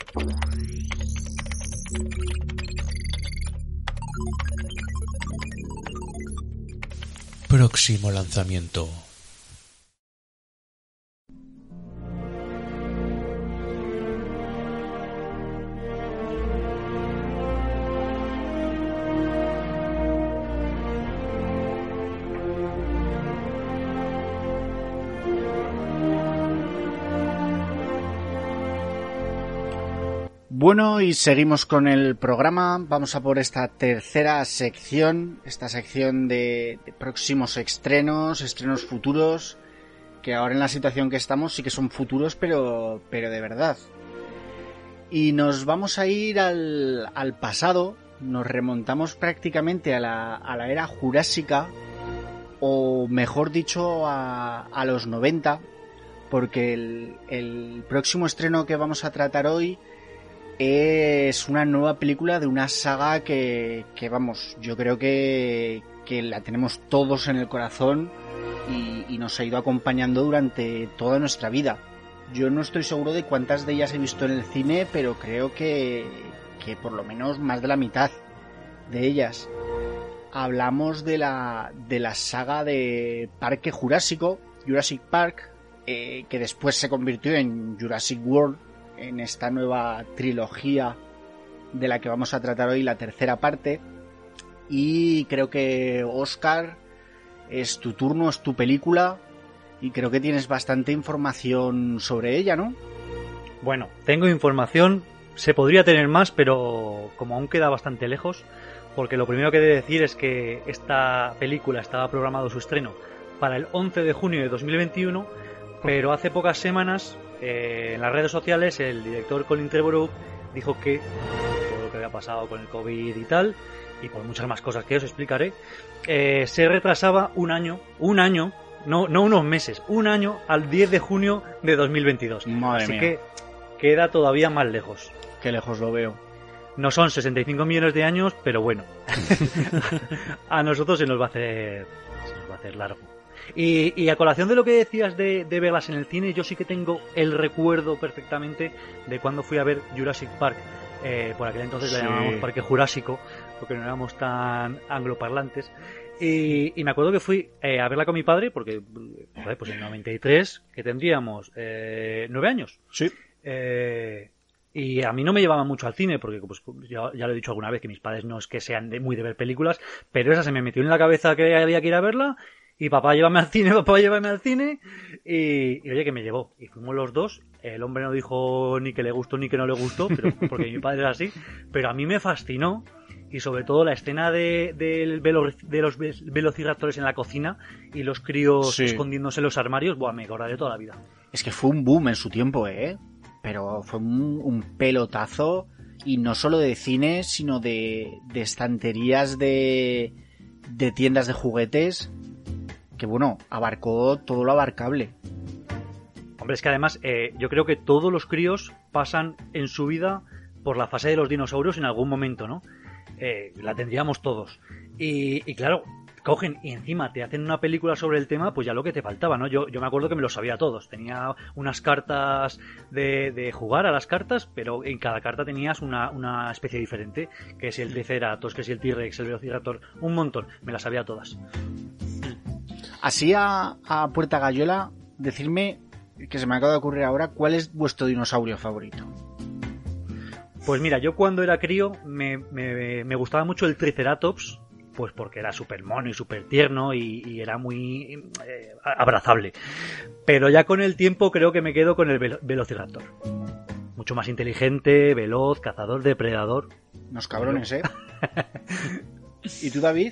Próximo lanzamiento. Bueno, y seguimos con el programa. Vamos a por esta tercera sección, esta sección de próximos estrenos futuros, que ahora en la situación que estamos sí que son futuros, pero de verdad. Y nos vamos a ir al pasado, nos remontamos prácticamente a la era jurásica, o mejor dicho, a los 90, porque el próximo estreno que vamos a tratar hoy es una nueva película de una saga que vamos, yo creo que la tenemos todos en el corazón y nos ha ido acompañando durante toda nuestra vida. Yo no estoy seguro de cuántas de ellas he visto en el cine, pero creo que por lo menos más de la mitad de ellas. Hablamos de la saga de Parque Jurásico, Jurassic Park, que después se convirtió en Jurassic World, en esta nueva trilogía de la que vamos a tratar hoy, la tercera parte. Y creo que, Óscar, es tu turno, es tu película, y creo que tienes bastante información sobre ella, ¿no? Bueno, tengo información, se podría tener más, pero como aún queda bastante lejos, porque lo primero que he de decir es que esta película estaba programado su estreno para el 11 de junio de 2021, pero hace pocas semanas en las redes sociales el director Colin Trevorrow dijo que todo lo que había pasado con el COVID y tal, y por muchas más cosas que os explicaré, se retrasaba un año, no unos meses, un año al 10 de junio de 2022. Madre Así mía. que queda todavía más lejos. Qué lejos lo veo. No son 65 millones de años, pero bueno, a nosotros se nos va a hacer largo. Y a colación de lo que decías de verlas en el cine, yo sí que tengo el recuerdo perfectamente de cuando fui a ver Jurassic Park. Por aquel entonces la llamábamos Parque Jurásico, porque no éramos tan angloparlantes. Y me acuerdo que fui a verla con mi padre, porque pues en el 93, que tendríamos 9 años. Sí. Y a mí no me llevaban mucho al cine, porque pues ya lo he dicho alguna vez, que mis padres no es que sean muy de ver películas, pero esa se me metió en la cabeza que había que ir a verla. Y papá, llévame al cine, y oye, que me llevó. Y fuimos los dos. El hombre no dijo ni que le gustó ni que no le gustó, pero porque mi padre era así. Pero a mí me fascinó. Y sobre todo la escena de los velociraptores en la cocina y los críos escondiéndose en los armarios. Buah, me acordaré toda la vida. Es que fue un boom en su tiempo, pero fue un pelotazo. Y no solo de cine, sino de estanterías de tiendas de juguetes, que bueno, abarcó todo lo abarcable. Hombre, es que además yo creo que todos los críos pasan en su vida por la fase de los dinosaurios en algún momento, ¿no? La tendríamos todos. Y claro, cogen y encima te hacen una película sobre el tema, pues ya lo que te faltaba, ¿no? Yo me acuerdo que me lo sabía todos. Tenía unas cartas de jugar a las cartas, pero en cada carta tenías una especie diferente, que si el Triceratops, que si el T-Rex, el Velociraptor, un montón. Me las sabía todas. Así a puerta gallola, decirme, que se me acaba de ocurrir ahora, ¿cuál es vuestro dinosaurio favorito? Pues mira, yo cuando era crío me gustaba mucho el Triceratops, pues porque era súper mono y súper tierno y era muy abrazable. Pero ya con el tiempo creo que me quedo con el Velociraptor. Mucho más inteligente, veloz, cazador, depredador. Unos cabrones, ¿eh? ¿Y tú, David?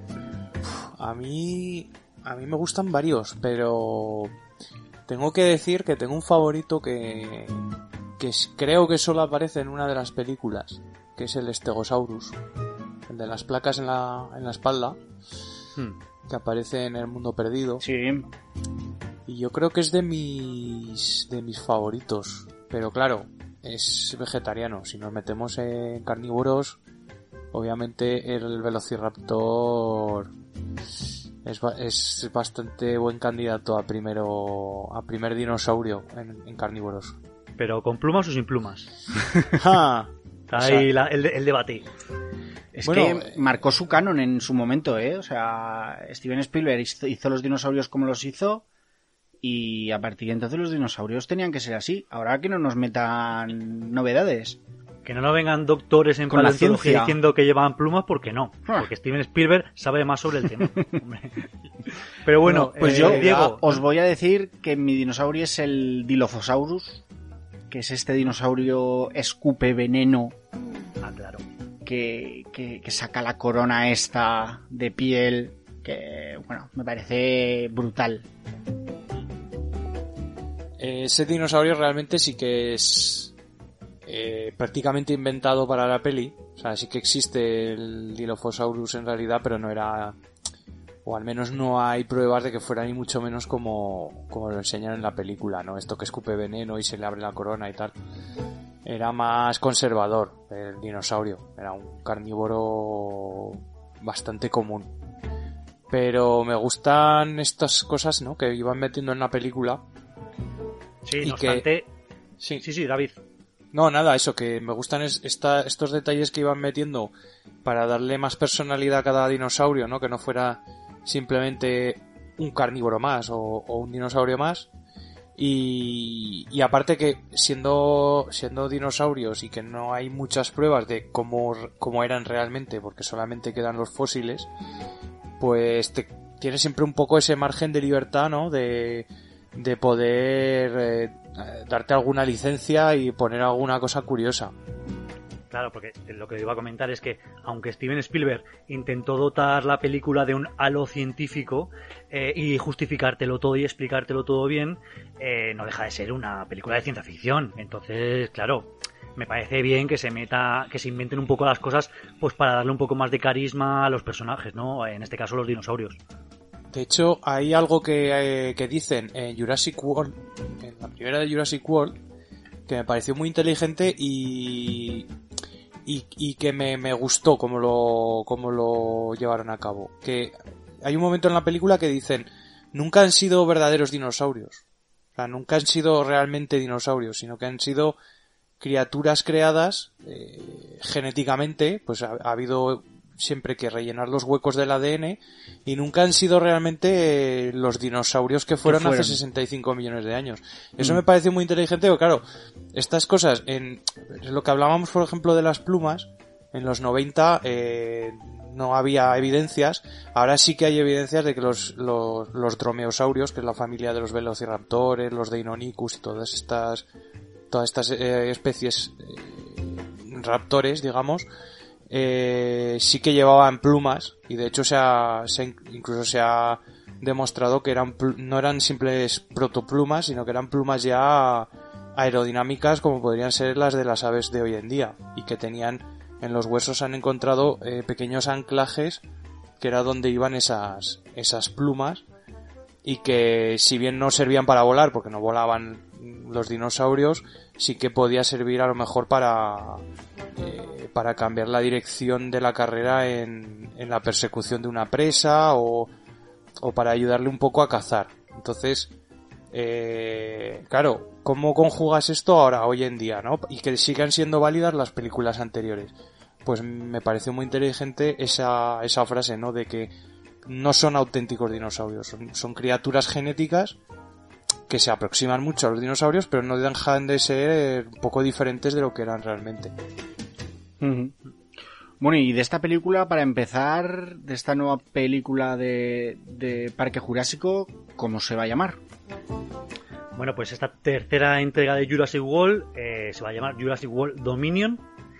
A mí me gustan varios, pero tengo que decir que tengo un favorito que creo que solo aparece en una de las películas, que es el Stegosaurus, el de las placas en la espalda, que aparece en El Mundo Perdido. Sí. Y yo creo que es de mis favoritos, pero claro, es vegetariano. Si nos metemos en carnívoros, obviamente el Velociraptor es bastante buen candidato a primer dinosaurio en carnívoros. pero ¿con plumas o sin plumas? Ja. Está ahí el debate. Es Bueno, que marcó su canon en su momento, ¿eh? O sea, Steven Spielberg hizo los dinosaurios como los hizo y a partir de entonces los dinosaurios tenían que ser así. Ahora que no nos metan novedades. Que no nos vengan doctores en Con la paleontología ciencia. diciendo que llevan plumas, porque no. Ah. Porque Steven Spielberg sabe más sobre el tema. Hombre. Pero bueno, Pues yo Diego, os voy a decir que mi dinosaurio es el Dilophosaurus, que es este dinosaurio escupe veneno claro. que saca la corona esta de piel, que, bueno, me parece brutal. Ese dinosaurio realmente sí que es prácticamente inventado para la peli. O sea, sí que existe el Dilophosaurus en realidad, pero no era... O al menos no hay pruebas de que fuera ni mucho menos como lo enseñan en la película, ¿no? Esto que escupe veneno y se le abre la corona y tal. Era más conservador el dinosaurio. Era un carnívoro bastante común. Pero me gustan estas cosas, ¿no? Que iban metiendo en la película. Sí, y no que- obstante... Sí. Sí, David. No, nada, eso, que me gustan estos detalles que iban metiendo para darle más personalidad a cada dinosaurio, ¿no? Que no fuera simplemente un carnívoro más o un dinosaurio más. Y aparte que siendo dinosaurios y que no hay muchas pruebas de cómo eran realmente, porque solamente quedan los fósiles, pues tienes siempre un poco ese margen de libertad, ¿no? De poder darte alguna licencia y poner alguna cosa curiosa. Claro, porque lo que iba a comentar es que, aunque Steven Spielberg intentó dotar la película de un halo científico y justificártelo todo y explicártelo todo bien, no deja de ser una película de ciencia ficción. Entonces, claro, me parece bien que se inventen un poco las cosas, pues para darle un poco más de carisma a los personajes, ¿no? En este caso, los dinosaurios. De hecho, hay algo que dicen en Jurassic World, en la primera de Jurassic World, que me pareció muy inteligente y que me gustó cómo lo llevaron a cabo. Que hay un momento en la película que dicen, nunca han sido verdaderos dinosaurios. O sea, nunca han sido realmente dinosaurios, sino que han sido criaturas creadas genéticamente, pues ha habido siempre que rellenar los huecos del ADN y nunca han sido realmente los dinosaurios que fueron hace 65 millones de años. Eso me pareció muy inteligente, porque claro, estas cosas, en lo que hablábamos por ejemplo de las plumas, en los 90 no había evidencias, ahora sí que hay evidencias de que los dromeosaurios, que es la familia de los velociraptores, los Deinonychus y todas estas especies raptores, digamos, sí que llevaban plumas y de hecho incluso se ha demostrado que no eran simples protoplumas, sino que eran plumas ya aerodinámicas como podrían ser las de las aves de hoy en día, y que tenían en los huesos, han encontrado pequeños anclajes que era donde iban esas plumas, y que si bien no servían para volar porque no volaban los dinosaurios, sí que podía servir a lo mejor para cambiar la dirección de la carrera en la persecución de una presa o para ayudarle un poco a cazar. Entonces, claro, ¿cómo conjugas esto ahora, hoy en día, ¿no? Y que sigan siendo válidas las películas anteriores. Pues me pareció muy inteligente esa frase, ¿no? De que no son auténticos dinosaurios, son criaturas genéticas que se aproximan mucho a los dinosaurios, pero no dejan de ser un poco diferentes de lo que eran realmente. Uh-huh. Bueno, y de esta película, para empezar, de esta nueva película de Parque Jurásico, ¿cómo se va a llamar? Bueno, pues esta tercera entrega de Jurassic World se va a llamar Jurassic World Dominion.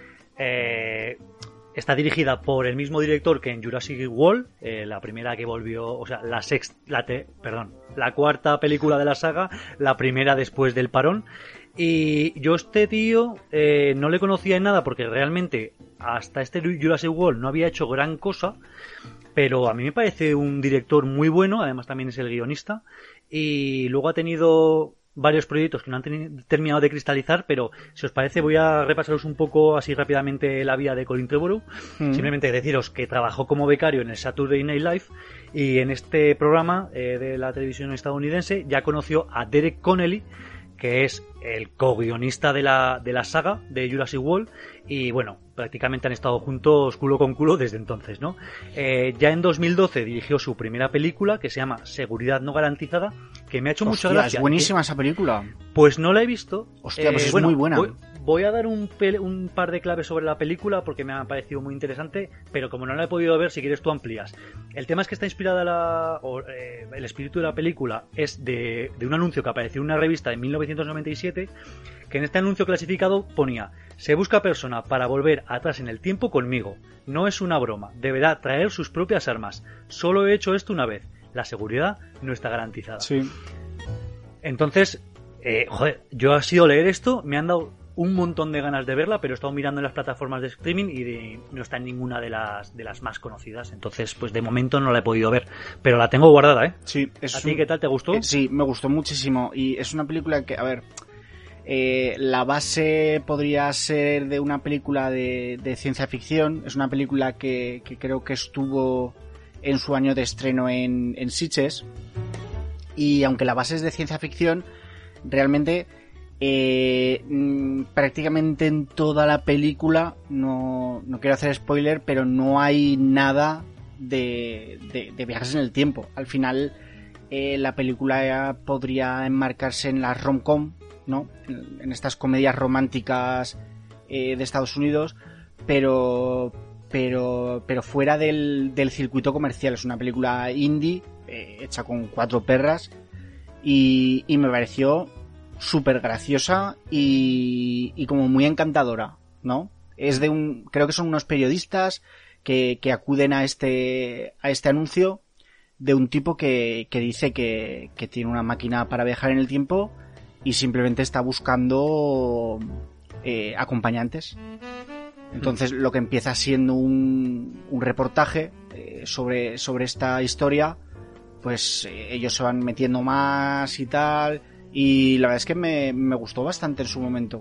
Está dirigida por el mismo director que en Jurassic World, la primera que volvió, o sea, la cuarta película de la saga, la primera después del parón. Y yo este tío no le conocía en nada porque realmente hasta este Jurassic World no había hecho gran cosa, pero a mí me parece un director muy bueno, además también es el guionista, y luego ha tenido varios proyectos que no han terminado de cristalizar, pero si os parece voy a repasaros un poco así rápidamente la vida de Colin Trevorrow. Simplemente deciros que trabajó como becario en el Saturday Night Live, y en este programa de la televisión estadounidense ya conoció a Derek Connolly, que es el co-guionista de la saga de Jurassic World, y bueno, prácticamente han estado juntos culo con culo desde entonces, ¿no? Ya en 2012 dirigió su primera película, que se llama Seguridad no garantizada, que me ha hecho mucha gracia. Es buenísima esa película. Pues no la he visto. Hostia, pues es muy buena. Voy a dar un par de claves sobre la película porque me ha parecido muy interesante, pero como no la he podido ver, si quieres tú amplías. El tema es que está inspirada el espíritu de la película es de un anuncio que apareció en una revista en 1997, que en este anuncio clasificado ponía: se busca persona para volver atrás en el tiempo conmigo. No es una broma, deberá traer sus propias armas. Solo he hecho esto una vez. La seguridad no está garantizada. Sí. Entonces, yo he sido leer esto, me han dado un montón de ganas de verla, pero he estado mirando en las plataformas de streaming y no está en ninguna de las más conocidas. Entonces, pues de momento no la he podido ver, pero la tengo guardada, ¿eh? Sí. ¿A ti qué tal? ¿Te gustó? Sí, me gustó muchísimo. Y es una película que, a ver, la base podría ser de una película de ciencia ficción. Es una película que creo que estuvo en su año de estreno en Sitges. Y aunque la base es de ciencia ficción, realmente prácticamente en toda la película, no quiero hacer spoiler, pero no hay nada de viajes en el tiempo. Al final la película podría enmarcarse en la rom-com, ¿no? En estas comedias románticas de Estados Unidos, pero fuera del circuito comercial. Es una película indie hecha con 4 perras y me pareció súper graciosa y como muy encantadora, ¿no? Creo que son unos periodistas que acuden a este anuncio de un tipo que dice que tiene una máquina para viajar en el tiempo y simplemente está buscando acompañantes. Entonces lo que empieza siendo un reportaje sobre esta historia, pues ellos se van metiendo más y tal. Y la verdad es que me gustó bastante en su momento.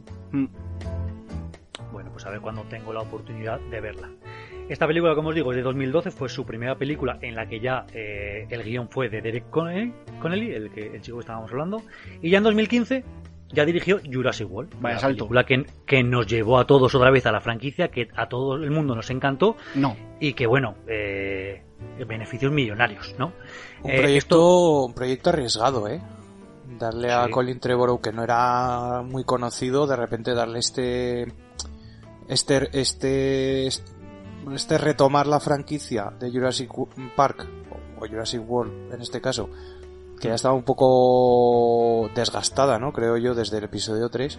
Bueno, pues a ver cuando tengo la oportunidad de verla. Esta película, como os digo, es de 2012, fue su primera película en la que ya el guión fue de Derek Connelly, el chico que estábamos hablando, y ya en 2015 ya dirigió Jurassic World, vaya la salto, película que nos llevó a todos otra vez a la franquicia, que a todo el mundo nos encantó, y que bueno, beneficios millonarios, ¿no? Un proyecto arriesgado, darle a Colin Trevorrow, que no era muy conocido, de repente darle este retomar la franquicia de Jurassic Park o Jurassic World en este caso, que ya estaba un poco desgastada, ¿no? Creo yo, desde el episodio 3,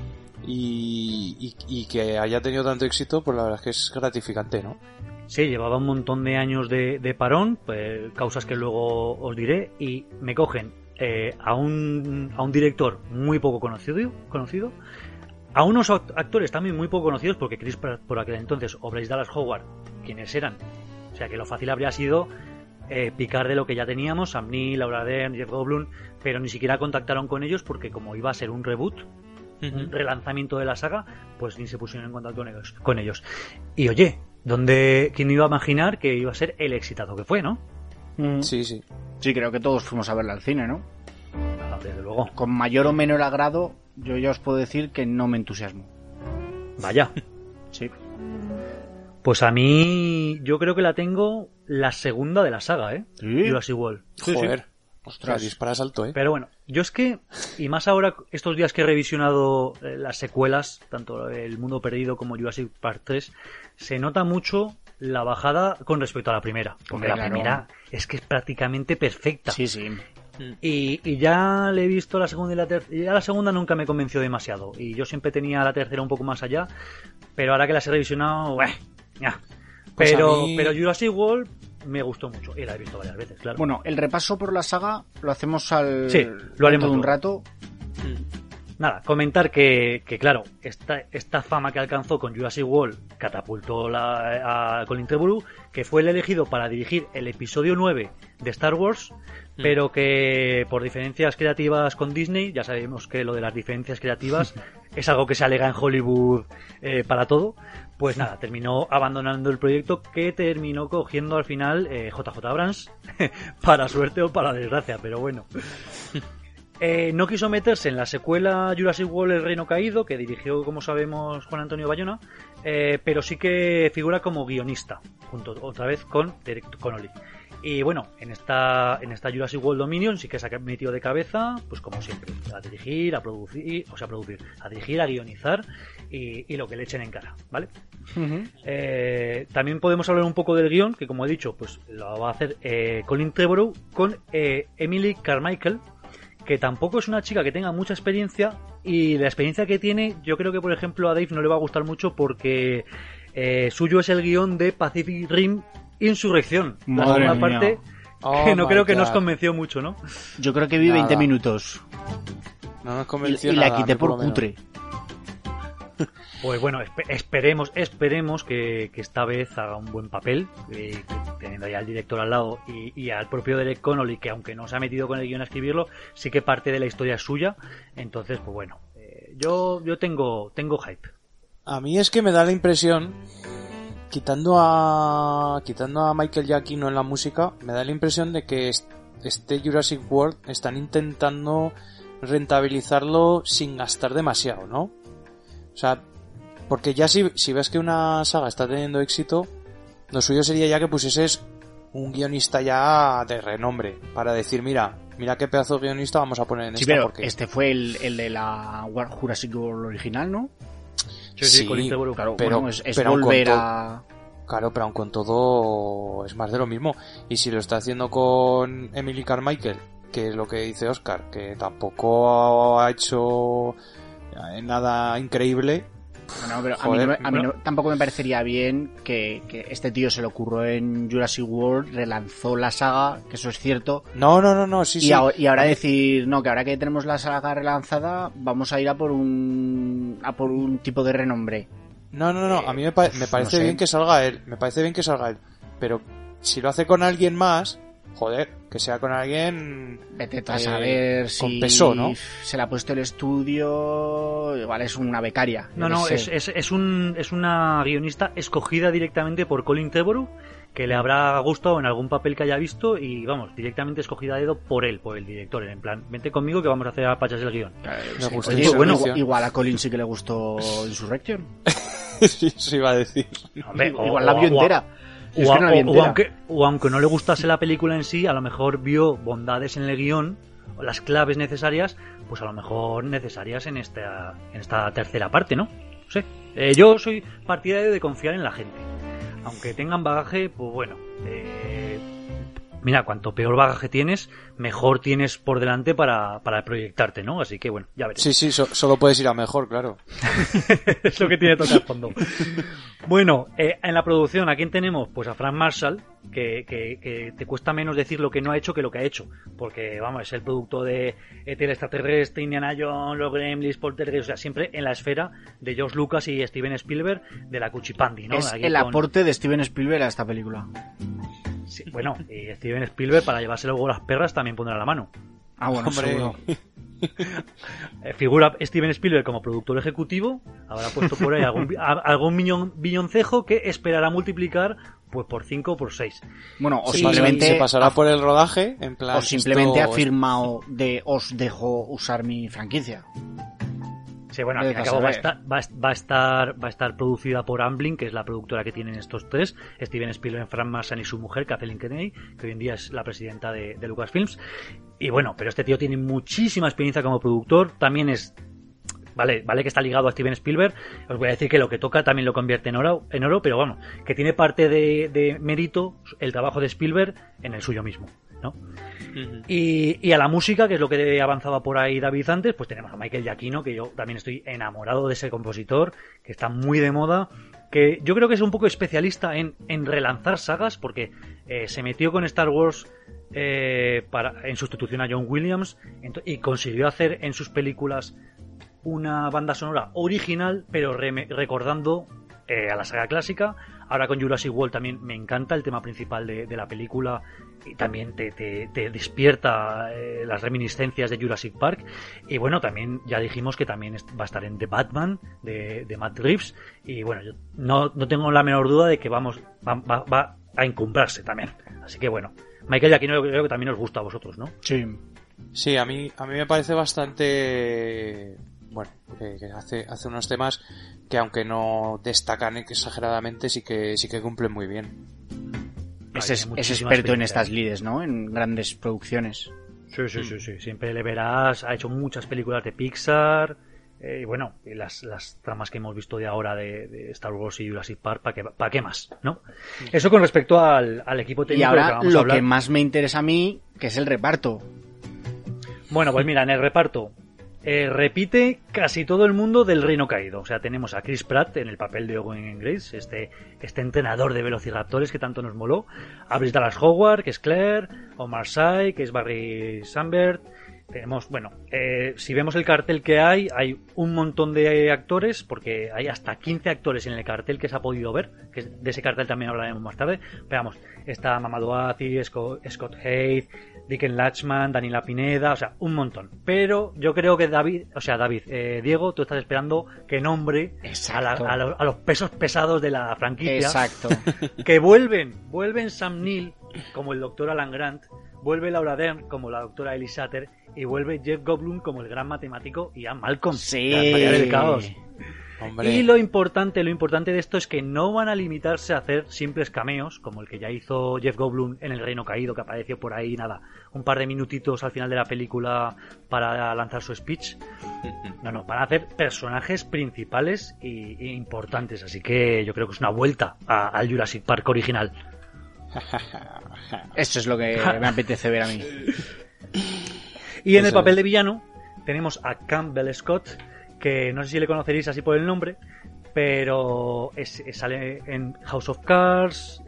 y que haya tenido tanto éxito, pues la verdad es que es gratificante, ¿no? Sí, llevaba un montón de años de parón, pues, causas que luego os diré, y me cogen a un director muy poco conocido, a unos actores también muy poco conocidos, porque Chris Pratt por aquel entonces o Bryce Dallas Howard, quienes eran, o sea que lo fácil habría sido picar de lo que ya teníamos, Sam Neill, Laura Dern, Jeff Goldblum, pero ni siquiera contactaron con ellos porque como iba a ser un reboot, un relanzamiento de la saga, pues ni se pusieron en contacto con ellos. Y oye, ¿quién iba a imaginar que iba a ser el exitazo que fue, no? Sí. Sí, creo que todos fuimos a verla al cine, ¿no? Desde luego. Con mayor o menor agrado, yo ya os puedo decir que no me entusiasmo. Vaya. Sí. Pues a mí, yo creo que la tengo la segunda de la saga, ¿Sí? Jurassic World. Joder. Sí. Ostras, disparas alto, Pero bueno, yo es que, y más ahora, estos días que he revisionado las secuelas, tanto El Mundo Perdido como Jurassic Park 3, se nota mucho la bajada con respecto a la primera. Porque la primera es que es prácticamente perfecta. Sí. Y ya le he visto la segunda y la tercera. Y ya la segunda nunca me convenció demasiado. Y yo siempre tenía la tercera un poco más allá. Pero ahora que las he revisionado, ya. Pues pero mí... Jurassic World me gustó mucho. Y la he visto varias veces, claro. Bueno, el repaso por la saga lo hacemos Sí, lo haremos de un rato. Nada, comentar que claro, esta fama que alcanzó con Jurassic World catapultó a Colin Trevorrow, que fue el elegido para dirigir el episodio 9 de Star Wars, pero que por diferencias creativas con Disney, ya sabemos que lo de las diferencias creativas es algo que se alega en Hollywood para todo, pues nada, terminó abandonando el proyecto, que terminó cogiendo al final JJ Abrams, para suerte o para desgracia, pero bueno. No quiso meterse en la secuela Jurassic World El Reino Caído, que dirigió, como sabemos, Juan Antonio Bayona, pero sí que figura como guionista, junto otra vez con Derek Connolly. Y bueno, en esta Jurassic World Dominion sí que se ha metido de cabeza, pues como siempre, a dirigir, a dirigir, a guionizar y lo que le echen en cara, ¿vale? Uh-huh. También podemos hablar un poco del guión, que como he dicho, pues lo va a hacer Colin Trevorrow con Emily Carmichael, que tampoco es una chica que tenga mucha experiencia, y la experiencia que tiene, yo creo que por ejemplo a Dave no le va a gustar mucho porque suyo es el guión de Pacific Rim Insurrección, la segunda parte, que no creo que nos convenció mucho, ¿no? Yo creo que vi 20 minutos. No nos convenció y nada, la quité por cutre. Pues bueno, esperemos que esta vez haga un buen papel, teniendo ya al director al lado y al propio Derek Connolly, que aunque no se ha metido con el guión a escribirlo, sí que parte de la historia es suya. Entonces, pues bueno, yo tengo hype. A mí es que me da la impresión, quitando a Michael Giacchino en la música, me da la impresión de que este Jurassic World están intentando rentabilizarlo sin gastar demasiado, ¿no? O sea, porque ya si ves que una saga está teniendo éxito, lo suyo sería ya que pusieses un guionista ya de renombre para decir, mira qué pedazo de guionista vamos a poner en esta. Pero porque este fue el de la Jurassic World original, ¿no? Sí, claro, pero, bueno, es pero volver a... Claro, pero aun con todo es más de lo mismo. Y si lo está haciendo con Emily Carmichael, que es lo que dice Oscar, que tampoco ha hecho nada increíble. Bueno, pero joder, a mí tampoco me parecería bien que este tío se lo ocurrió en Jurassic World, relanzó la saga, que eso es cierto. No, sí. Y ahora decir, no, que ahora que tenemos la saga relanzada, vamos a ir a por un tipo de renombre. No, a mí me parece bien que salga él, pero si lo hace con alguien más, joder, que sea con alguien vete a saber si con peso, ¿no? Se le ha puesto el estudio, igual es una becaria. No, es una guionista escogida directamente por Colin Trevorrow, que le habrá gustado en algún papel que haya visto y vamos, directamente escogida a dedo por el director, en plan, vente conmigo que vamos a hacer a pachas el guión. Oye, bueno, igual a Colin sí que le gustó Insurrection. Sí, eso iba a decir. Hombre, igual la vio entera. O aunque no le gustase la película en sí, a lo mejor vio bondades en el guión, o las claves necesarias, pues a lo mejor necesarias en esta tercera parte, ¿no? No sé. Yo soy partidario de confiar en la gente. Aunque tengan bagaje, pues bueno, mira, cuanto peor bagaje tienes, mejor tienes por delante para proyectarte, ¿no? Así que bueno, ya veremos. Sí, solo puedes ir a mejor, claro. Es lo que tiene que tocar fondo. Bueno, en la producción, ¿a quién tenemos? Pues a Frank Marshall, que te cuesta menos decir lo que no ha hecho que lo que ha hecho. Porque, vamos, es el producto de ET, el extraterrestre, Indiana Jones, los Gremlins, Poltergeist, o sea, siempre en la esfera de George Lucas y Steven Spielberg de la Cuchipandi, ¿no? Es el aporte de Steven Spielberg a esta película. Sí, bueno, y Steven Spielberg para llevarse luego las perras también pondrá la mano. Ah, bueno, hombre. seguro. Figura Steven Spielberg como productor ejecutivo, habrá puesto por ahí algún milloncejo que esperará multiplicar pues por 5 o por 6. Bueno, o simplemente se pasará por el rodaje, en plan, o simplemente ha firmado de os dejo usar mi franquicia. Sí, bueno, al fin y al cabo va a estar producida por Amblin, que es la productora que tienen estos tres, Steven Spielberg, Frank Marshall y su mujer, Kathleen Kennedy, que hoy en día es la presidenta de Lucasfilms. Y bueno, pero este tío tiene muchísima experiencia como productor, también es... Vale que está ligado a Steven Spielberg, os voy a decir que lo que toca también lo convierte en oro, pero vamos, que tiene parte de mérito el trabajo de Spielberg en el suyo mismo, ¿no? Uh-huh. Y a la música, que es lo que avanzaba por ahí David antes, pues tenemos a Michael Giacchino, que yo también estoy enamorado de ese compositor, que está muy de moda, que yo creo que es un poco especialista en relanzar sagas, porque se metió con Star Wars en sustitución a John Williams, y consiguió hacer en sus películas una banda sonora original, pero recordando a la saga clásica. Ahora con Jurassic World también me encanta el tema principal de la película, y también te despierta las reminiscencias de Jurassic Park. Y bueno, también ya dijimos que también va a estar en The Batman de Matt Reeves, y bueno, yo no tengo la menor duda de que va a encumbrarse también. Así que bueno, Michael Giacchino, yo creo que también os gusta a vosotros, ¿no? Sí. Sí, a mí me parece bastante... Bueno, que hace unos temas que aunque no destacan exageradamente, sí que cumplen muy bien. Es experto en estas lides, ¿no? En grandes producciones. Sí. Siempre le verás. Ha hecho muchas películas de Pixar. Y bueno, y las tramas que hemos visto de ahora de Star Wars y Jurassic Park, ¿para qué más? ¿No? Eso con respecto al equipo técnico. Y ahora que vamos a lo hablar. que más me interesa a mí, que es el reparto. Bueno, pues mira, en el reparto repite casi todo el mundo del Reino Caído. O sea, tenemos a Chris Pratt en el papel de Owen Grace, este entrenador de velociraptores que tanto nos moló. A Bryce Dallas Howard, que es Claire. Omar Sy, que es Barry Sandberg. Tenemos, bueno, si vemos el cartel que hay un montón de actores, porque hay hasta 15 actores en el cartel que se ha podido ver, que de ese cartel también hablaremos más tarde. Veamos, está Mamadou Aziz, Scott Haid, Dicken Lachman, Daniela Pineda, o sea, un montón. Pero yo creo que Diego, tú estás esperando que nombre a los pesos pesados de la franquicia. Exacto. Que vuelven Sam Neill como el doctor Alan Grant, vuelve Laura Dern como la doctora Ellie Satter y vuelve Jeff Goldblum como el gran matemático Ian Malcolm. Sí. La María del Caos. Hombre. Y lo importante de esto es que no van a limitarse a hacer simples cameos, como el que ya hizo Jeff Goldblum en El Reino Caído, que apareció por ahí, un par de minutitos al final de la película para lanzar su speech. No, van a hacer personajes principales e importantes, así que yo creo que es una vuelta al Jurassic Park original. Eso es lo que me apetece ver a mí. Y en el papel de villano tenemos a Campbell Scott, que no sé si le conoceréis así por el nombre, pero sale en House of Cards.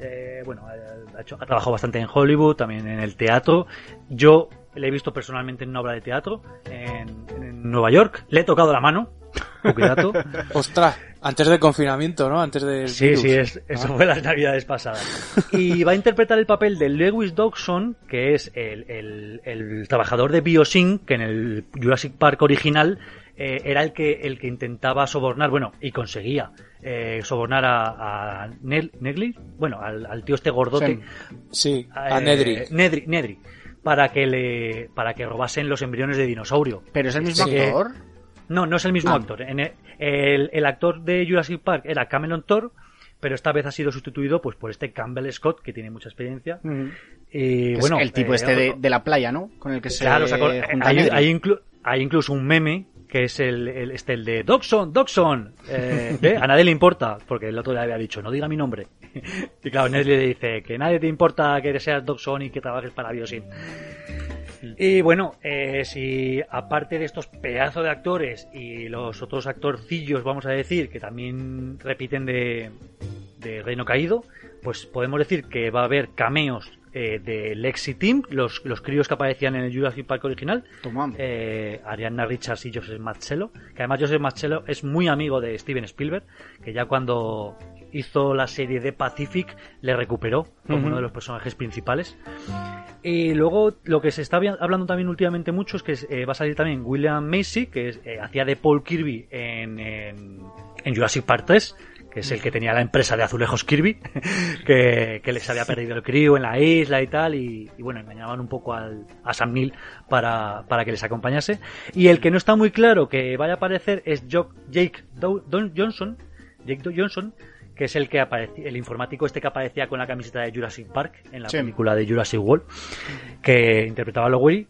Ha trabajado bastante en Hollywood, también en el teatro. Yo le he visto personalmente en una obra de teatro en Nueva York. Le he tocado la mano. Cuidado. Ostras, antes del confinamiento, ¿no? Antes del virus. Eso fue las navidades pasadas. Y va a interpretar el papel de Lewis Dawson, que es el trabajador de Biosyn, que en el Jurassic Park original era el que intentaba sobornar, y conseguía sobornar a Nedry, al tío este gordote. Sí, a Nedry. Nedry, para que robasen los embriones de dinosaurio. ¿Pero es el mismo actor? No es el mismo actor. El actor de Jurassic Park era Cameron Thorne, pero esta vez ha sido sustituido pues por este Campbell Scott, que tiene mucha experiencia. Y bueno, el tipo de la playa, ¿no? Con el que se junta hay incluso un meme que es el de Dodgson. A nadie le importa, porque el otro le había dicho, no diga mi nombre. Y claro, Nestle le dice que nadie te importa que seas Dodgson y que trabajes para Biosyn. Y bueno, si aparte de estos pedazos de actores y los otros actorcillos, vamos a decir, que también repiten de Reino Caído, pues podemos decir que va a haber cameos de Lexi Team, los críos que aparecían en el Jurassic Park original. Ariana Richards y Joseph Mazzello, que además Joseph Mazzello es muy amigo de Steven Spielberg, que ya cuando hizo la serie de Pacific le recuperó como uno de los personajes principales. Y luego lo que se está hablando también últimamente mucho es que va a salir también William Macy, que hacía de Paul Kirby en Jurassic Park 3, que es el que tenía la empresa de azulejos Kirby, que les había perdido el crío en la isla y tal, y bueno, engañaban un poco a Sam Neill para que les acompañase. Y el que no está muy claro que vaya a aparecer es Jake Johnson, que es el informático que aparecía con la camiseta de Jurassic Park en la película de Jurassic World, que interpretaba a Lowery.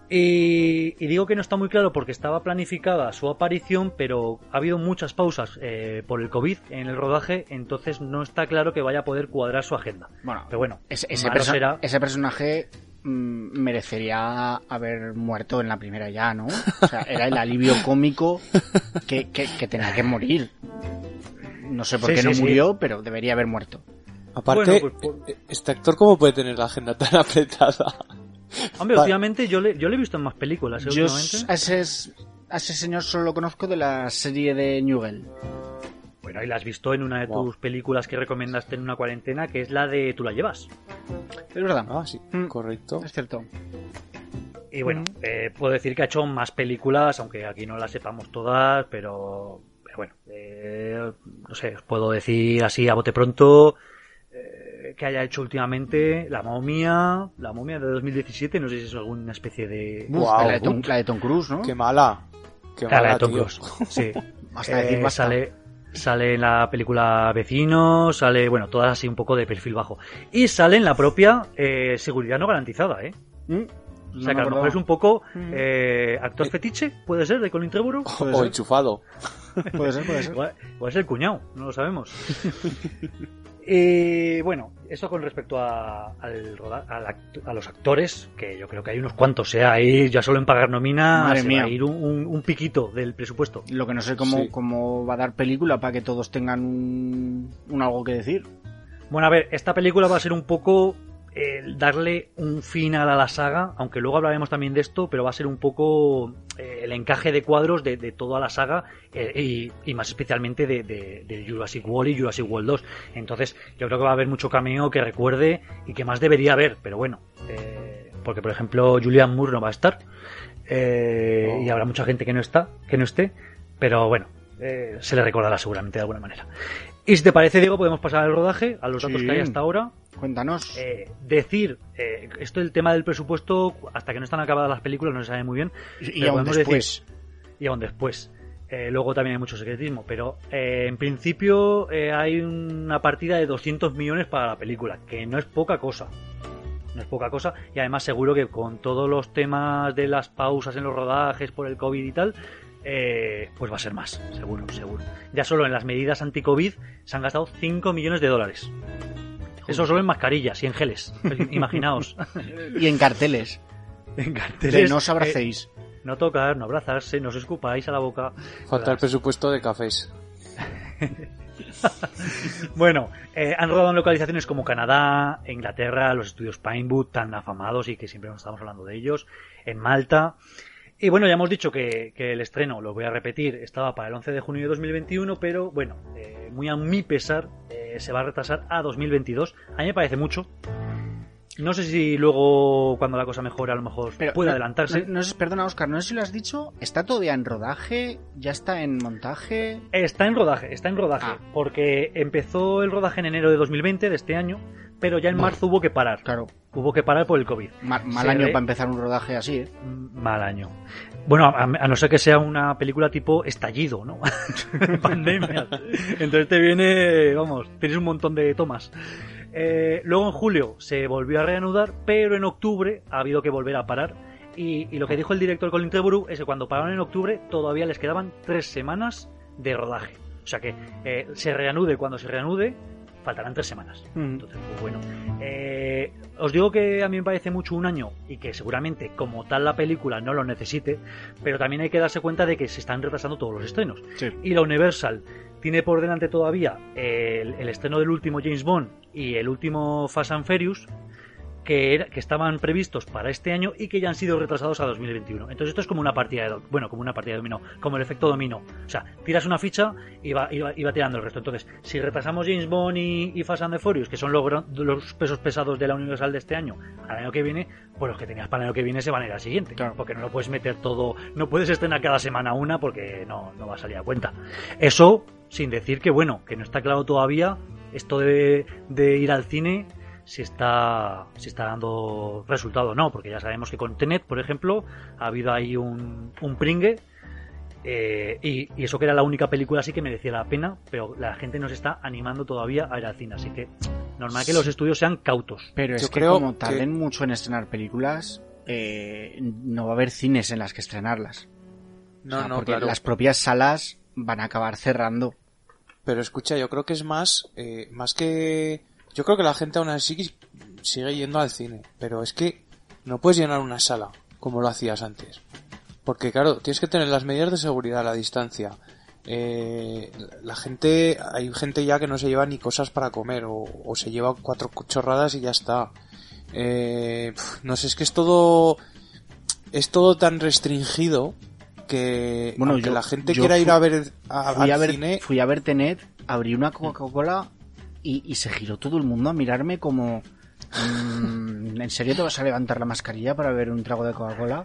Y digo que no está muy claro porque estaba planificada su aparición, pero ha habido muchas pausas por el COVID en el rodaje, entonces no está claro que vaya a poder cuadrar su agenda. Pero bueno, ese personaje merecería haber muerto en la primera ya, ¿no? O sea, era el alivio cómico que tenía que morir. No sé por qué no murió, pero debería haber muerto. Aparte, este actor, ¿cómo puede tener la agenda tan apretada? Hombre, últimamente yo le he visto en más películas. A ese señor solo lo conozco de la serie de New Girl. Bueno, y la has visto en una de tus películas que recomendaste en una cuarentena, que es la de Tú la llevas. Es verdad. Sí, correcto. Es cierto. Y bueno, puedo decir que ha hecho más películas, aunque aquí no las sepamos todas, pero bueno, no sé, os puedo decir así a bote pronto que haya hecho últimamente La Momia de 2017, no sé si es alguna especie de... Guau. La de Tom Cruise, ¿no? Qué mala. La de Tom tío. Cruise, sí. Hasta decir basta. Sale en la película Vecinos, sale, bueno, todas así un poco de perfil bajo. Y sale en la propia Seguridad No Garantizada, ¿eh? O sea, que a lo mejor es un poco actor fetiche, puede ser, de Colin Trevorrow. O enchufado. Puede ser. Igual es el cuñado, no lo sabemos. Bueno, eso con respecto a los actores, que yo creo que hay unos cuantos, ahí ya solo en pagar nómina Madre se mía. va a ir un piquito del presupuesto. Lo que no sé Sí. cómo va a dar película para que todos tengan un algo que decir. Bueno, a ver, esta película va a ser un poco darle un final a la saga, aunque luego hablaremos también de esto, pero va a ser un poco el encaje de cuadros de toda la saga y más especialmente de Jurassic World y Jurassic World 2. Entonces yo creo que va a haber mucho cameo que recuerde y que más debería haber, pero bueno, porque por ejemplo Julianne Moore no va a estar y habrá mucha gente que no esté, pero bueno, se le recordará seguramente de alguna manera. Y si te parece, Diego, podemos pasar al rodaje, a los datos que hay hasta ahora. Cuéntanos. Decir, esto del tema del presupuesto, hasta que no están acabadas las películas no se sabe muy bien. Y pero aún podemos después. y aún después. Luego también hay mucho secretismo, pero en principio hay una partida de 200 millones para la película, que no es poca cosa. No es poca cosa, y además seguro que con todos los temas de las pausas en los rodajes por el COVID y tal, pues va a ser más, seguro. Ya solo en las medidas anti-COVID se han gastado 5 millones de dólares. Eso solo en mascarillas y en geles. Imaginaos. Y en carteles. En De carteles. no os abracéis. No tocar, no abrazarse, no os escupáis a la boca. Falta el presupuesto de cafés. Bueno, han rodado en localizaciones como Canadá, Inglaterra, los estudios Pinewood, tan afamados y que siempre nos estamos hablando de ellos, en Malta. Y bueno, ya hemos dicho que el estreno, lo voy a repetir, estaba para el 11 de junio de 2021, pero bueno, muy a mi pesar, se va a retrasar a 2022. A mí me parece mucho. No sé si luego, cuando la cosa mejore, a lo mejor Pero puede adelantarse. Perdona, Óscar, no sé si lo has dicho. ¿Está todavía en rodaje? ¿Ya está en montaje? Está en rodaje, Ah. porque empezó el rodaje en enero de 2020, de este año, pero ya en marzo hubo que parar. Claro. Hubo que parar por el COVID. Mal Se año re- para empezar un rodaje así, ¿eh? Mal año. Bueno, a no ser que sea una película tipo estallido, ¿no? Pandemia. Entonces te viene, vamos, tienes un montón de tomas. Luego en julio se volvió a reanudar, pero en octubre ha habido que volver a parar. Y lo que dijo el director Colin Trevorrow es que cuando pararon en octubre todavía les quedaban 3 semanas de rodaje. O sea que se reanude cuando se reanude, faltarán 3 semanas. Entonces, pues bueno. Os digo que a mí me parece mucho un año y que seguramente como tal la película no lo necesite, pero también hay que darse cuenta de que se están retrasando todos los estrenos. Sí. Y la Universal tiene por delante todavía el estreno del último James Bond y el último Fast and Furious, que estaban previstos para este año y que ya han sido retrasados a 2021. Entonces esto es como una partida de dominó, como el efecto dominó. O sea, tiras una ficha y va tirando el resto. Entonces, si retrasamos James Bond y Fast and the Furious, que son los pesos pesados de la Universal de este año, al año que viene, pues los que tenías para el año que viene se van a ir al siguiente. Claro. Porque no lo puedes meter todo, no puedes estrenar cada semana una porque no va a salir a cuenta. Eso, sin decir que bueno, que no está claro todavía esto de ir al cine, si está dando resultado o no, porque ya sabemos que con Tenet, por ejemplo, ha habido ahí un pringue, y eso que era la única película así que merecía la pena, pero la gente no se está animando todavía a ir al cine, así que normal que los estudios sean cautos. Pero es Yo que creo como que- tarden mucho en estrenar películas, no va a haber cines en las que estrenarlas. No, O sea, no, porque claro. las propias salas van a acabar cerrando. Pero escucha, yo creo que es más que... Yo creo que la gente aún así sigue yendo al cine, pero es que no puedes llenar una sala como lo hacías antes. Porque claro, tienes que tener las medidas de seguridad, la distancia. La gente, hay gente ya que no se lleva ni cosas para comer o se lleva 4 chorradas y ya está. No sé, es que es todo tan restringido que Bueno, aunque yo- la gente yo quiera ir fui- a ver al cine, Fui a ver Tenet, abrí una Coca-Cola y se giró todo el mundo a mirarme como... ¿En serio te vas a levantar la mascarilla para beber un trago de Coca-Cola?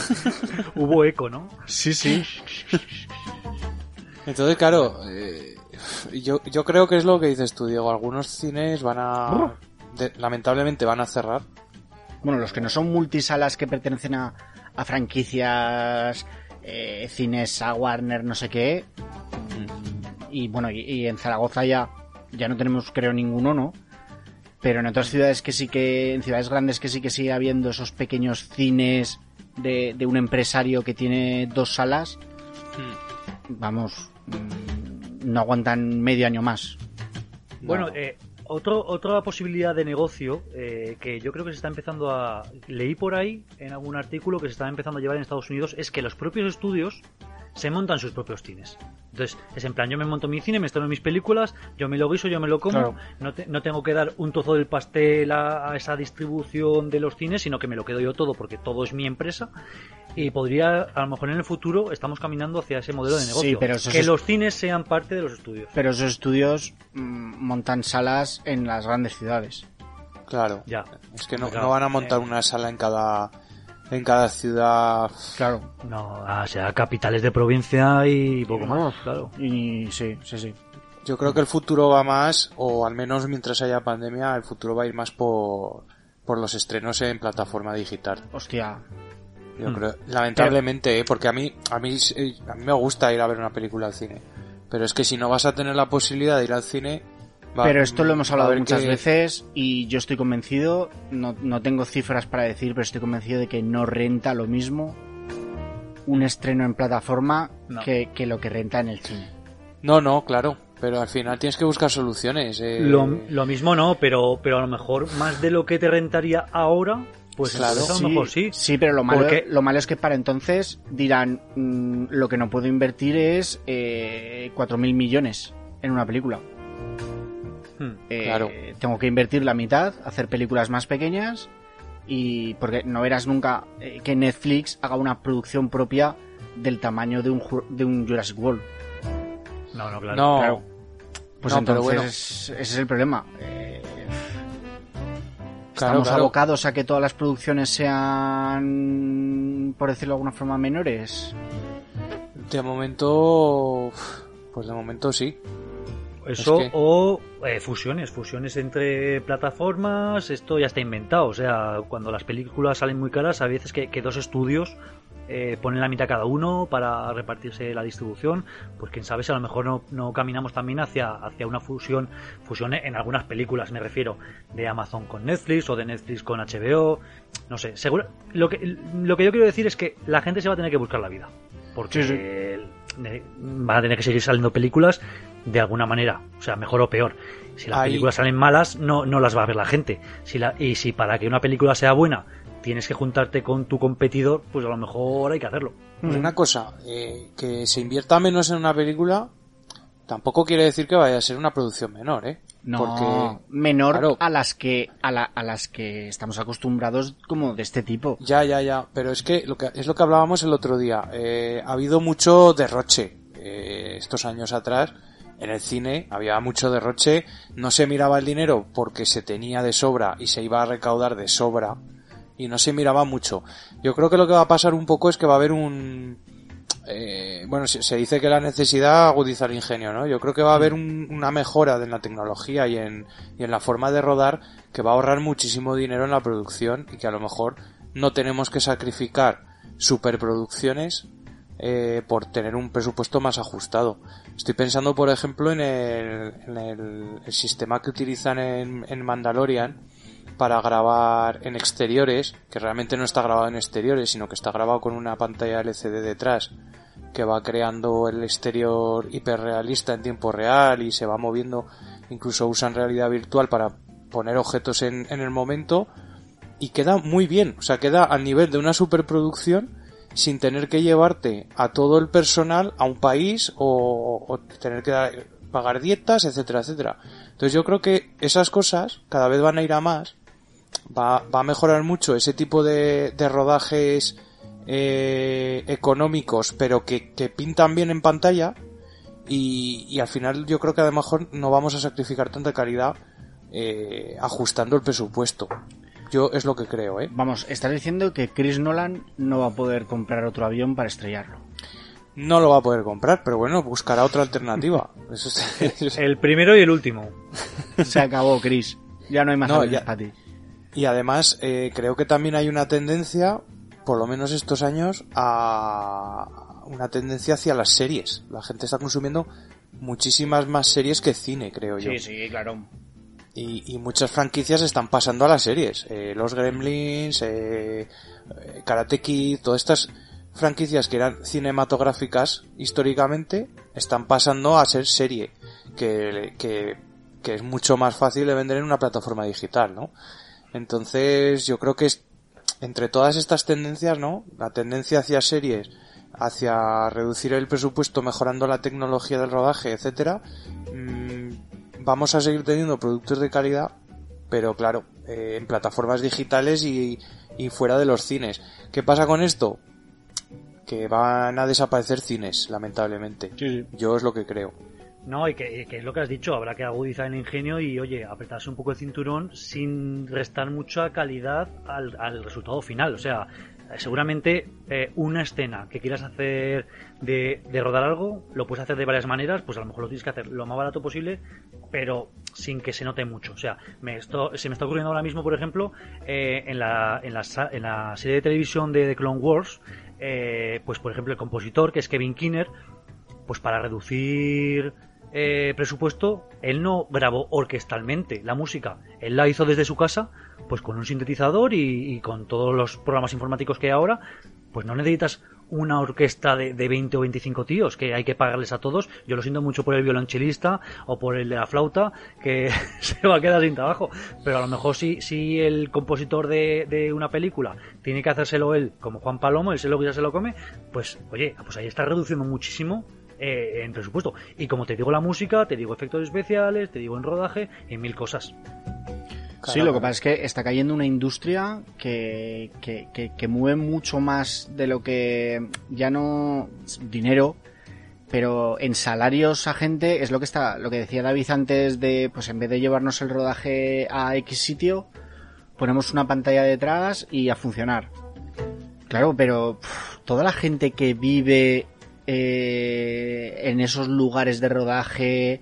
Hubo eco, ¿no? Sí, sí. entonces claro, Yo creo que es lo que dices tú, Diego. Algunos cines lamentablemente van a cerrar. Bueno, los que no son multisalas que pertenecen a franquicias, cines, a Warner, no sé qué. Y bueno, y en Zaragoza ya no tenemos, creo, ninguno, ¿no? Pero en otras ciudades en ciudades grandes que sigue habiendo esos pequeños cines de un empresario que tiene 2 salas, vamos, no aguantan medio año más. Bueno, otra posibilidad de negocio que yo creo que se está empezando leí por ahí en algún artículo que se está empezando a llevar en Estados Unidos, es que los propios estudios se montan sus propios cines. Entonces, es en plan, yo me monto mi cine, me estreno mis películas, yo me lo guiso, yo me lo como, claro. No tengo que dar un trozo del pastel a esa distribución de los cines, sino que me lo quedo yo todo, porque todo es mi empresa. Y podría, a lo mejor en el futuro, estamos caminando hacia ese modelo de negocio. Sí, pero los cines sean parte de los estudios. Pero esos estudios montan salas en las grandes ciudades. Claro. Ya. Es que no van a montar una sala en cada ciudad. Claro. No, sea capitales de provincia y poco más, claro. Y sí. Yo creo que el futuro va más, o al menos mientras haya pandemia, el futuro va a ir más por los estrenos en plataforma digital. Hostia. Yo creo, lamentablemente, porque a mí me gusta ir a ver una película al cine. Pero es que si no vas a tener la posibilidad de ir al cine... Pero esto lo hemos hablado muchas veces y yo estoy convencido, no tengo cifras para decir, pero estoy convencido de que no renta lo mismo un estreno en plataforma que lo que renta en el cine. No, claro, pero al final tienes que buscar soluciones. Lo mismo no, pero a lo mejor más de lo que te rentaría ahora, pues claro, a lo mejor sí. Sí, pero lo malo es que para entonces dirán, lo que no puedo invertir es 4.000 millones en una película. Claro. Tengo que invertir la mitad, hacer películas más pequeñas, y porque no verás nunca que Netflix haga una producción propia del tamaño de un Jurassic World. No, claro. Claro. Pues no, entonces bueno. Ese es el problema. Estamos abocados a que todas las producciones sean, por decirlo de alguna forma, menores. De momento sí. Eso o fusiones entre plataformas, esto ya está inventado. O sea, cuando las películas salen muy caras, a veces que 2 estudios ponen la mitad cada uno para repartirse la distribución. Pues quién sabe si a lo mejor no caminamos también hacia una fusión en algunas películas, me refiero, de Amazon con Netflix o de Netflix con HBO. No sé, seguro. Lo que yo quiero decir es que la gente se va a tener que buscar la vida, porque van a tener que seguir saliendo películas de alguna manera, o sea, mejor o peor. Si las películas salen malas, no las va a ver la gente. Y si para que una película sea buena tienes que juntarte con tu competidor, pues a lo mejor hay que hacerlo. Pues una cosa, que se invierta menos en una película tampoco quiere decir que vaya a ser una producción menor, ¿eh? No, porque, menor, claro, a las que estamos acostumbrados como de este tipo. Ya, pero es que lo que hablábamos el otro día. Ha habido mucho derroche estos años atrás. En el cine había mucho derroche, no se miraba el dinero porque se tenía de sobra y se iba a recaudar de sobra y no se miraba mucho. Yo creo que lo que va a pasar un poco es que va a haber se dice que la necesidad agudiza el ingenio, ¿no? Yo creo que va a haber una mejora de la tecnología y en la forma de rodar, que va a ahorrar muchísimo dinero en la producción y que a lo mejor no tenemos que sacrificar superproducciones por tener un presupuesto más ajustado. Estoy pensando, por ejemplo, en el sistema que utilizan en Mandalorian para grabar en exteriores, que realmente no está grabado en exteriores, sino que está grabado con una pantalla LCD detrás, que va creando el exterior hiperrealista en tiempo real y se va moviendo, incluso usan realidad virtual para poner objetos en el momento, y queda muy bien, o sea, queda al nivel de una superproducción sin tener que llevarte a todo el personal a un país o tener que pagar dietas, etcétera, etcétera. Entonces yo creo que esas cosas cada vez van a ir a más, va a mejorar mucho ese tipo de rodajes económicos, pero que pintan bien en pantalla, y al final yo creo que a lo mejor no vamos a sacrificar tanta calidad ajustando el presupuesto. Yo es lo que creo, ¿eh? Vamos, estás diciendo que Chris Nolan no va a poder comprar otro avión para estrellarlo. no lo va a poder comprar, pero bueno, buscará otra alternativa. El primero y el último. Se acabó, Chris. Ya no hay más aviones para ti. Y además, creo que también hay una tendencia, por lo menos estos años, a una tendencia hacia las series. La gente está consumiendo muchísimas más series que cine, creo yo. Sí, claro. Y muchas franquicias están pasando a las series. Los Gremlins, Karate Kid, todas estas franquicias que eran cinematográficas históricamente están pasando a ser serie, que es mucho más fácil de vender en una plataforma digital, ¿no? Entonces yo creo que entre todas estas tendencias, ¿no? La tendencia hacia series, hacia reducir el presupuesto mejorando la tecnología del rodaje, etcétera, vamos a seguir teniendo productos de calidad, pero claro, en plataformas digitales y fuera de los cines. ¿Qué pasa con esto? Que van a desaparecer cines, lamentablemente. Sí. Yo es lo que creo. No, y que es lo que has dicho, habrá que agudizar el ingenio y, oye, apretarse un poco el cinturón sin restar mucha calidad al resultado final. O sea, seguramente una escena que quieras hacer de rodar algo, lo puedes hacer de varias maneras, pues a lo mejor lo tienes que hacer lo más barato posible, pero sin que se note mucho. O sea, se me está ocurriendo ahora mismo, por ejemplo, en la serie de televisión de The Clone Wars, pues por ejemplo el compositor, que es Kevin Kiner, pues para reducir presupuesto, él no grabó orquestalmente la música, él la hizo desde su casa, pues con un sintetizador y con todos los programas informáticos que hay ahora, pues no necesitas una orquesta de 20 o 25 tíos que hay que pagarles a todos. Yo lo siento mucho por el violonchelista o por el de la flauta, que se va a quedar sin trabajo, pero a lo mejor si el compositor de una película tiene que hacérselo él, como Juan Palomo, él se lo que ya se lo come, pues oye, pues ahí está reduciendo muchísimo en presupuesto. Y como te digo la música, te digo efectos especiales, te digo en rodaje, en mil cosas. Sí, lo que pasa es que está cayendo una industria que mueve mucho más de lo que ya no dinero, pero en salarios a gente es lo que decía David antes de, pues en vez de llevarnos el rodaje a X sitio, ponemos una pantalla detrás y a funcionar. Claro, pero toda la gente que vive en esos lugares de rodaje,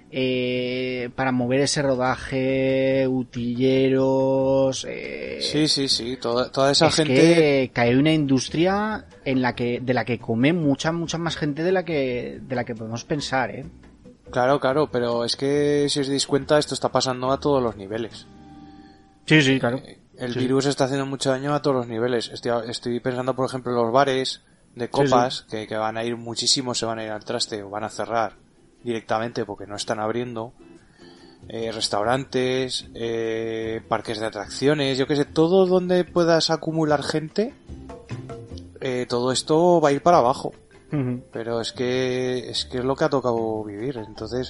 para mover ese rodaje, utilleros, sí, toda esa gente, que cae una industria de la que come mucha más gente de la que podemos pensar, Claro, pero es que si os dais cuenta, esto está pasando a todos los niveles. Sí, claro. El virus está haciendo mucho daño a todos los niveles. Estoy pensando, por ejemplo, en los bares de copas, sí. Que van a ir muchísimos, se van a ir al traste o van a cerrar directamente porque no están abriendo. Restaurantes, parques de atracciones, yo qué sé, todo donde puedas acumular gente, todo esto va a ir para abajo. Uh-huh. Pero es que es lo que ha tocado vivir. Entonces,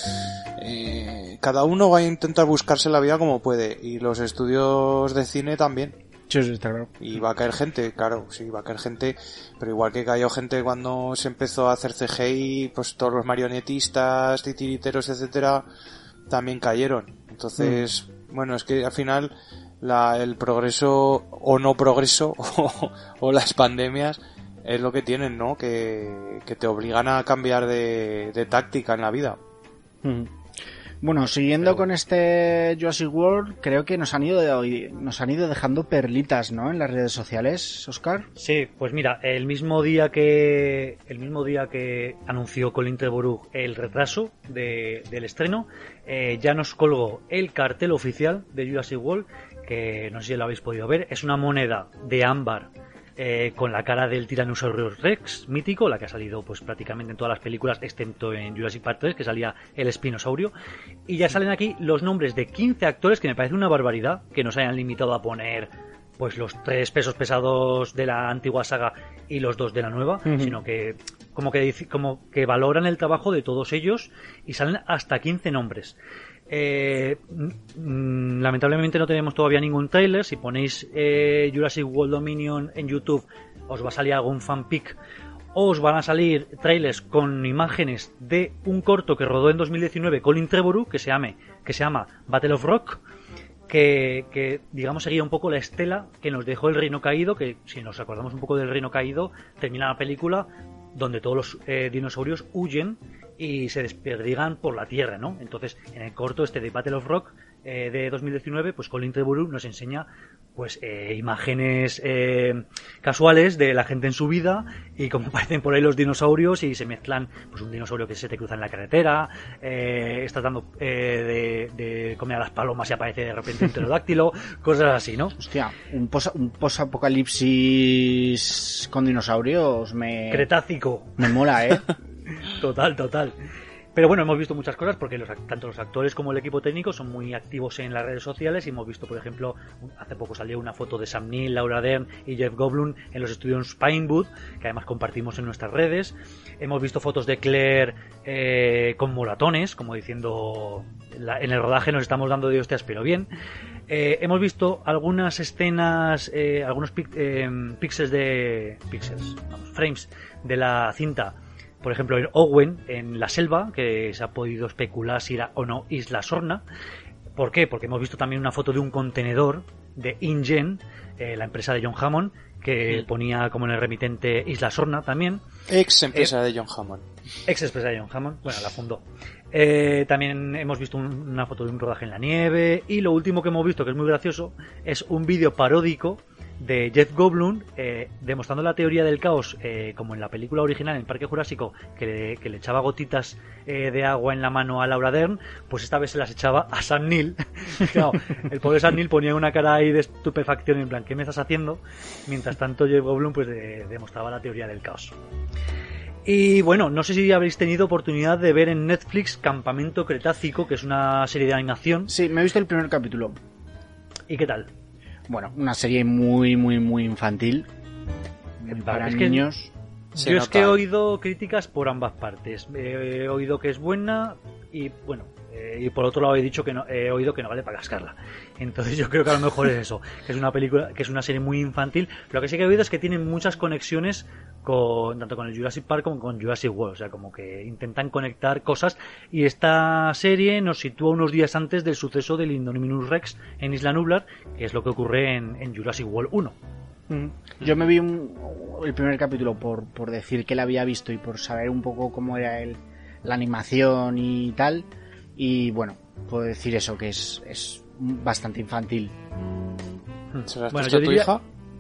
cada uno va a intentar buscarse la vida como puede, y los estudios de cine también. Sí, está claro. Y va a caer gente, claro, sí, va a caer gente, pero igual que cayó gente cuando se empezó a hacer CGI, pues todos los marionetistas, titiriteros, etcétera, también cayeron. Entonces, bueno, es que al final el progreso o no progreso o las pandemias es lo que tienen, ¿no? Que te obligan a cambiar de táctica en la vida. Bueno, siguiendo con este Jurassic World, creo que nos han ido dejando perlitas, ¿no? En las redes sociales, Óscar. Sí, pues mira, el mismo día que anunció Colin Trevorrow el retraso del estreno, ya nos colgó el cartel oficial de Jurassic World, que no sé si lo habéis podido ver, es una moneda de ámbar con la cara del Tyrannosaurus Rex mítico, la que ha salido pues prácticamente en todas las películas, excepto en Jurassic Park 3, que salía el espinosaurio, y ya salen aquí los nombres de 15 actores, que me parece una barbaridad que nos hayan limitado a poner pues los 3 pesos pesados de la antigua saga y los 2 de la nueva, sino que como que valoran el trabajo de todos ellos y salen hasta 15 nombres. Lamentablemente no tenemos todavía ningún tráiler. Si ponéis Jurassic World Dominion en YouTube, os va a salir algún fanpic, o os van a salir trailers con imágenes de un corto que rodó en 2019 Colin Trevorrow, que se llama Battle of Rock, que digamos seguía un poco la estela que nos dejó El Reino Caído, que si nos acordamos un poco del Reino Caído, termina la película donde todos los dinosaurios huyen y se desperdigan por la tierra, ¿no? Entonces, en el corto de Battle of Rock de 2019, pues Colin Trevorrow nos enseña pues imágenes casuales de la gente en su vida y cómo aparecen por ahí los dinosaurios y se mezclan, pues un dinosaurio que se te cruza en la carretera, estás dando de comer a las palomas y aparece de repente un pterodáctilo, cosas así, ¿no? Hostia, un post-apocalipsis con dinosaurios Cretácico. Me mola, ¿eh? Total. Pero bueno, hemos visto muchas cosas porque tanto los actores como el equipo técnico son muy activos en las redes sociales y hemos visto, por ejemplo, hace poco salió una foto de Sam Neill, Laura Dern y Jeff Goldblum en los estudios Pinewood, que además compartimos en nuestras redes. Hemos visto fotos de Claire con moratones, como diciendo, en el rodaje nos estamos dando de hostias, pero bien. Hemos visto algunas escenas, algunos frames de la cinta. Por ejemplo, en Owen, en la selva, que se ha podido especular si era o no Isla Sorna. ¿Por qué? Porque hemos visto también una foto de un contenedor de InGen, la empresa de John Hammond, que ponía como en el remitente Isla Sorna también. Ex empresa de John Hammond. Ex empresa de John Hammond, bueno, la fundó. También hemos visto una foto de un rodaje en la nieve. Y lo último que hemos visto, que es muy gracioso, es un vídeo paródico de Jeff Goldblum demostrando la teoría del caos, como en la película original en Parque Jurásico, que le echaba gotitas de agua en la mano a Laura Dern, pues esta vez se las echaba a Sam Neill. Claro, el pobre Sam Neill ponía una cara ahí de estupefacción en plan, ¿qué me estás haciendo? Mientras tanto Jeff Goldblum pues demostraba la teoría del caos. Y bueno, no sé si habréis tenido oportunidad de ver en Netflix Campamento Cretácico, que es una serie de animación. Sí, me he visto el primer capítulo. ¿Y qué tal? Bueno, una serie muy infantil. Para niños. Yo es que he oído críticas por ambas partes. He oído que es buena y bueno, y por otro lado he oído que no vale para cascarla. Entonces yo creo que a lo mejor es eso, que es una película, que es una serie muy infantil. Lo que sí que he oído es que tiene muchas conexiones tanto con el Jurassic Park como con Jurassic World, o sea, como que intentan conectar cosas, y esta serie nos sitúa unos días antes del suceso del Indominus Rex en Isla Nublar, que es lo que ocurre en Jurassic World 1. Yo me vi el primer capítulo por decir que la había visto y por saber un poco cómo era la animación y tal, y bueno, puedo decir eso, que es bastante infantil. ¿Se la has puesto a tu hija?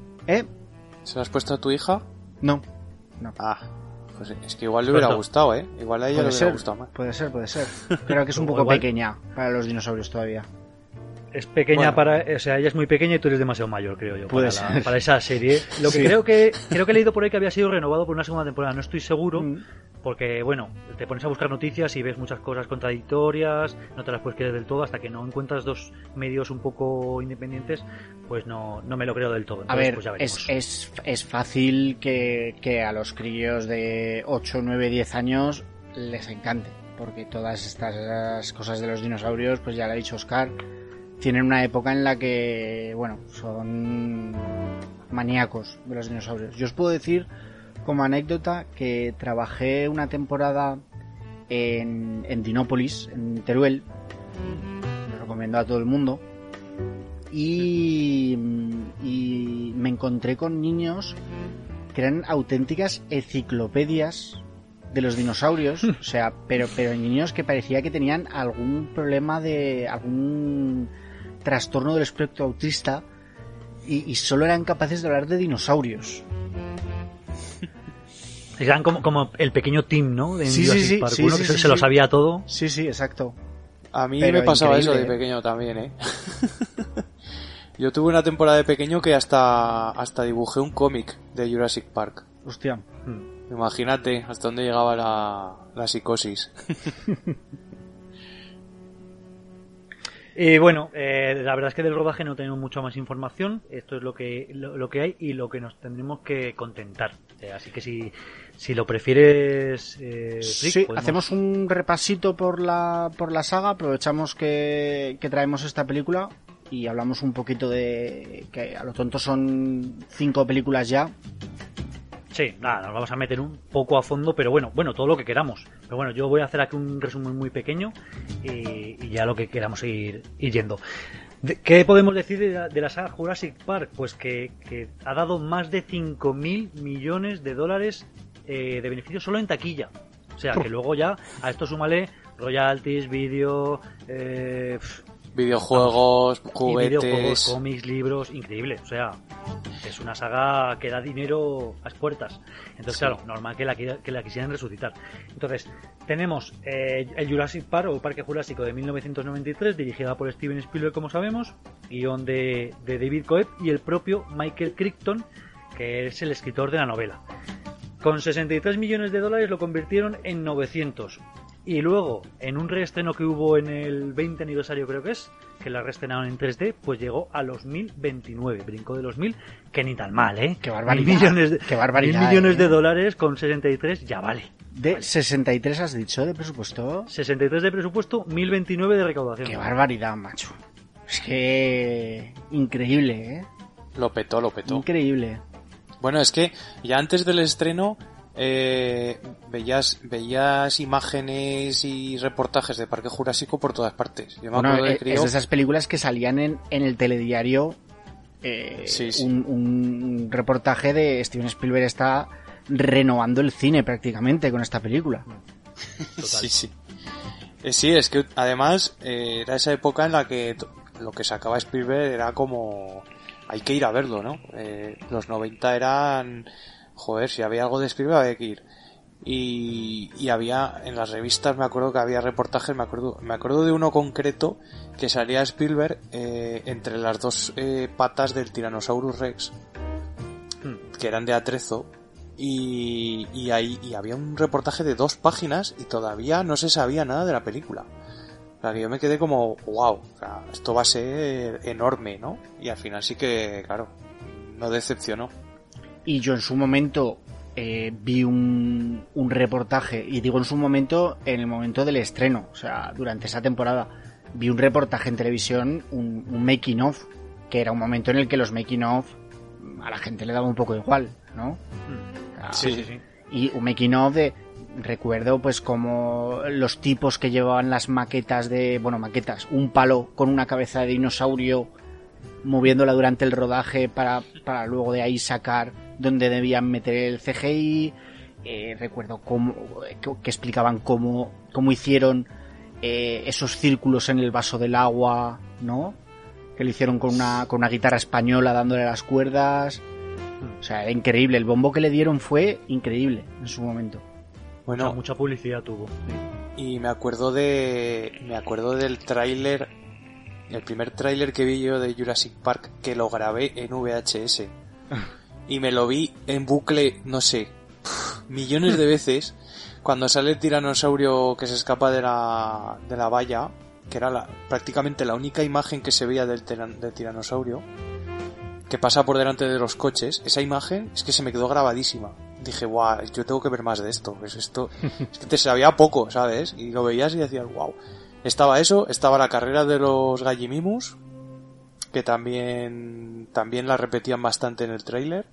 ¿Se la has puesto a tu hija? No. Ah, pues es que igual le hubiera gustado, ¿eh? Igual a ella le hubiera gustado más. Puede ser. Creo que es un poco pequeña para los dinosaurios todavía. Es pequeña o sea, ella es muy pequeña y tú eres demasiado mayor, creo yo, para esa serie. Lo que sí. creo que he leído por ahí que había sido renovado por una segunda temporada, no estoy seguro, porque bueno, te pones a buscar noticias y ves muchas cosas contradictorias, no te las puedes creer del todo hasta que no encuentras dos medios un poco independientes, pues no me lo creo del todo. Entonces, a ver, pues ya veremos. Es fácil que a los críos de 8, 9, 10 años les encante, porque todas estas cosas de los dinosaurios, pues ya lo ha dicho Oscar, tienen una época en la que, bueno, son maníacos de los dinosaurios. Yo os puedo decir, como anécdota, que trabajé una temporada en Dinópolis, en Teruel, lo recomiendo a todo el mundo, y me encontré con niños que eran auténticas enciclopedias de los dinosaurios, o sea, pero niños que parecía que tenían algún problema algún trastorno del espectro autista y solo eran capaces de hablar de dinosaurios. Eran como el pequeño Tim, ¿no? De Sí, Park, uno que se lo sabía todo. Sí, exacto. A mí Pero me pasaba increíble, eso de pequeño también, ¿eh? Yo tuve una temporada de pequeño que hasta dibujé un cómic de Jurassic Park. Hostia. Imagínate hasta dónde llegaba la psicosis. Y bueno, la verdad es que del rodaje no tenemos mucha más información. Esto es lo que hay y lo que nos tendremos que contentar. Así que si lo prefieres, Rick, sí, hacemos un repasito por la saga. Aprovechamos que traemos esta película y hablamos un poquito de que a lo tonto son 5 películas ya. Sí, nada, nos vamos a meter un poco a fondo, pero bueno, todo lo que queramos. Pero bueno, yo voy a hacer aquí un resumen muy pequeño y ya lo que queramos ir yendo. ¿Qué podemos decir de la saga Jurassic Park? Pues que ha dado más de $5.000 millones de beneficio solo en taquilla. O sea, que luego ya a esto súmale royalties, vídeo... videojuegos, juguetes... Videojuegos, cómics, libros... Increíble, o sea... Es una saga que da dinero a las puertas. Entonces, claro, normal que la quisieran resucitar. Entonces, tenemos el Jurassic Park, o Parque Jurásico de 1993, dirigida por Steven Spielberg, como sabemos, guión de David Coeb y el propio Michael Crichton, que es el escritor de la novela. Con 63 millones de dólares lo convirtieron en 900. Y luego, en un reestreno que hubo en el 20 aniversario, creo que es, que la reestrenaron en 3D, pues llegó a los 1029, brincó de los 1000, que ni tan mal, ¿eh? ¡Qué barbaridad! ¡Qué barbaridad! 1.000 millones de dólares con 63, ya vale. ¿De vale. 63 has dicho de presupuesto? 63 de presupuesto, 1029 de recaudación. ¡Qué barbaridad, macho! Es que... increíble, ¿eh? Lo petó. Increíble. Bueno, es que ya antes del estreno... veías imágenes y reportajes de Parque Jurásico por todas partes. Yo me acuerdo de crío... Es de esas películas que salían en el telediario. Sí. Un reportaje de Steven Spielberg está renovando el cine prácticamente con esta película. Total. Sí. Sí, es que además era esa época en la que lo que sacaba Spielberg era como... hay que ir a verlo, ¿no? Los 90 eran... joder, si había algo de Spielberg había que ir. Y había, en las revistas me acuerdo que había reportajes, me acuerdo de uno concreto que salía Spielberg entre las dos patas del Tyrannosaurus Rex, que eran de atrezo, y había un reportaje de 2 páginas y todavía no se sabía nada de la película. O sea, que yo me quedé como, wow, o sea, esto va a ser enorme, ¿no? Y al final sí que, claro, no decepcionó. Y yo en su momento vi un reportaje, y digo en su momento, en el momento del estreno, o sea, durante esa temporada, vi un reportaje en televisión, un making of, que era un momento en el que los making of a la gente le daba un poco igual, ¿no? O sea, Sí. Y un making of de... recuerdo pues como los tipos que llevaban las maquetas, un palo con una cabeza de dinosaurio moviéndola durante el rodaje para luego de ahí sacar donde debían meter el CGI. Recuerdo que explicaban cómo hicieron esos círculos en el vaso del agua, ¿no? Que lo hicieron con una guitarra española dándole las cuerdas. O sea, era increíble. El bombo que le dieron fue increíble en su momento. Bueno, mucha publicidad tuvo. Y me acuerdo del tráiler, el primer tráiler que vi yo de Jurassic Park, que lo grabé en VHS. Y me lo vi en bucle, no sé, millones de veces, cuando sale el tiranosaurio que se escapa de la valla, que era prácticamente la única imagen que se veía del tiranosaurio, que pasa por delante de los coches. Esa imagen es que se me quedó grabadísima. Dije, guau, yo tengo que ver más de esto. Pues esto es que te sabía poco, ¿sabes? Y lo veías y decías, guau. Estaba eso, estaba la carrera de los Gallimimus, que también la repetían bastante en el tráiler,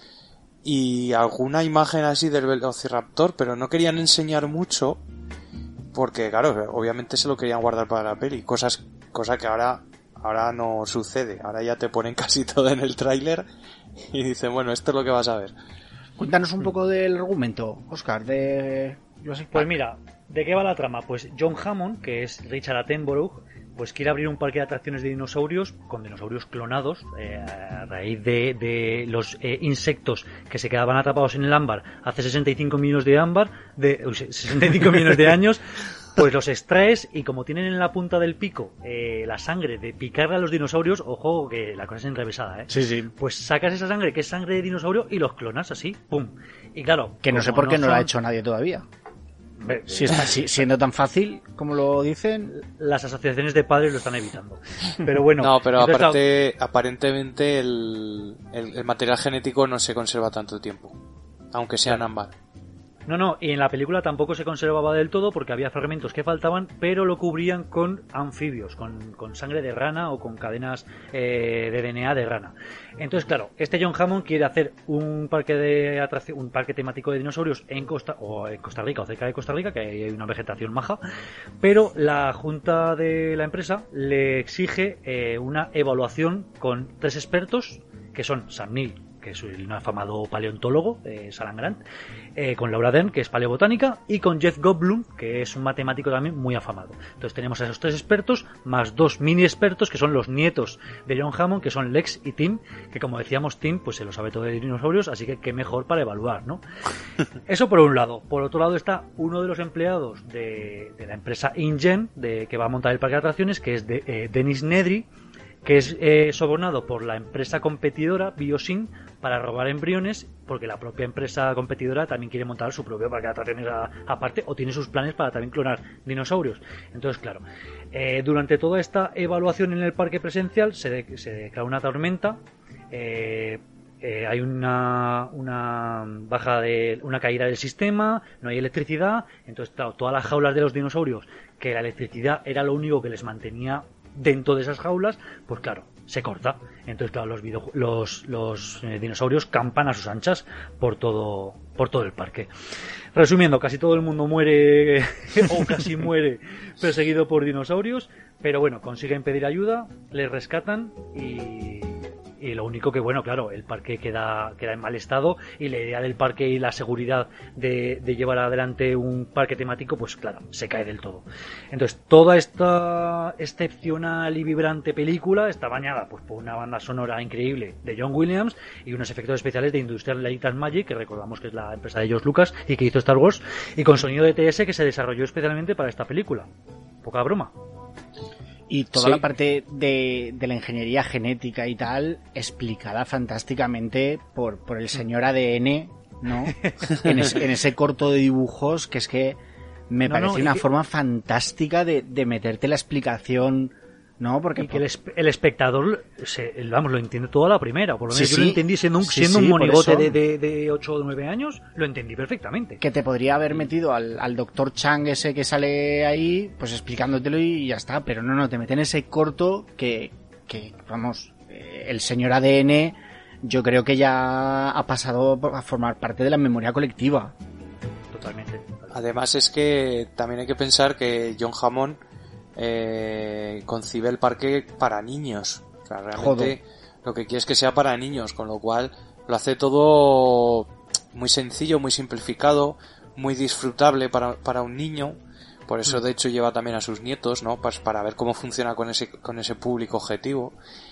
y alguna imagen así del Velociraptor, pero no querían enseñar mucho porque, claro, obviamente se lo querían guardar para la peli, cosa que ahora no sucede. Ahora ya te ponen casi todo en el tráiler y dicen, bueno, esto es lo que vas a ver. Cuéntanos un poco del argumento, Óscar, de Jurassic Park. Pues mira, ¿de qué va la trama? Pues John Hammond, que es Richard Attenborough, pues quiere abrir un parque de atracciones de dinosaurios con dinosaurios clonados a raíz de los insectos que se quedaban atrapados en el ámbar hace 65 millones de años. Pues los extraes, y como tienen en la punta del pico la sangre de picarle a los dinosaurios, ojo que la cosa es enrevesada, ¿eh? Sí. Pues sacas esa sangre, que es sangre de dinosaurio, y los clonas así, pum. Y claro, que no sé por qué no lo ha hecho nadie todavía. Si está siendo tan fácil como lo dicen, las asociaciones de padres lo están evitando. Pero bueno. No, pero entonces, aparte, aparentemente el material genético no se conserva tanto tiempo, aunque sea en ámbar. No, y en la película tampoco se conservaba del todo porque había fragmentos que faltaban, pero lo cubrían con anfibios, con sangre de rana o con cadenas de DNA de rana. Entonces, claro, este John Hammond quiere hacer un parque de atracción, un parque temático de dinosaurios en Costa Rica o cerca de Costa Rica, que hay una vegetación maja, pero la junta de la empresa le exige una evaluación con 3 expertos, que son Sam Neill, que que es un afamado paleontólogo, Salan Grant, con Laura Dern, que es paleobotánica, y con Jeff Goldblum, que es un matemático también muy afamado. Entonces tenemos a esos 3 expertos, más 2 mini expertos, que son los nietos de John Hammond, que son Lex y Tim, que como decíamos, Tim pues se lo sabe todo de dinosaurios, así que qué mejor para evaluar, ¿no? Eso por un lado. Por otro lado está uno de los empleados de la empresa InGen, que va a montar el parque de atracciones, que es Dennis Nedry, que es sobornado por la empresa competidora Biosyn para robar embriones, porque la propia empresa competidora también quiere montar su propio parque de atracciones aparte, o tiene sus planes para también clonar dinosaurios. Entonces, claro, durante toda esta evaluación en el parque presencial se declara una tormenta, hay una caída del sistema, no hay electricidad. Entonces, claro, todas las jaulas de los dinosaurios, que la electricidad era lo único que les mantenía dentro de esas jaulas, pues claro, se corta. Entonces, claro, los dinosaurios campan a sus anchas por todo el parque. Resumiendo, casi todo el mundo muere o casi muere perseguido por dinosaurios, pero bueno, consiguen pedir ayuda, les rescatan y lo único que, bueno, claro, el parque queda en mal estado, y la idea del parque y la seguridad de llevar adelante un parque temático, pues claro, se cae del todo. Entonces, toda esta excepcional y vibrante película está bañada pues por una banda sonora increíble de John Williams y unos efectos especiales de Industrial Light and Magic, que recordamos que es la empresa de George Lucas y que hizo Star Wars, y con sonido de TS, que se desarrolló especialmente para esta película. Poca broma. Y toda la parte de la ingeniería genética y tal, explicada fantásticamente por el señor ADN, ¿no? en ese corto de dibujos, que es que me parece una forma fantástica de meterte la explicación, ¿no? Porque que el espectador lo entiende todo a la primera, por lo menos yo lo entendí siendo un monigote de 8 o 9 años, lo entendí perfectamente. Que te podría haber metido al doctor Chang ese que sale ahí, pues explicándotelo y ya está, pero no, te meten ese corto que vamos, el señor ADN yo creo que ya ha pasado a formar parte de la memoria colectiva. Totalmente. Además es que también hay que pensar que John Hammond concibe el parque para niños. O sea, realmente lo que quiere es que sea para niños, con lo cual lo hace todo muy sencillo, muy simplificado, muy disfrutable para un niño. Por eso de hecho lleva también a sus nietos, ¿no? Pues para ver cómo funciona con ese público objetivo.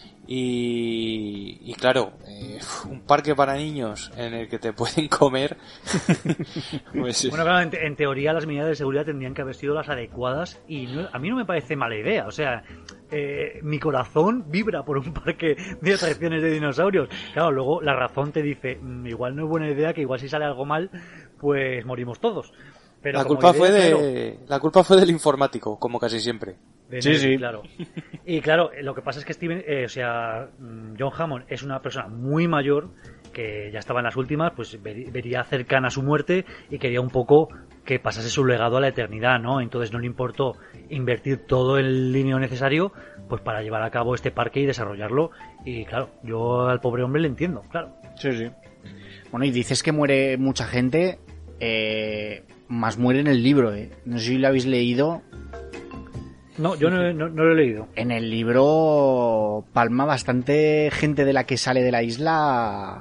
Y claro, un parque para niños en el que te pueden comer. Pues bueno, claro, en teoría las medidas de seguridad tendrían que haber sido las adecuadas, y a mí no me parece mala idea. O sea, mi corazón vibra por un parque de atracciones de dinosaurios. Claro, luego la razón te dice, igual no es buena idea, que igual si sale algo mal, pues morimos todos. Pero la culpa fue del informático, como casi siempre. Sí, claro. Y claro, lo que pasa es que John Hammond es una persona muy mayor, que ya estaba en las últimas, pues vería cercana a su muerte y quería un poco que pasase su legado a la eternidad, ¿no? Entonces no le importó invertir todo el dinero necesario pues para llevar a cabo este parque y desarrollarlo. Y claro, yo al pobre hombre le entiendo, claro. Sí. Bueno, y dices que muere mucha gente, más muere en el libro, No sé si lo habéis leído. No, yo no lo he leído. En el libro palma bastante gente de la que sale de la isla,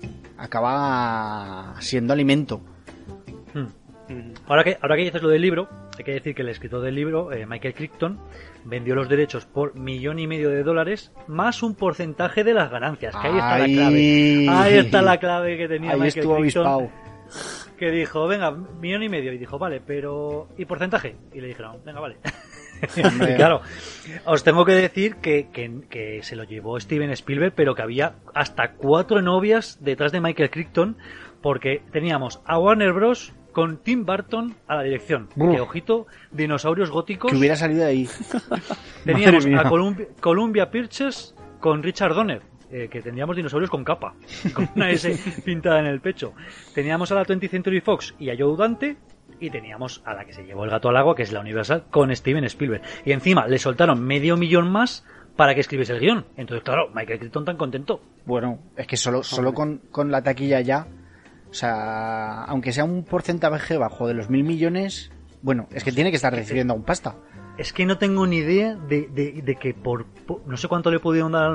acaba siendo alimento. Ahora que dices lo del libro, hay que decir que el escritor del libro, Michael Crichton, vendió los derechos por $1,500,000 más un porcentaje de las ganancias. Que ahí está la clave. Ahí está la clave que tenía Michael Crichton. Que dijo, venga, $1,500,000. Y dijo, vale, pero... ¿y porcentaje? Y le dijeron, venga, vale. Y claro, os tengo que decir que se lo llevó Steven Spielberg, pero que había hasta 4 novias detrás de Michael Crichton, porque teníamos a Warner Bros. Con Tim Burton a la dirección. Que ojito, dinosaurios góticos. Que hubiera salido de ahí. Teníamos a Columbia Pictures con Richard Donner, que tendríamos dinosaurios con capa, con una S pintada en el pecho. Teníamos a la 20th Century Fox y a Joe Dante. Y teníamos a la que se llevó el gato al agua, que es la Universal, con Steven Spielberg. Y encima le soltaron $500,000 más para que escribiese el guión. Entonces, claro, Michael Crichton tan contento. Bueno, es que solo con la taquilla ya, o sea, aunque sea un porcentaje bajo de los 1.000 millones, bueno, es que tiene que estar recibiendo aún pasta. Es que no tengo ni idea de que por no sé cuánto le pudieron dar al hombre.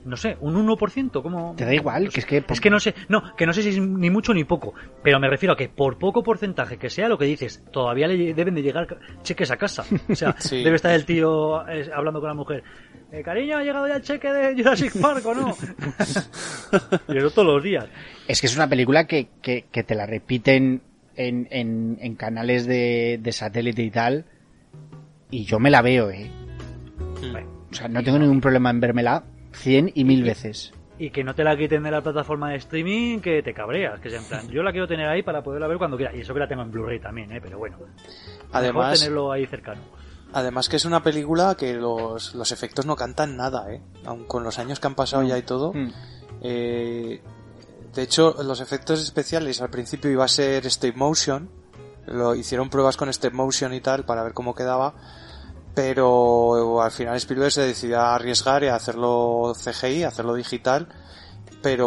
no sé, un 1%, ¿cómo? Te da igual, que es que... Es que no sé, que no sé si es ni mucho ni poco, pero me refiero a que por poco porcentaje que sea lo que dices, todavía le deben de llegar cheques a casa. O sea, Sí. debe estar el tío hablando con la mujer. Cariño, ¿ha llegado ya el cheque de Jurassic Park o no? Y eso todos los días. Es que es una película que te la repiten en canales de satélite y tal, y yo me la veo, O sea, no tengo ningún problema en vérmela 100 y 1000 veces. Y que no te la quiten de la plataforma de streaming, que te cabreas, que es en plan, yo la quiero tener ahí para poderla ver cuando quiera, y eso que la tengo en Blu-ray también, pero bueno, Además, mejor tenerlo ahí cercano. Además que es una película que los efectos no cantan nada, aun con los años que han pasado ya y todo. De hecho, los efectos especiales al principio iba a ser stop motion, hicieron pruebas con stop motion y tal para ver cómo quedaba, pero al final Spielberg se decidió a arriesgar y a hacerlo CGI, a hacerlo digital, pero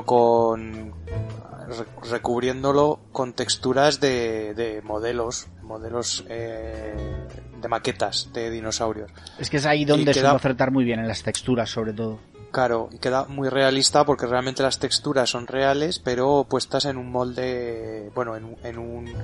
recubriéndolo con texturas de modelos de maquetas de dinosaurios. Es que es ahí donde suele acertar muy bien en las texturas, sobre todo. Claro, y queda muy realista porque realmente las texturas son reales, pero puestas en un molde, bueno, en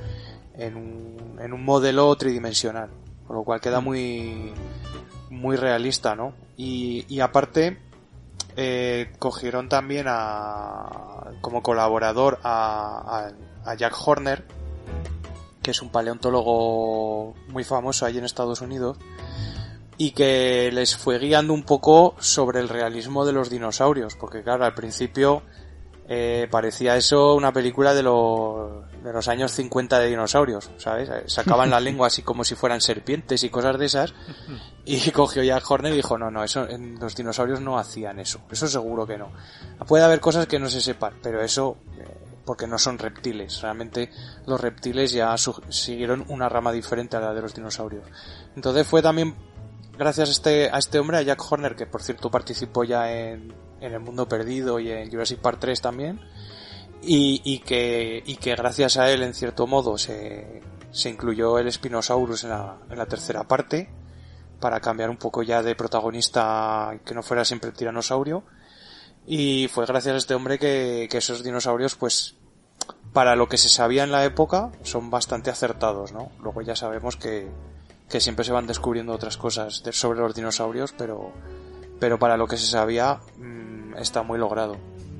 un modelo tridimensional, con lo cual queda muy realista, ¿no? Y aparte cogieron también como colaborador a Jack Horner, que es un paleontólogo muy famoso allí en Estados Unidos, y que les fue guiando un poco sobre el realismo de los dinosaurios, porque claro, al principio parecía eso una película de los años 50 de dinosaurios, ¿sabes? Sacaban la lengua así como si fueran serpientes y cosas de esas, y cogió Jack Horner y dijo, no, eso, los dinosaurios no hacían eso seguro que no. Puede haber cosas que no se sepan, pero eso... porque no son reptiles, realmente los reptiles ya siguieron una rama diferente a la de los dinosaurios. Entonces fue también gracias a este hombre, a Jack Horner, que por cierto participó ya en El Mundo Perdido y en Jurassic Park 3 también, y que gracias a él en cierto modo se incluyó el Spinosaurus en la tercera parte, para cambiar un poco ya de protagonista, que no fuera siempre el tiranosaurio. Y fue gracias a este hombre que esos dinosaurios, pues, para lo que se sabía en la época, son bastante acertados, ¿no? Luego ya sabemos que siempre se van descubriendo otras cosas sobre los dinosaurios, pero para lo que se sabía, está muy logrado.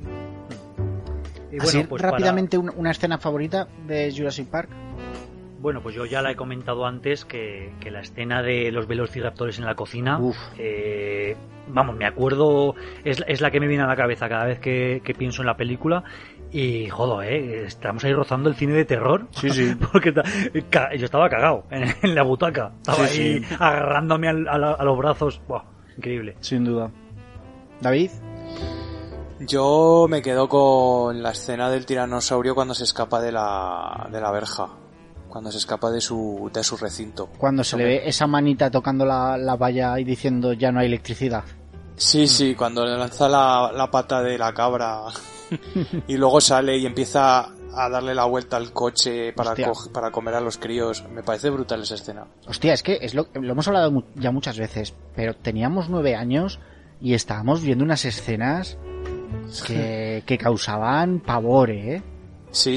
Y bueno, así, pues rápidamente, una escena favorita de Jurassic Park. Bueno, pues yo ya la he comentado antes, que la escena de los velociraptores en la cocina, vamos, me acuerdo, es la que me viene a la cabeza cada vez que pienso en la película, y joder, estamos ahí rozando el cine de terror. Sí. Porque yo estaba cagado en la butaca, estaba ahí agarrándome a los brazos. Buah, increíble. Sin duda. ¿David? Yo me quedo con la escena del tiranosaurio cuando se escapa de la verja. Cuando se escapa de su recinto. Cuando se le ve esa manita tocando la valla y diciendo ya no hay electricidad. Sí, cuando le lanza la pata de la cabra y luego sale y empieza a darle la vuelta al coche para comer a los críos. Me parece brutal esa escena. Hostia, es que lo hemos hablado ya muchas veces, pero teníamos 9 años y estábamos viendo unas escenas que causaban pavor, ¿eh? Sí.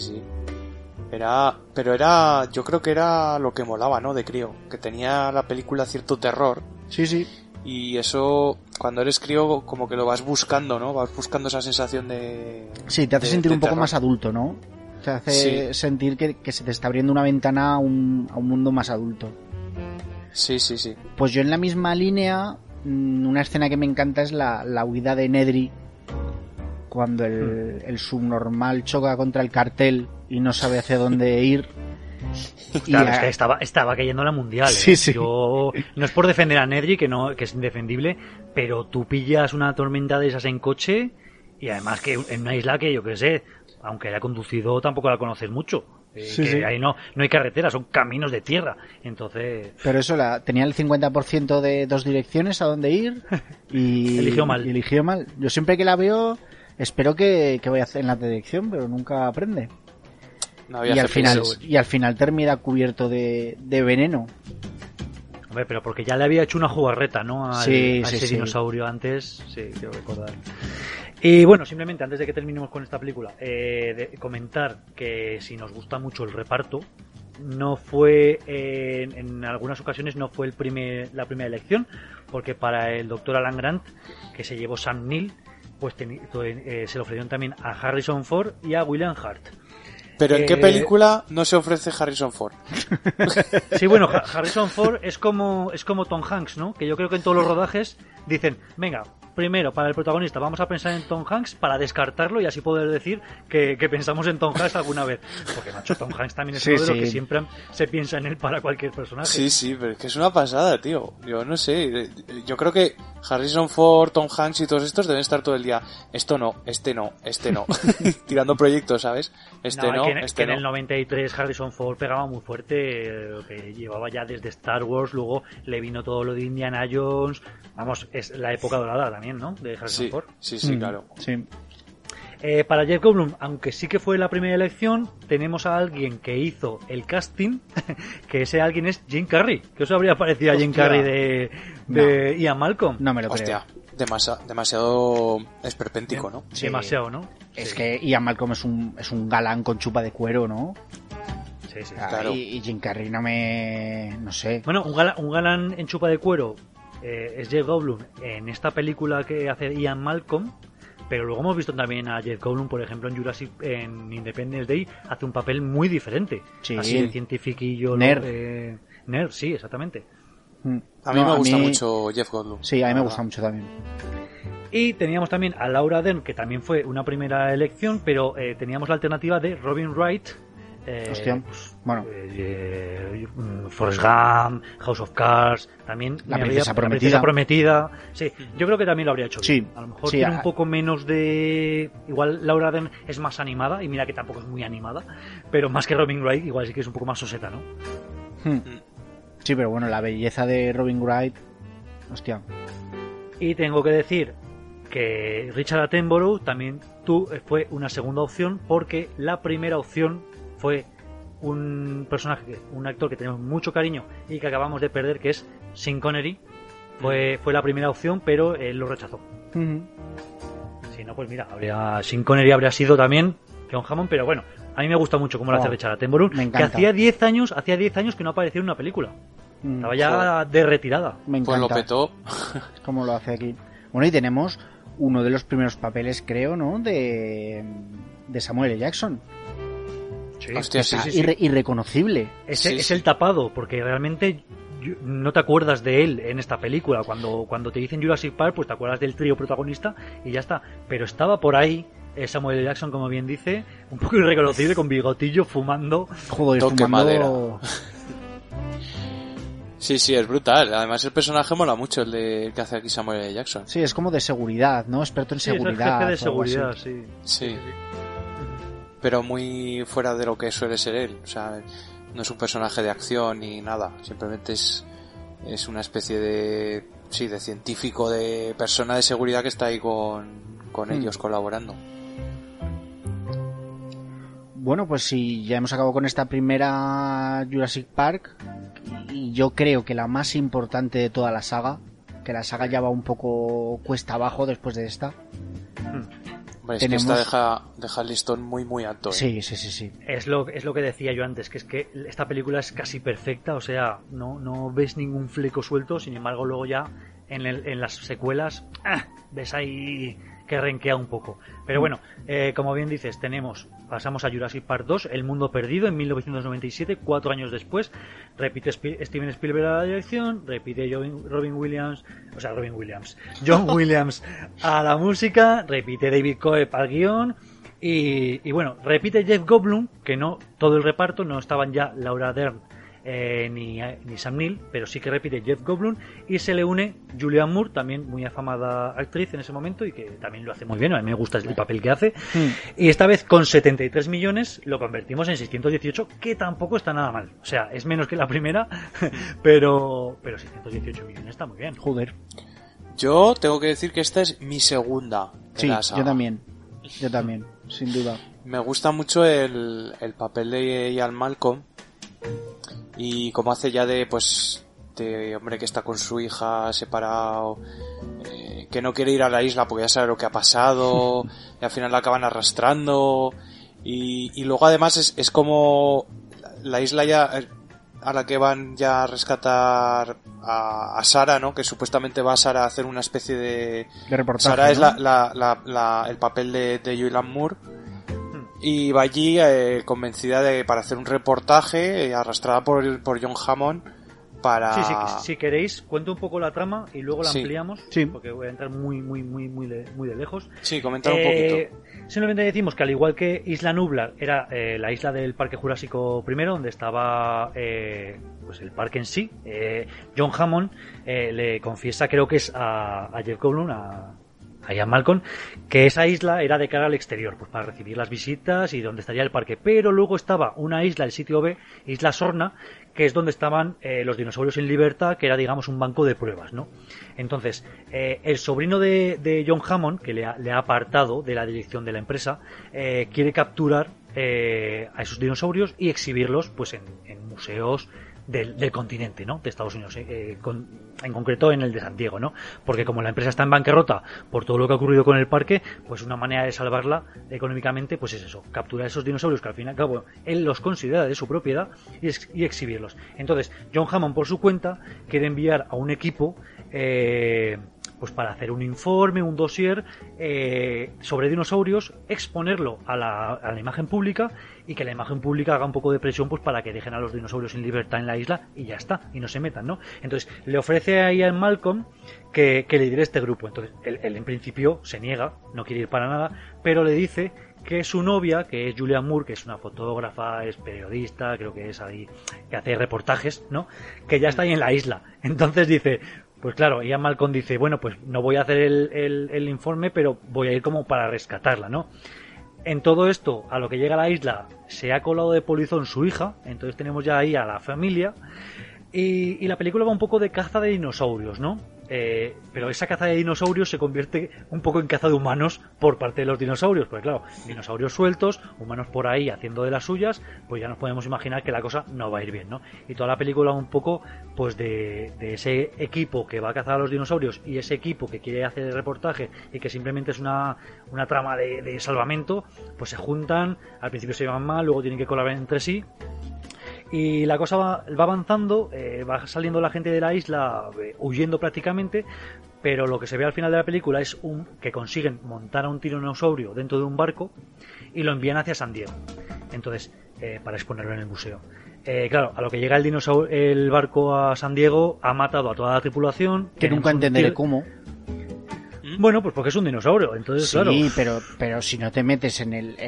Yo creo que era lo que molaba, ¿no? De crío, que tenía la película cierto terror. Sí. Y eso, cuando eres crío, como que lo vas buscando, ¿no? Vas buscando esa sensación de... Sí, te hace sentir un poco más adulto, ¿no? Te hace sentir que se te está abriendo una ventana a un mundo más adulto. Sí. Pues yo en la misma línea, una escena que me encanta es la huida de Nedry, cuando el subnormal choca contra el cartel y no sabe hacia dónde ir. Claro, es que estaba cayendo la mundial. Sí. Yo, no es por defender a Nedry, que es indefendible, pero tú pillas una tormenta de esas en coche, y además que en una isla que yo que sé, aunque haya conducido tampoco la conoces mucho. Ahí no hay carretera, son caminos de tierra. Entonces... Pero eso, tenía el 50% de 2 direcciones a dónde ir y eligió mal. Yo siempre que la veo espero que vaya en la dirección, pero nunca aprende. Y al final termina cubierto de veneno. Hombre, pero porque ya le había hecho una jugarreta, ¿no? A Sí, ese sí. dinosaurio antes, sí, quiero recordar. Y bueno, simplemente antes de que terminemos con esta película, de comentar que si nos gusta mucho el reparto, no fue, en algunas ocasiones no fue la primera elección, porque para el Dr. Alan Grant, que se llevó Sam Neill, pues se le ofrecieron también a Harrison Ford y a William Hurt. Pero ¿en qué película no se ofrece Harrison Ford? Sí, bueno, Harrison Ford es como Tom Hanks, ¿no? Que yo creo que en todos los rodajes dicen, venga, primero, para el protagonista vamos a pensar en Tom Hanks para descartarlo y así poder decir que pensamos en Tom Hanks alguna vez. Porque, macho, Tom Hanks también es uno de los que siempre se piensa en él para cualquier personaje. Sí, pero es que es una pasada, tío. Yo no sé. Yo creo que Harrison Ford, Tom Hanks y todos estos deben estar todo el día. Esto no, este no, este no. Tirando proyectos, ¿sabes? Que en el 93 Harrison Ford pegaba muy fuerte, lo que llevaba ya desde Star Wars, luego le vino todo lo de Indiana Jones. Vamos, es la época dorada también, ¿no? De Harrison Ford. Sí, claro. Sí. Para Jeff Goldblum, aunque sí que fue la primera elección, tenemos a alguien que hizo el casting, que ese alguien es Jim Carrey. ¿Qué os habría parecido a Jim Carrey de Ian Malcolm? No me lo creo. Demasiado esperpéntico, ¿no? Sí. Demasiado, ¿no? Es que Ian Malcolm es un galán con chupa de cuero, ¿no? Sí, claro. Y Jim Carrey no sé. Bueno, un galán en chupa de cuero es Jeff Goldblum en esta película que hace Ian Malcolm, pero luego hemos visto también a Jeff Goldblum, por ejemplo, en Independence Day, hace un papel muy diferente. Sí. Así de cientifiquillo. Nerd. Nerd, sí, exactamente. A mí me gusta mucho Jeff Goldblum. Sí, a mí me gusta mucho también. Y teníamos también a Laura Dern, que también fue una primera elección, pero teníamos la alternativa de Robin Wright. Hostia, bueno. Forrest Gump, House of Cards, también La princesa prometida. Sí, yo creo que también lo habría hecho bien. Sí, a lo mejor tiene un poco menos de... Igual Laura Dern es más animada, y mira que tampoco es muy animada, pero más que Robin Wright, igual sí que es un poco más soseta, ¿no? Sí, pero bueno, la belleza de Robin Wright, hostia. Y tengo que decir que Richard Attenborough también fue una segunda opción, porque la primera opción fue un personaje, un actor que tenemos mucho cariño y que acabamos de perder, que es Sean Connery. Fue la primera opción, pero él lo rechazó. Si no, pues mira, Sean Connery habría sido también John Hammond, pero bueno, a mí me gusta mucho cómo lo hace Richard Attenborough, que hacía 10 años que no aparecía en una película. Estaba ya de retirada. Me encanta. Pues lo petó. Como lo hace aquí. Bueno, y tenemos uno de los primeros papeles, creo, ¿no? De Samuel L. Jackson. Sí. Hostia, sí. Irreconocible. Es el tapado, porque realmente no te acuerdas de él en esta película. Cuando te dicen Jurassic Park, pues te acuerdas del trío protagonista y ya está. Pero estaba por ahí Samuel L. Jackson, como bien dice, un poco irreconocible, con bigotillo, fumando. Joder, toque fumando... madera. Sí, es brutal. Además el personaje mola mucho, el que hace aquí Samuel L. Jackson. Sí, es como de seguridad, ¿no? Experto en seguridad. Es el jefe de seguridad, sí. Pero muy fuera de lo que suele ser él. O sea, no es un personaje de acción ni nada. Simplemente es una especie de científico, de persona de seguridad que está ahí con ellos colaborando. Bueno, pues si ya hemos acabado con esta primera Jurassic Park, y yo creo que la más importante de toda la saga, que la saga ya va un poco cuesta abajo después de esta. Hombre, es que esta deja el listón muy muy alto. Sí. Es lo que decía yo antes, que es que esta película es casi perfecta, o sea, no ves ningún fleco suelto. Sin embargo, luego ya en las secuelas ves ahí que renquea un poco. Pero bueno, como bien dices, pasamos a Jurassic Park 2, El Mundo Perdido, en 1997, 4 años después. Repite Steven Spielberg a la dirección, repite John Williams a la música, repite David Coeb al guión, y bueno, repite Jeff Goldblum, que no todo el reparto, no estaban ya Laura Dern ni Sam Neill, pero sí que repite Jeff Goldblum, y se le une Julianne Moore, también muy afamada actriz en ese momento y que también lo hace muy bien. A mí me gusta el papel que hace, y esta vez con 73 millones lo convertimos en 618, que tampoco está nada mal, o sea, es menos que la primera, pero 618 millones está muy bien. Joder. Yo tengo que decir que esta es mi segunda de la saga. Yo también, sin duda. Me gusta mucho el papel de Ian Malcolm, y como hace ya de de hombre que está con su hija separado, que no quiere ir a la isla porque ya sabe lo que ha pasado, y al final la acaban arrastrando, y luego además es como la isla ya a la que van ya a rescatar a Sarah, ¿no? Que supuestamente va Sarah a hacer una especie de reportaje. Sarah, ¿no? es el papel de Julianne Moore, y va allí convencida para hacer un reportaje, arrastrada por John Hammond para... Sí, si queréis, cuento un poco la trama y luego la ampliamos, sí, porque voy a entrar muy de lejos. Sí, comenta un poquito. Simplemente decimos que al igual que Isla Nublar era la isla del Parque Jurásico I, donde estaba pues el parque en sí, John Hammond le confiesa, creo que es a Jeff Goldblum, a Ian Malcolm, que esa isla era de cara al exterior, pues para recibir las visitas y donde estaría el parque. Pero luego estaba una isla, el sitio B, Isla Sorna, que es donde estaban los dinosaurios en libertad, que era, digamos, un banco de pruebas, ¿no? Entonces, el sobrino de John Hammond, que le ha apartado de la dirección de la empresa, quiere capturar a esos dinosaurios y exhibirlos, pues, en museos del continente, ¿no? De Estados Unidos, en concreto en el de San Diego, ¿no? Porque como la empresa está en bancarrota por todo lo que ha ocurrido con el parque, pues una manera de salvarla económicamente, pues es eso, capturar esos dinosaurios que al fin y al cabo él los considera de su propiedad y exhibirlos. Entonces, John Hammond por su cuenta quiere enviar a un equipo pues para hacer un informe, un dossier sobre dinosaurios, exponerlo a la imagen pública y que la imagen pública haga un poco de presión pues para que dejen a los dinosaurios en libertad en la isla y ya está, y no se metan, ¿no? Entonces le ofrece ahí a Malcolm que lidere este grupo. Entonces él en principio se niega, no quiere ir para nada, pero le dice que su novia, que es Julianne Moore, que es una fotógrafa, es periodista, creo que es ahí, que hace reportajes, ¿no? Que ya está ahí en la isla. Entonces dice, pues claro, Ian Malcolm dice, bueno, pues no voy a hacer el informe, pero voy a ir como para rescatarla, ¿no? En todo esto, a lo que llega a la isla, se ha colado de polizón su hija, entonces tenemos ya ahí a la familia, y la película va un poco de caza de dinosaurios, ¿no? Pero esa caza de dinosaurios se convierte un poco en caza de humanos por parte de los dinosaurios, porque claro, dinosaurios sueltos, humanos por ahí haciendo de las suyas, pues ya nos podemos imaginar que la cosa no va a ir bien, ¿no? Y toda la película un poco pues de ese equipo que va a cazar a los dinosaurios y ese equipo que quiere hacer el reportaje y que simplemente es una trama de salvamento, pues se juntan, al principio se llevan mal, luego tienen que colaborar entre sí. Y la cosa va avanzando, va saliendo la gente de la isla huyendo prácticamente, pero lo que se ve al final de la película es que consiguen montar a un tiranosaurio dentro de un barco y lo envían hacia San Diego. Entonces, para exponerlo en el museo. Claro, a lo que llega el barco a San Diego, ha matado a toda la tripulación. Que nunca entenderé cómo. Bueno, pues porque es un dinosaurio, entonces sí, claro. Sí, pero si no te metes en el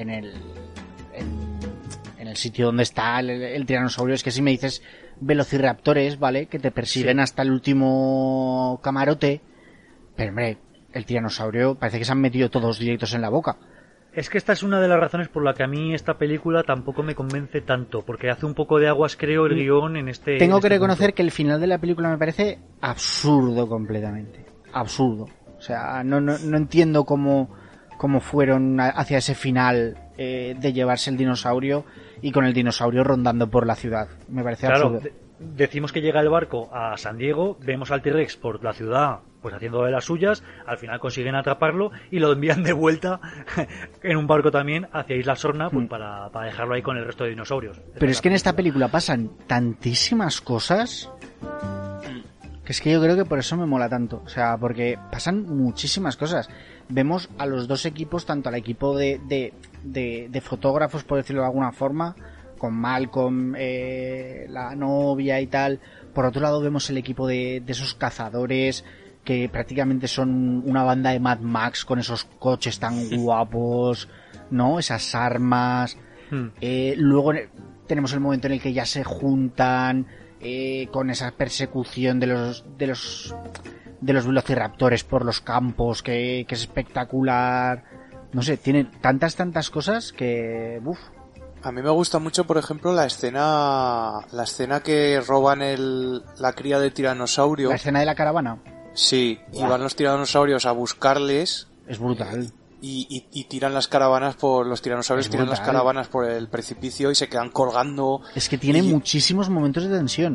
sitio donde está el tiranosaurio, es que si me dices velociraptores, ¿vale? Que te persiguen hasta el último camarote, pero hombre, el tiranosaurio parece que se han metido todos directos en la boca. Es que esta es una de las razones por la que a mí esta película tampoco me convence tanto, porque hace un poco de aguas, creo, el guión en este... Tengo que reconocer punto. Que el final de la película me parece absurdo completamente. Absurdo. O sea, no entiendo cómo fueron hacia ese final de llevarse el dinosaurio y con el dinosaurio rondando por la ciudad. Me parece absurdo. Decimos que llega el barco a San Diego, vemos al T-Rex por la ciudad pues haciendo de las suyas, al final consiguen atraparlo y lo envían de vuelta en un barco también hacia Isla Sorna pues para dejarlo ahí con el resto de dinosaurios. Pero es que en esta película pasan tantísimas cosas que es que yo creo que por eso me mola tanto. O sea, porque pasan muchísimas cosas. Vemos a los dos equipos, tanto al equipo de fotógrafos, por decirlo de alguna forma, con Malcolm, la novia y tal. Por otro lado vemos el equipo de esos cazadores que prácticamente son una banda de Mad Max con esos coches tan guapos, ¿no? Esas armas. Luego tenemos el momento en el que ya se juntan con esa persecución de los velociraptores por los campos que es espectacular. No sé, tienen tantas cosas que... ¡Uf! A mí me gusta mucho, por ejemplo, la escena que roban la cría de tiranosaurio. La escena de la caravana. Sí, y van los tiranosaurios a buscarles. Es brutal. Y tiran las caravanas los tiranosaurios tiran las caravanas por el precipicio y se quedan colgando. Es que tiene muchísimos momentos de tensión.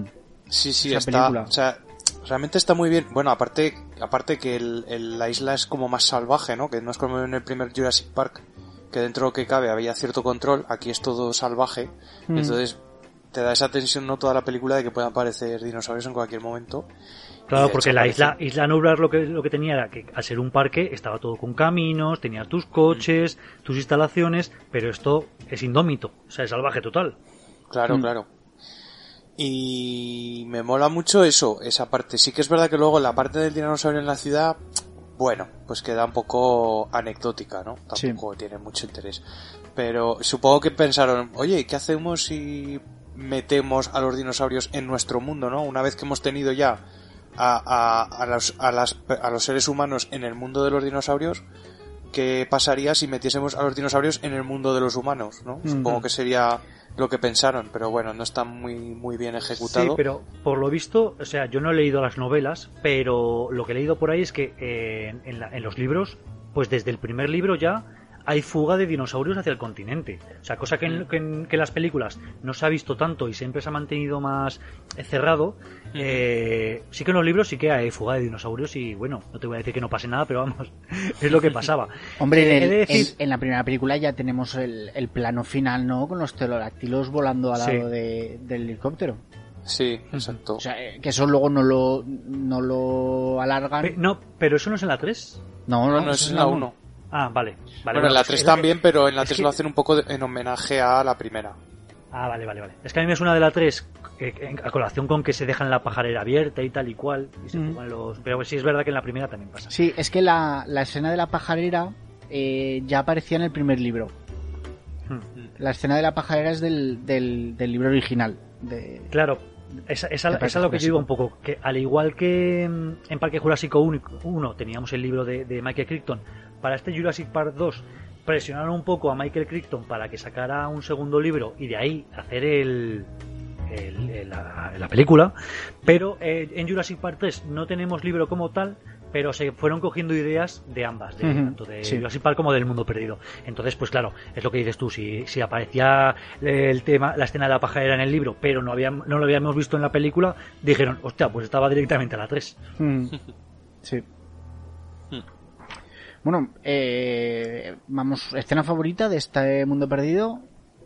Sí, esa está, película. o sea, realmente está muy bien. Bueno, aparte que la isla es como más salvaje, ¿no? Que no es como en el primer Jurassic Park, que dentro de lo que cabe había cierto control. Aquí es todo salvaje. Entonces te da esa tensión, ¿no? Toda la película de que puedan aparecer dinosaurios en cualquier momento. Claro, porque la isla Nublar lo que tenía era que al ser un parque estaba todo con caminos, tenías tus coches, tus instalaciones, pero esto es indómito, o sea, es salvaje total. Claro, claro. Y me mola mucho eso, esa parte. Sí que es verdad que luego la parte del dinosaurio en la ciudad, bueno, pues queda un poco anecdótica, ¿no? Tampoco tiene mucho interés. Pero supongo que pensaron, oye, ¿qué hacemos si metemos a los dinosaurios en nuestro mundo, ¿no? Una vez que hemos tenido ya a los seres humanos en el mundo de los dinosaurios, ¿qué pasaría si metiésemos a los dinosaurios en el mundo de los humanos, ¿no? Supongo que sería lo que pensaron, pero bueno, no está muy bien ejecutado. Sí, pero por lo visto, o sea, yo no he leído las novelas, pero lo que he leído por ahí es que en los libros, pues desde el primer libro ya hay fuga de dinosaurios hacia el continente. O sea, cosa que en las películas no se ha visto tanto y siempre se ha mantenido más cerrado. Sí que en los libros sí que hay fuga de dinosaurios y bueno, no te voy a decir que no pase nada, pero vamos, es lo que pasaba. Hombre, en la primera película ya tenemos el plano final, ¿no? Con los pterodáctilos volando al lado del helicóptero. Sí, exacto. O sea, que eso luego no lo alargan. No, pero eso no es en la 3. No, es en la 1. Ah, vale. Bueno, en la 3 también, pero en la 3 lo hacen un poco en homenaje a la primera. Ah, vale. Es que a mí me suena de la 3 a colación con que se dejan la pajarera abierta y tal y cual. Y se pongan pero sí es verdad que en la primera también pasa. Sí, es que la escena de la pajarera ya aparecía en el primer libro. La escena de la pajarera es del libro original. Claro. Esa es lo que yo digo un poco, que al igual que en Parque Jurásico 1 teníamos el libro de Michael Crichton, para este Jurassic Park 2 presionaron un poco a Michael Crichton para que sacara un segundo libro y de ahí hacer la película, pero en Jurassic Park 3 no tenemos libro como tal, pero se fueron cogiendo ideas de ambas, tanto de Jurassic Park como del Mundo Perdido. Entonces, pues claro, es lo que dices tú, si aparecía el tema, la escena de la pajarera en el libro, pero no lo habíamos visto en la película, dijeron, hostia, pues estaba directamente a la 3. Sí. Bueno, vamos, ¿escena favorita de este Mundo Perdido?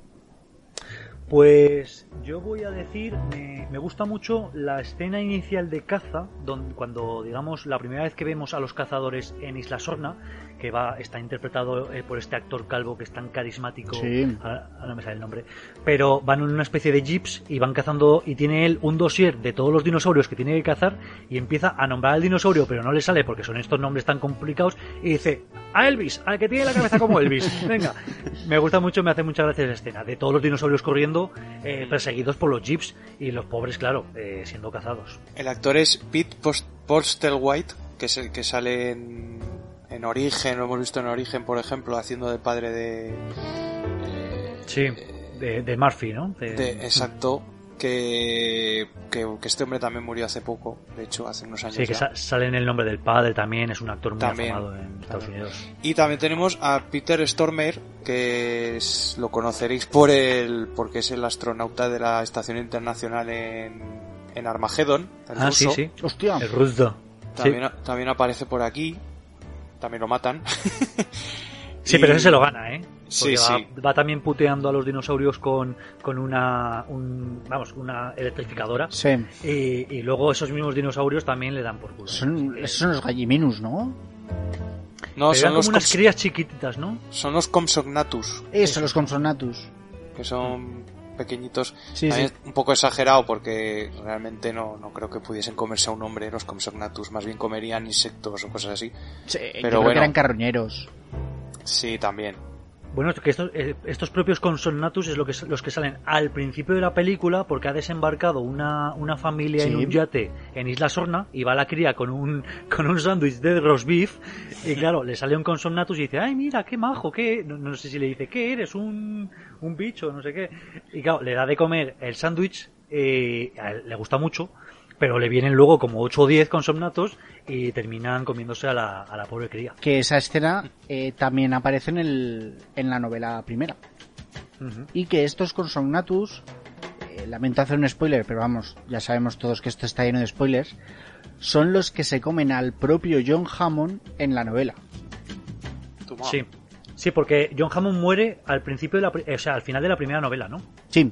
Pues yo voy a decir, me gusta mucho la escena inicial de caza, cuando, digamos, la primera vez que vemos a los cazadores en Isla Sorna, que está interpretado por este actor calvo que es tan carismático, ahora no me sale el nombre, pero van en una especie de jeeps y van cazando, y tiene él un dossier de todos los dinosaurios que tiene que cazar y empieza a nombrar al dinosaurio, pero no le sale porque son estos nombres tan complicados, y dice, a Elvis, al que tiene la cabeza como Elvis, venga. Me gusta mucho, me hace mucha gracia esa escena de todos los dinosaurios corriendo, perseguidos por los jeeps y los pobres, claro, siendo cazados. El actor es Pete Postlethwaite, que es el que sale en Origen, lo hemos visto en Origen, por ejemplo, haciendo de padre de... de Murphy, ¿no? Exacto, que este hombre también murió hace poco, de hecho, hace unos años. Sí, que sale en el nombre del padre también, es un actor muy afamado en Estados Unidos. Y también tenemos a Peter Stormare, que lo conoceréis porque es el astronauta de la Estación Internacional en Armageddon, el ruso. Sí. Hostia. El ruso. También aparece por aquí. También lo matan. Sí, pero ese se lo gana, ¿eh? Porque va también puteando a los dinosaurios con una electrificadora. Sí. Y luego esos mismos dinosaurios también le dan por culo. Esos son los Galliminus, ¿no? No, son como unas crías chiquititas, ¿no? Son los Compsognathus. Eso, los Compsognathus. Que son pequeñitos. Sí. Un poco exagerado porque realmente no creo que pudiesen comerse a un hombre los Compsognathus, más bien comerían insectos o cosas así. Sí, pero creo que eran carroñeros. Sí, también. Bueno, que estos propios Compsognathus es los que salen al principio de la película, porque ha desembarcado una familia en un yate en Isla Sorna y va la cría con un sándwich de roast beef y claro, le sale un Compsognathus y dice, ay mira, qué majo, qué, no sé si le dice, ¿qué eres? Un bicho, no sé qué. Y claro, le da de comer el sándwich, a él le gusta mucho, pero le vienen luego como 8 o 10 Compsognathus y terminan comiéndose a la pobre cría. Que esa escena también aparece en la novela primera. Y que estos Compsognathus lamento hacer un spoiler, pero vamos, ya sabemos todos que esto está lleno de spoilers, son los que se comen al propio John Hammond en la novela. Sí. Sí, porque John Hammond muere al principio al final de la primera novela, ¿no? Sí.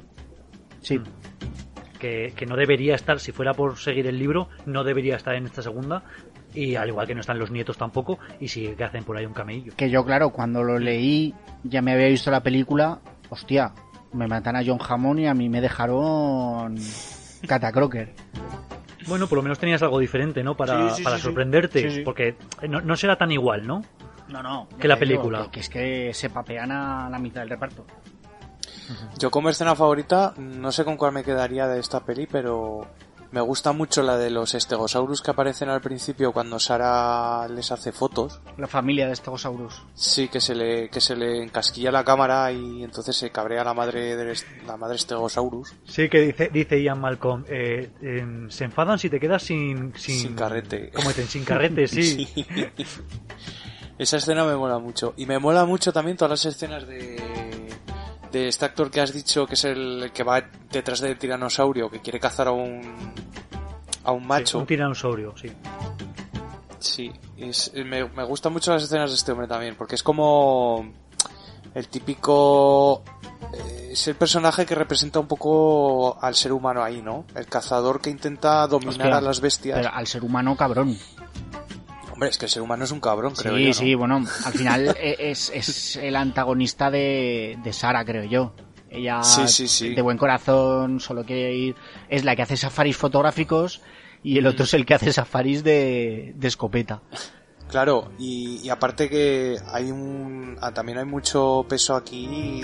Que no debería estar, si fuera por seguir el libro, no debería estar en esta segunda, y al igual que no están los nietos tampoco, y sí que hacen por ahí un camello. Que yo, claro, cuando lo leí, ya me había visto la película, hostia, me matan a John Hammond y a mí me dejaron Catacroker. Bueno, por lo menos tenías algo diferente, ¿no? Para sorprenderte, sí. Porque no será tan igual, ¿no? No, que la película. Que es que se papean a la mitad del reparto. Yo como escena favorita, no sé con cuál me quedaría de esta peli, pero me gusta mucho la de los Stegosaurus que aparecen al principio cuando Sarah les hace fotos. La familia de Stegosaurus. Sí, que se le encasquilla la cámara y entonces se cabrea la madre Stegosaurus. Sí, que dice Ian Malcolm, se enfadan si te quedas sin carrete. Como dicen, sin carrete, sí. Sí. Esa escena me mola mucho. Y me mola mucho también todas las escenas de este actor que has dicho que es el que va detrás del tiranosaurio, que quiere cazar a un macho. Sí, un tiranosaurio, sí. Sí, me gustan mucho las escenas de este hombre también, porque es como el típico... es el personaje que representa un poco al ser humano ahí, ¿no? El cazador que intenta dominar a las bestias. Pero al ser humano, cabrón. Hombre, es que el ser humano es un cabrón, creo yo, ¿no? Sí, bueno, al final es el antagonista de Sarah, creo yo. Ella, sí. de buen corazón, solo quiere ir... Es la que hace safaris fotográficos y el otro es el que hace safaris de escopeta. Claro, y aparte que también hay mucho peso aquí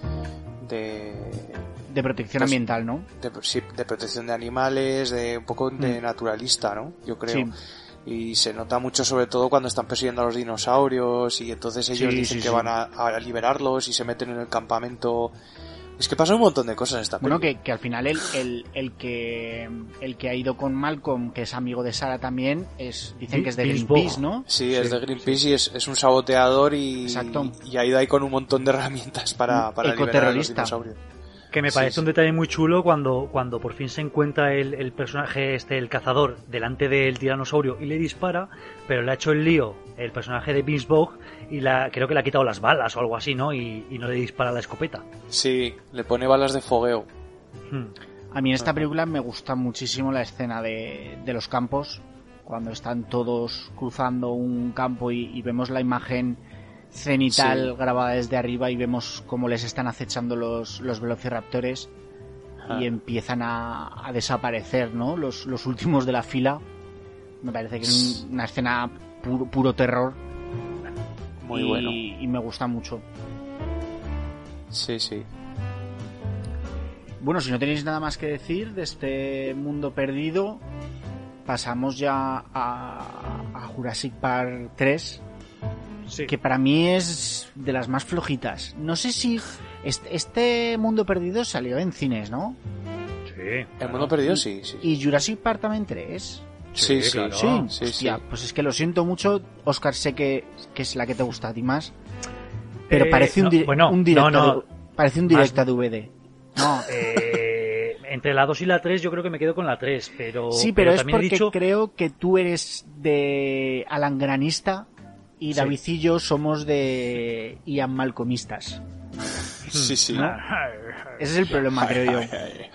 de protección ambiental, ¿no? De protección de animales, de un poco de naturalista, ¿no? Yo creo. Sí. Y se nota mucho sobre todo cuando están persiguiendo a los dinosaurios y entonces ellos dicen que van a liberarlos y se meten en el campamento. Es que pasa un montón de cosas en esta película. Bueno, que al final el que ha ido con Malcolm, que es amigo de Sarah también, dicen que es de Greenpeace, ¿no? Sí, es de Greenpeace y es un saboteador y ha ido ahí con un montón de herramientas para liberar a los dinosaurios. Que me parece un detalle muy chulo cuando por fin se encuentra el personaje el cazador, delante del tiranosaurio y le dispara, pero le ha hecho el lío el personaje de Vince Vaughn y creo que le ha quitado las balas o algo así, ¿no? Y no le dispara la escopeta. Sí, le pone balas de fogueo. A mí en esta película me gusta muchísimo la escena de los campos, cuando están todos cruzando un campo y vemos la imagen cenital grabada desde arriba y vemos cómo les están acechando los velociraptores y empiezan a desaparecer, ¿no? Los últimos de la fila. Me parece que es una escena puro terror. Muy bueno. Y me gusta mucho. Sí. Bueno, si no tenéis nada más que decir de este mundo perdido, pasamos ya a Jurassic Park 3. Sí. Que para mí es de las más flojitas. No sé si este mundo perdido salió en cines, ¿no? Sí. El mundo perdido sí. ¿Y Jurassic Park también 3? Sí, claro. Sí. Hostia, pues es que lo siento mucho, Óscar, sé que es la que te gusta a ti más. Pero parece un directo. Parece un directo a DVD. No. Entre la 2 y la 3 yo creo que me quedo con la 3, pero... Sí, pero es porque creo que tú eres de Alan Granista y David y yo somos de Ian Malcolmistas. Sí. ¿No? Ese es el problema, creo yo.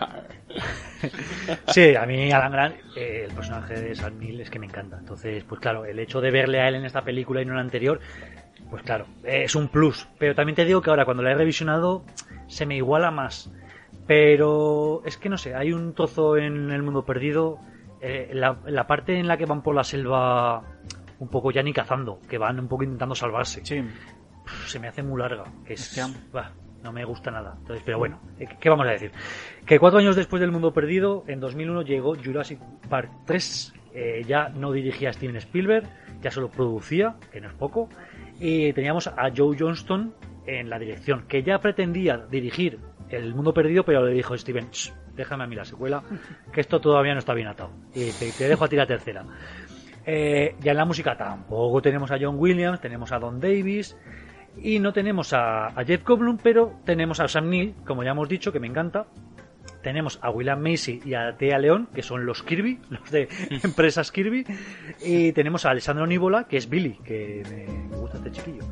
Sí, a mí Alan Grant, el personaje de Sam Neill es que me encanta. Entonces, pues claro, el hecho de verle a él en esta película y no en la anterior, pues claro, es un plus. Pero también te digo que ahora cuando la he revisionado se me iguala más. Pero es que no sé, hay un trozo en El Mundo Perdido, la parte en la que van por la selva un poco ya ni cazando, que van un poco intentando salvarse. Sí. Se me hace muy larga, que no me gusta nada. Entonces, pero bueno, ¿qué vamos a decir? Que 4 años después del Mundo Perdido, en 2001 llegó Jurassic Park 3. Ya no dirigía Steven Spielberg, ya solo producía, que no es poco. Y teníamos a Joe Johnston en la dirección, que ya pretendía dirigir El Mundo Perdido, pero le dijo Steven, déjame a mí la secuela, que esto todavía no está bien atado. Y te dejo a ti la tercera. Ya en la música tampoco tenemos a John Williams, tenemos a Don Davis y no tenemos a Jeff Goldblum, pero tenemos a Sam Neill, como ya hemos dicho, que me encanta, tenemos a William Macy y a Thea León, que son los Kirby, los de empresas Kirby, y tenemos a Alessandro Nivola, que es Billy, que me gusta este chiquillo.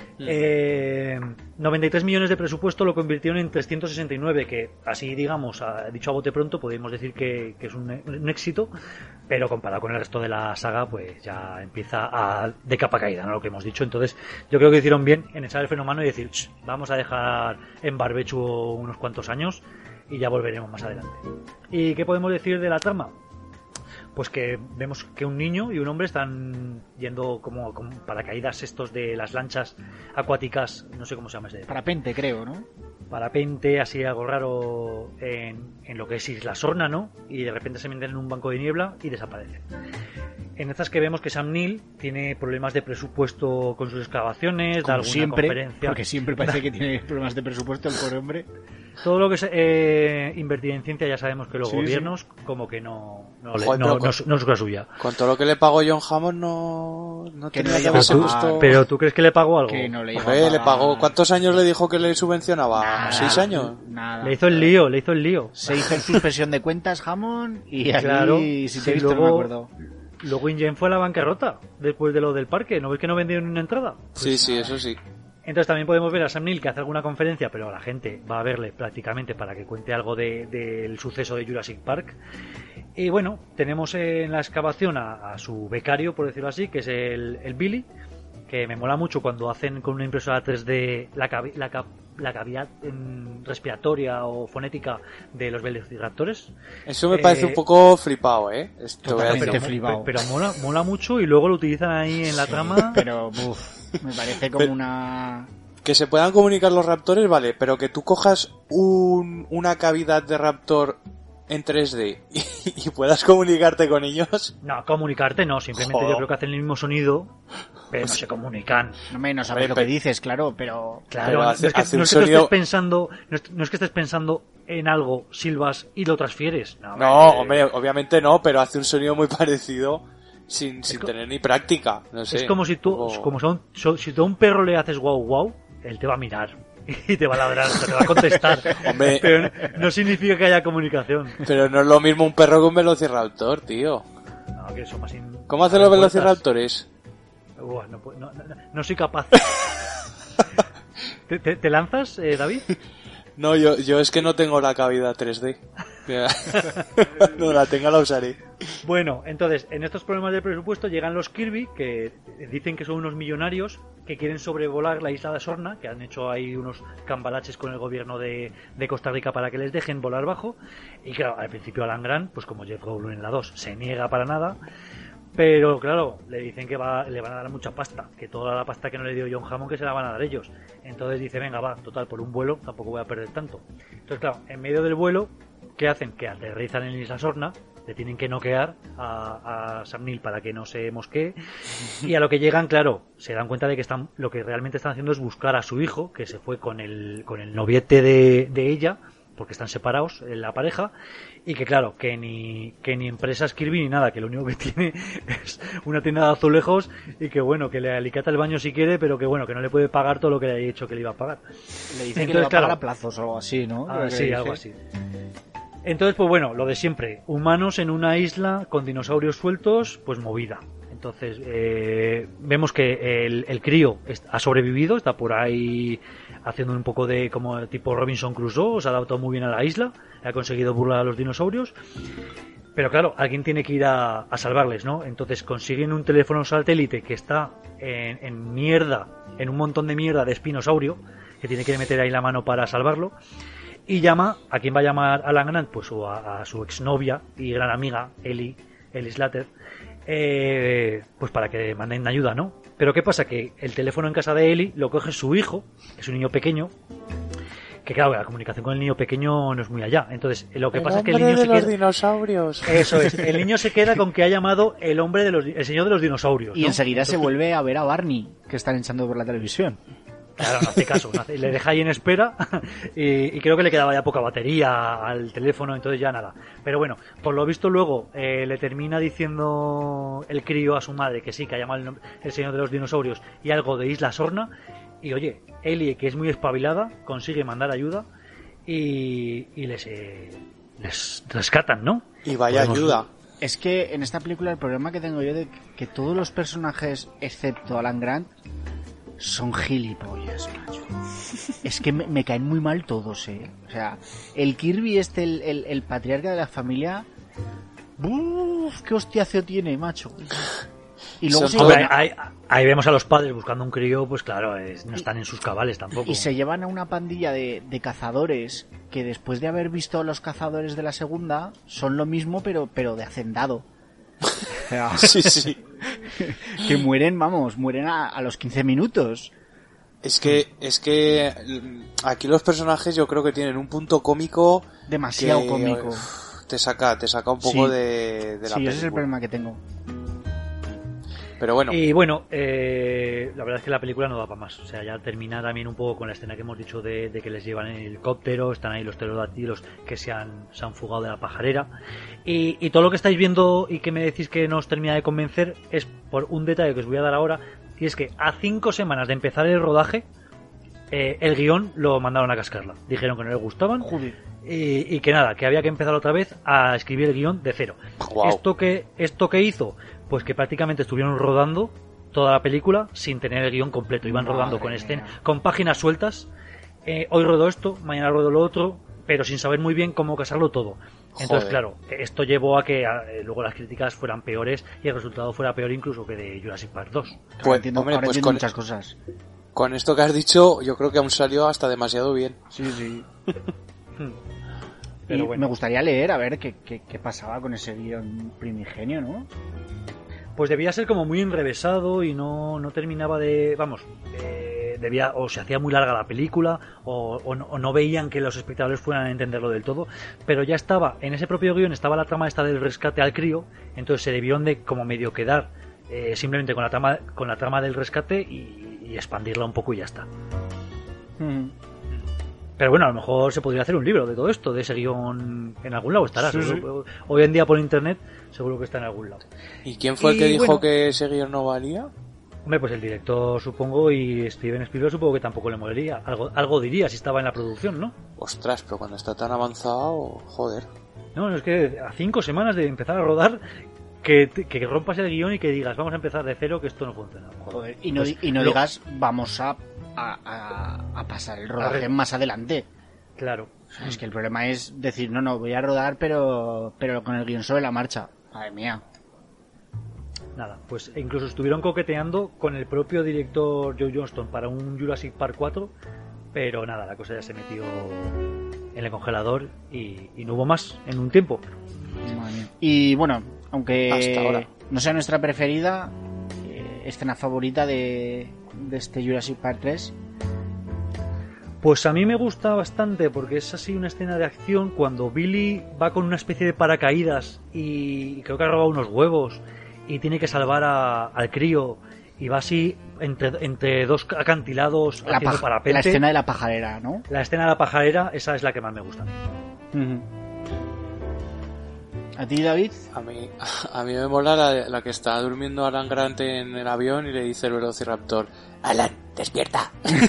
93 millones de presupuesto lo convirtieron en 369, que así, digamos, dicho a bote pronto, podemos decir que es un éxito, pero comparado con el resto de la saga, pues ya empieza de capa caída, ¿no? Lo que hemos dicho. Entonces, yo creo que hicieron bien en echar el freno a mano y decir, vamos a dejar en barbecho unos cuantos años y ya volveremos más adelante. ¿Y qué podemos decir de la trama? Pues que vemos que un niño y un hombre están yendo como paracaídas estos de las lanchas acuáticas, no sé cómo se llama ese. Parapente, creo, ¿no? Parapente, así algo raro en lo que es Isla Sorna, ¿no? Y de repente se meten en un banco de niebla y desaparecen. En estas que vemos que Sam Neill tiene problemas de presupuesto con sus excavaciones, como da alguna siempre, conferencia. Porque siempre parece que tiene problemas de presupuesto el pobre hombre. Todo lo que es invertir en ciencia ya sabemos que los gobiernos como que no es cosa suya. Con todo lo que le pagó John Hammond no Que tenía no que haberse le puesto... Pero ¿tú crees que le pagó algo? Que no le Hombre, le pagó... ¿Cuántos años le dijo que le subvencionaba? Nada, 6 años. Nada. Le hizo el lío. Se hizo en suspensión de cuentas Hammond y aquí, Claro, si te he visto, luego, no me acuerdo. Luego InGen fue a la bancarrota después de lo del parque. ¿No ves que no vendieron una entrada? Sí, eso sí. Entonces también podemos ver a Sam Neill que hace alguna conferencia, pero la gente va a verle prácticamente para que cuente algo del suceso de Jurassic Park. Y bueno, tenemos en la excavación a su becario, por decirlo así, que es el Billy, que me mola mucho cuando hacen con una impresora 3D la cavidad respiratoria o fonética de los velociraptores. Eso me parece un poco flipado, ¿eh? Totalmente flipado. Pero mola mucho y luego lo utilizan ahí en la trama. Pero me parece como una... Que se puedan comunicar los raptores, vale, pero que tú cojas una cavidad de raptor en 3D y puedas comunicarte con ellos. No, comunicarte no, simplemente yo creo que hacen el mismo sonido, pero no se comunican. No sabes lo que dices, claro, pero... Claro, no es que estés pensando en algo, silbas y lo transfieres. No, hombre, obviamente no, pero hace un sonido muy parecido sin tener ni práctica. No sé. Es como si tú a un perro le haces guau guau, él te va a mirar y te va a ladrar, te va a contestar. Hombre, pero no significa que haya comunicación. Pero no es lo mismo un perro que un velociraptor, tío. No, que eso más ¿Cómo hacen los velociraptores? No soy capaz. ¿Te lanzas, David? No, yo es que no tengo la cavidad 3D. No la tenga, la usaré. Bueno, entonces, en estos problemas de presupuesto llegan los Kirby, que dicen que son unos millonarios que quieren sobrevolar la isla de Sorna, que han hecho ahí unos cambalaches con el gobierno de Costa Rica para que les dejen volar bajo. Y claro, al principio Alan Grant, pues como Jeff Goldblum en la 2, se niega para nada. Pero claro, le dicen que le van a dar mucha pasta, que toda la pasta que no le dio John Hammond que se la van a dar ellos. Entonces dice, venga, va, total, por un vuelo tampoco voy a perder tanto. Entonces claro, en medio del vuelo, ¿qué hacen? Que aterrizan en Isla Sorna, le tienen que noquear a Sam Neill para que no se mosquee, y a lo que llegan, claro, se dan cuenta de que lo que realmente están haciendo es buscar a su hijo, que se fue con el noviete de ella, porque están separados en la pareja, y que claro, que ni empresas Kirby ni nada, que lo único que tiene es una tienda de azulejos y que bueno, que le alicata el baño si quiere, pero que bueno, que no le puede pagar todo lo que le ha dicho que le iba a pagar. Le dice que le va a pagar a plazos o algo así, ¿no? Sí, algo así. Entonces, pues bueno, lo de siempre, humanos en una isla con dinosaurios sueltos, pues movida. Entonces, vemos que el crío ha sobrevivido, está por ahí haciendo un poco de como tipo Robinson Crusoe, se ha adaptado muy bien a la isla, ha conseguido burlar a los dinosaurios, pero claro, alguien tiene que ir a salvarles, ¿no? Entonces consiguen un teléfono satélite que está en un montón de mierda de espinosaurio, que tiene que meter ahí la mano para salvarlo, y llama, ¿a quién va a llamar Alan Grant? Pues a su exnovia y gran amiga, Ellie Slater, pues para que manden ayuda, ¿no? Pero ¿qué pasa? Que el teléfono en casa de Ellie lo coge su hijo, que es un niño pequeño, que claro, la comunicación con el niño pequeño no es muy allá. Entonces, lo que pasa es que el niño se queda... dinosaurios. Eso es, el niño se queda con que ha llamado el señor de los dinosaurios, ¿no? Y enseguida se vuelve a ver a Barney, que están echando por la televisión. Claro, no hace caso, le deja ahí en espera y creo que le quedaba ya poca batería al teléfono, entonces ya nada. Pero bueno, por lo visto luego le termina diciendo el crío a su madre que sí, que ha llamado el señor de los dinosaurios y algo de Isla Sorna. Y oye, Ellie, que es muy espabilada, consigue mandar ayuda y les rescatan, ¿no? Y vaya ayuda. Es que en esta película el problema que tengo yo de que todos los personajes, excepto Alan Grant, son gilipollas, macho. Es que me caen muy mal todos, O sea, el Kirby el patriarca de la familia... ¡Uf! ¡Qué hostiazo tiene, macho! Y luego ahí vemos a los padres buscando un crío, pues claro, no están en sus cabales tampoco. Y se llevan a una pandilla de cazadores que después de haber visto a los cazadores de la segunda son lo mismo pero de hacendado. O sea, Sí. Que mueren a los 15 minutos. Es que aquí los personajes yo creo que tienen un punto cómico demasiado cómico. Te saca un poco de la película. Sí, ese es el problema que tengo. Pero bueno. Y bueno, la verdad es que la película no da para más. O sea, ya termina también un poco con la escena que hemos dicho de que les llevan en el helicóptero, están ahí los pterodáctilos que se han fugado de la pajarera. Y todo lo que estáis viendo y que me decís que no os termina de convencer es por un detalle que os voy a dar ahora. Y es que a 5 semanas de empezar el rodaje, el guión lo mandaron a cascarla. Dijeron que no les gustaban. Joder. Y que nada, que había que empezar otra vez a escribir el guión de cero. Wow. Esto que hizo, pues que prácticamente estuvieron rodando toda la película sin tener el guión completo. Iban rodando con páginas sueltas. Hoy rodó esto, mañana rodó lo otro, pero sin saber muy bien cómo casarlo todo. Entonces, claro, esto llevó a que luego las críticas fueran peores y el resultado fuera peor incluso que de Jurassic Park 2. Pues entiendo muchas cosas. Con esto que has dicho, yo creo que aún salió hasta demasiado bien. Sí. Pero bueno. Me gustaría leer a ver qué pasaba con ese guión primigenio, ¿no? Pues debía ser como muy enrevesado y no terminaba de... debía o se hacía muy larga la película o no veían que los espectadores fueran a entenderlo del todo, pero ya estaba, en ese propio guión estaba la trama esta del rescate al crío, entonces se debieron de como medio quedar simplemente con la trama del rescate y expandirla un poco y ya está. Pero bueno, a lo mejor se podría hacer un libro de todo esto, de ese guión en algún lado estará. Sí. Hoy en día por internet seguro que está en algún lado. ¿Y quién fue el que dijo que ese guión no valía? Hombre, pues el director supongo y Steven Spielberg supongo que tampoco le molaría. Algo diría si estaba en la producción, ¿no? Ostras, pero cuando está tan avanzado, joder. No, es que a 5 semanas de empezar a rodar que rompas el guión y que digas vamos a empezar de cero, que esto no funciona. Joder, y no digas vamos a pasar el rodaje más adelante. Claro. Es que el problema es decir, no, voy a rodar pero con el guión sobre la marcha. Madre mía. Nada, pues incluso estuvieron coqueteando con el propio director Joe Johnston para un Jurassic Park 4, pero nada, la cosa ya se metió en el congelador y no hubo más en un tiempo. Y bueno, aunque hasta ahora no sea nuestra preferida, escena favorita de este Jurassic Park 3. Pues a mí me gusta bastante porque es así una escena de acción cuando Billy va con una especie de paracaídas y creo que ha robado unos huevos y tiene que salvar al crío y va así entre dos acantilados haciendo parapente. La escena de la pajarera, ¿no? La escena de la pajarera, esa es la que más me gusta. ¿A ti, David? A mí me mola la que está durmiendo Alan Grant en el avión y le dice el Velociraptor: Alan, despierta.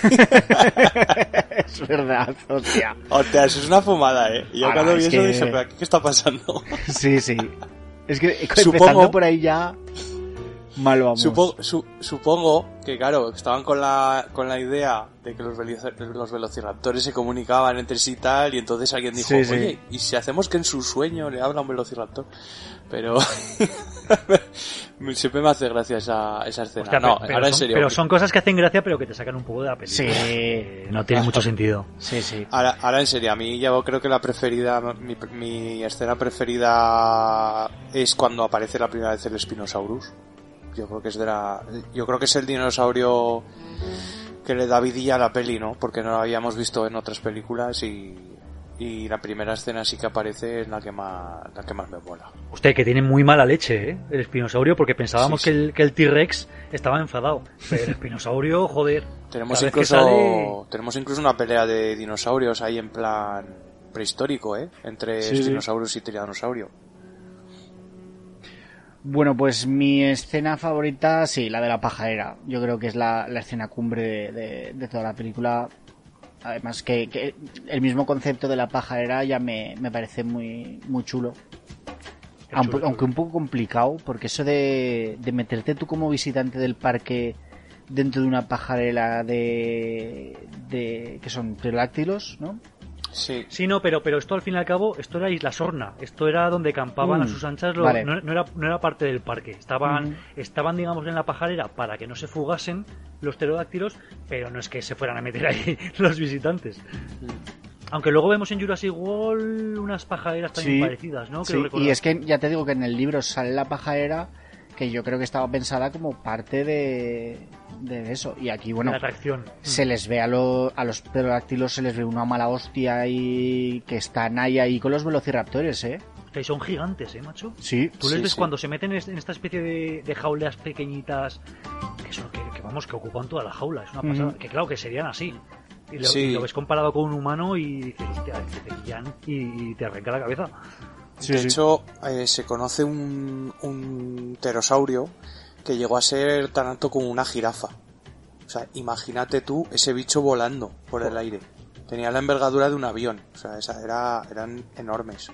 Es verdad, hostia. Hostia, eso es una fumada, Yo cuando vi eso dije, ¿pero aquí qué está pasando? Sí. Es que empezando por ahí ya mal vamos. Supongo que, claro, estaban con la idea de que los velociraptores se comunicaban entre sí y tal, y entonces alguien dijo, oye, ¿y si hacemos que en su sueño le habla un velociraptor? Pero siempre me hace gracia esa escena. Hostia, ahora en serio. Pero son cosas que hacen gracia pero que te sacan un poco de la película. Sí. No tiene mucho sentido. Sí. Ahora en serio, a mí yo creo que la preferida, mi escena preferida es cuando aparece la primera vez el Spinosaurus. Yo creo que es el dinosaurio que le da vidilla a la peli, ¿no? Porque no lo habíamos visto en otras películas y la primera escena sí que aparece es la que más me mola. Usted que tiene muy mala leche, el espinosaurio, porque pensábamos que el T-Rex estaba enfadado. Pero el espinosaurio, joder. Tenemos incluso una pelea de dinosaurios ahí en plan prehistórico, entre Spinosaurus y Tiranosaurio. Bueno, pues mi escena favorita, sí, la de la pajarera. Yo creo que es la escena cumbre de toda la película. Además que el mismo concepto de la pajarera ya me parece muy chulo. Aunque un poco complicado, porque eso de meterte tú como visitante del parque dentro de una pajarera de que son pterodáctilos, ¿no? Sí. Sí, no, pero esto al fin y al cabo, esto era Isla Sorna, esto era donde campaban a sus anchas, vale. no era parte del parque, estaban digamos en la pajarera para que no se fugasen los pterodáctilos, pero no es que se fueran a meter ahí los visitantes. Aunque luego vemos en Jurassic World unas pajareras también parecidas, ¿no? Sí, y es que ya te digo que en el libro sale la pajarera que yo creo que estaba pensada como parte de eso. Y aquí, bueno, la atracción. Se les ve a los pterodáctilos, se les ve una mala hostia y que están ahí con los velociraptores, ¿eh? Que son gigantes, macho. Sí. Tú les ves cuando se meten en esta especie de jaulas pequeñitas que ocupan toda la jaula. Es una pasada. Que claro que serían así. Y lo ves comparado con un humano y dices, hostia, te pillan y te arranca la cabeza. De hecho, se conoce un pterosaurio que llegó a ser tan alto como una jirafa. O sea, imagínate tú ese bicho volando por el aire. Tenía la envergadura de un avión. O sea, eran enormes.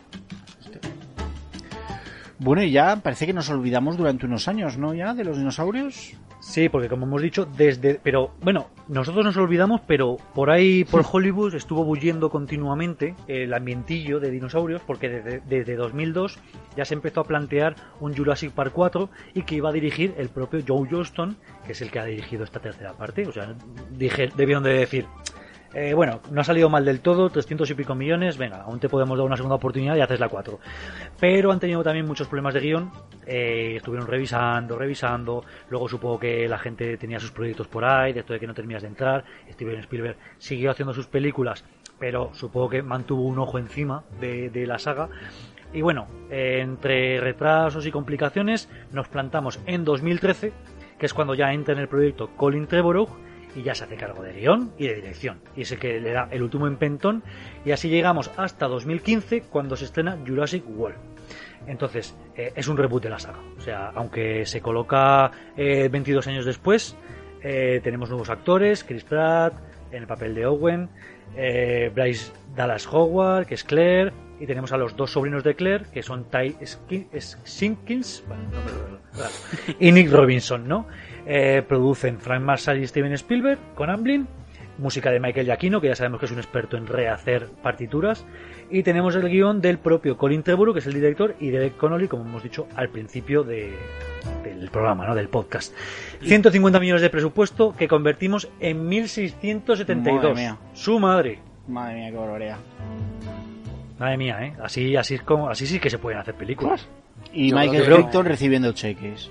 Bueno, y ya parece que nos olvidamos durante unos años, ¿no? Ya, de los dinosaurios. Sí, porque como hemos dicho, pero bueno, nosotros nos olvidamos, pero por ahí, por Hollywood, estuvo bulliendo continuamente el ambientillo de dinosaurios, porque desde 2002 ya se empezó a plantear un Jurassic Park 4 y que iba a dirigir el propio Joe Johnston, que es el que ha dirigido esta tercera parte. O sea, debieron de decir, bueno, no ha salido mal del todo, 300 y pico millones, venga, aún te podemos dar una segunda oportunidad y haces la 4. Pero han tenido también muchos problemas de guión, estuvieron revisando, luego supongo que la gente tenía sus proyectos por ahí, de esto de que no terminas de entrar. Steven Spielberg siguió haciendo sus películas, pero supongo que mantuvo un ojo encima de la saga. Y bueno, entre retrasos y complicaciones, nos plantamos en 2013, que es cuando ya entra en el proyecto Colin Trevorrow, y ya se hace cargo de guión y de dirección, y es el que le da el último empentón, y así llegamos hasta 2015 cuando se estrena Jurassic World. Entonces es un reboot de la saga, o sea, aunque se coloca 22 años después, tenemos nuevos actores, Chris Pratt en el papel de Owen, Bryce Dallas Howard, que es Claire, y tenemos a los dos sobrinos de Claire, que son Ty Simpkins, bueno, no me lo y Nick Robinson, ¿no? Producen Frank Marshall y Steven Spielberg con Amblin, música de Michael Giacchino, que ya sabemos que es un experto en rehacer partituras, y tenemos el guión del propio Colin Trevorrow, que es el director, y Derek Connolly, como hemos dicho al principio del programa, ¿no? Del podcast. 150 millones de presupuesto que convertimos en 1.672. Madre mía. Su madre. Madre mía, qué barbaridad. Madre mía, así sí que se pueden hacer películas. Y Michael Crichton recibiendo cheques.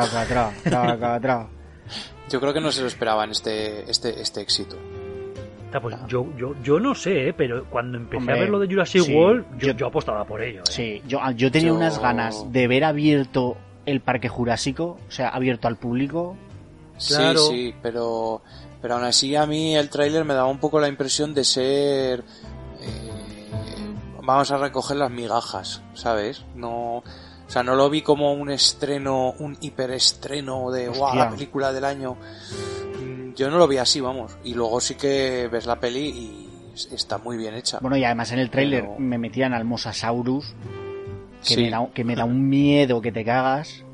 Tra. Yo creo que no se lo esperaban este éxito. Pues yo no sé, pero cuando empecé a ver lo de Jurassic World, yo apostaba por ello. Sí, yo tenía unas ganas de ver abierto el parque jurásico, o sea, abierto al público. Claro. Sí, pero aún así a mí el tráiler me daba un poco la impresión de ser... vamos a recoger las migajas, ¿sabes? No... O sea, no lo vi como un estreno, un hiperestreno de ¡guau! La película del año. Yo no lo vi así, vamos. Y luego sí que ves la peli y está muy bien hecha. Bueno, y además en el tráiler me metían al Mosasaurus, que me da un miedo que te cagas.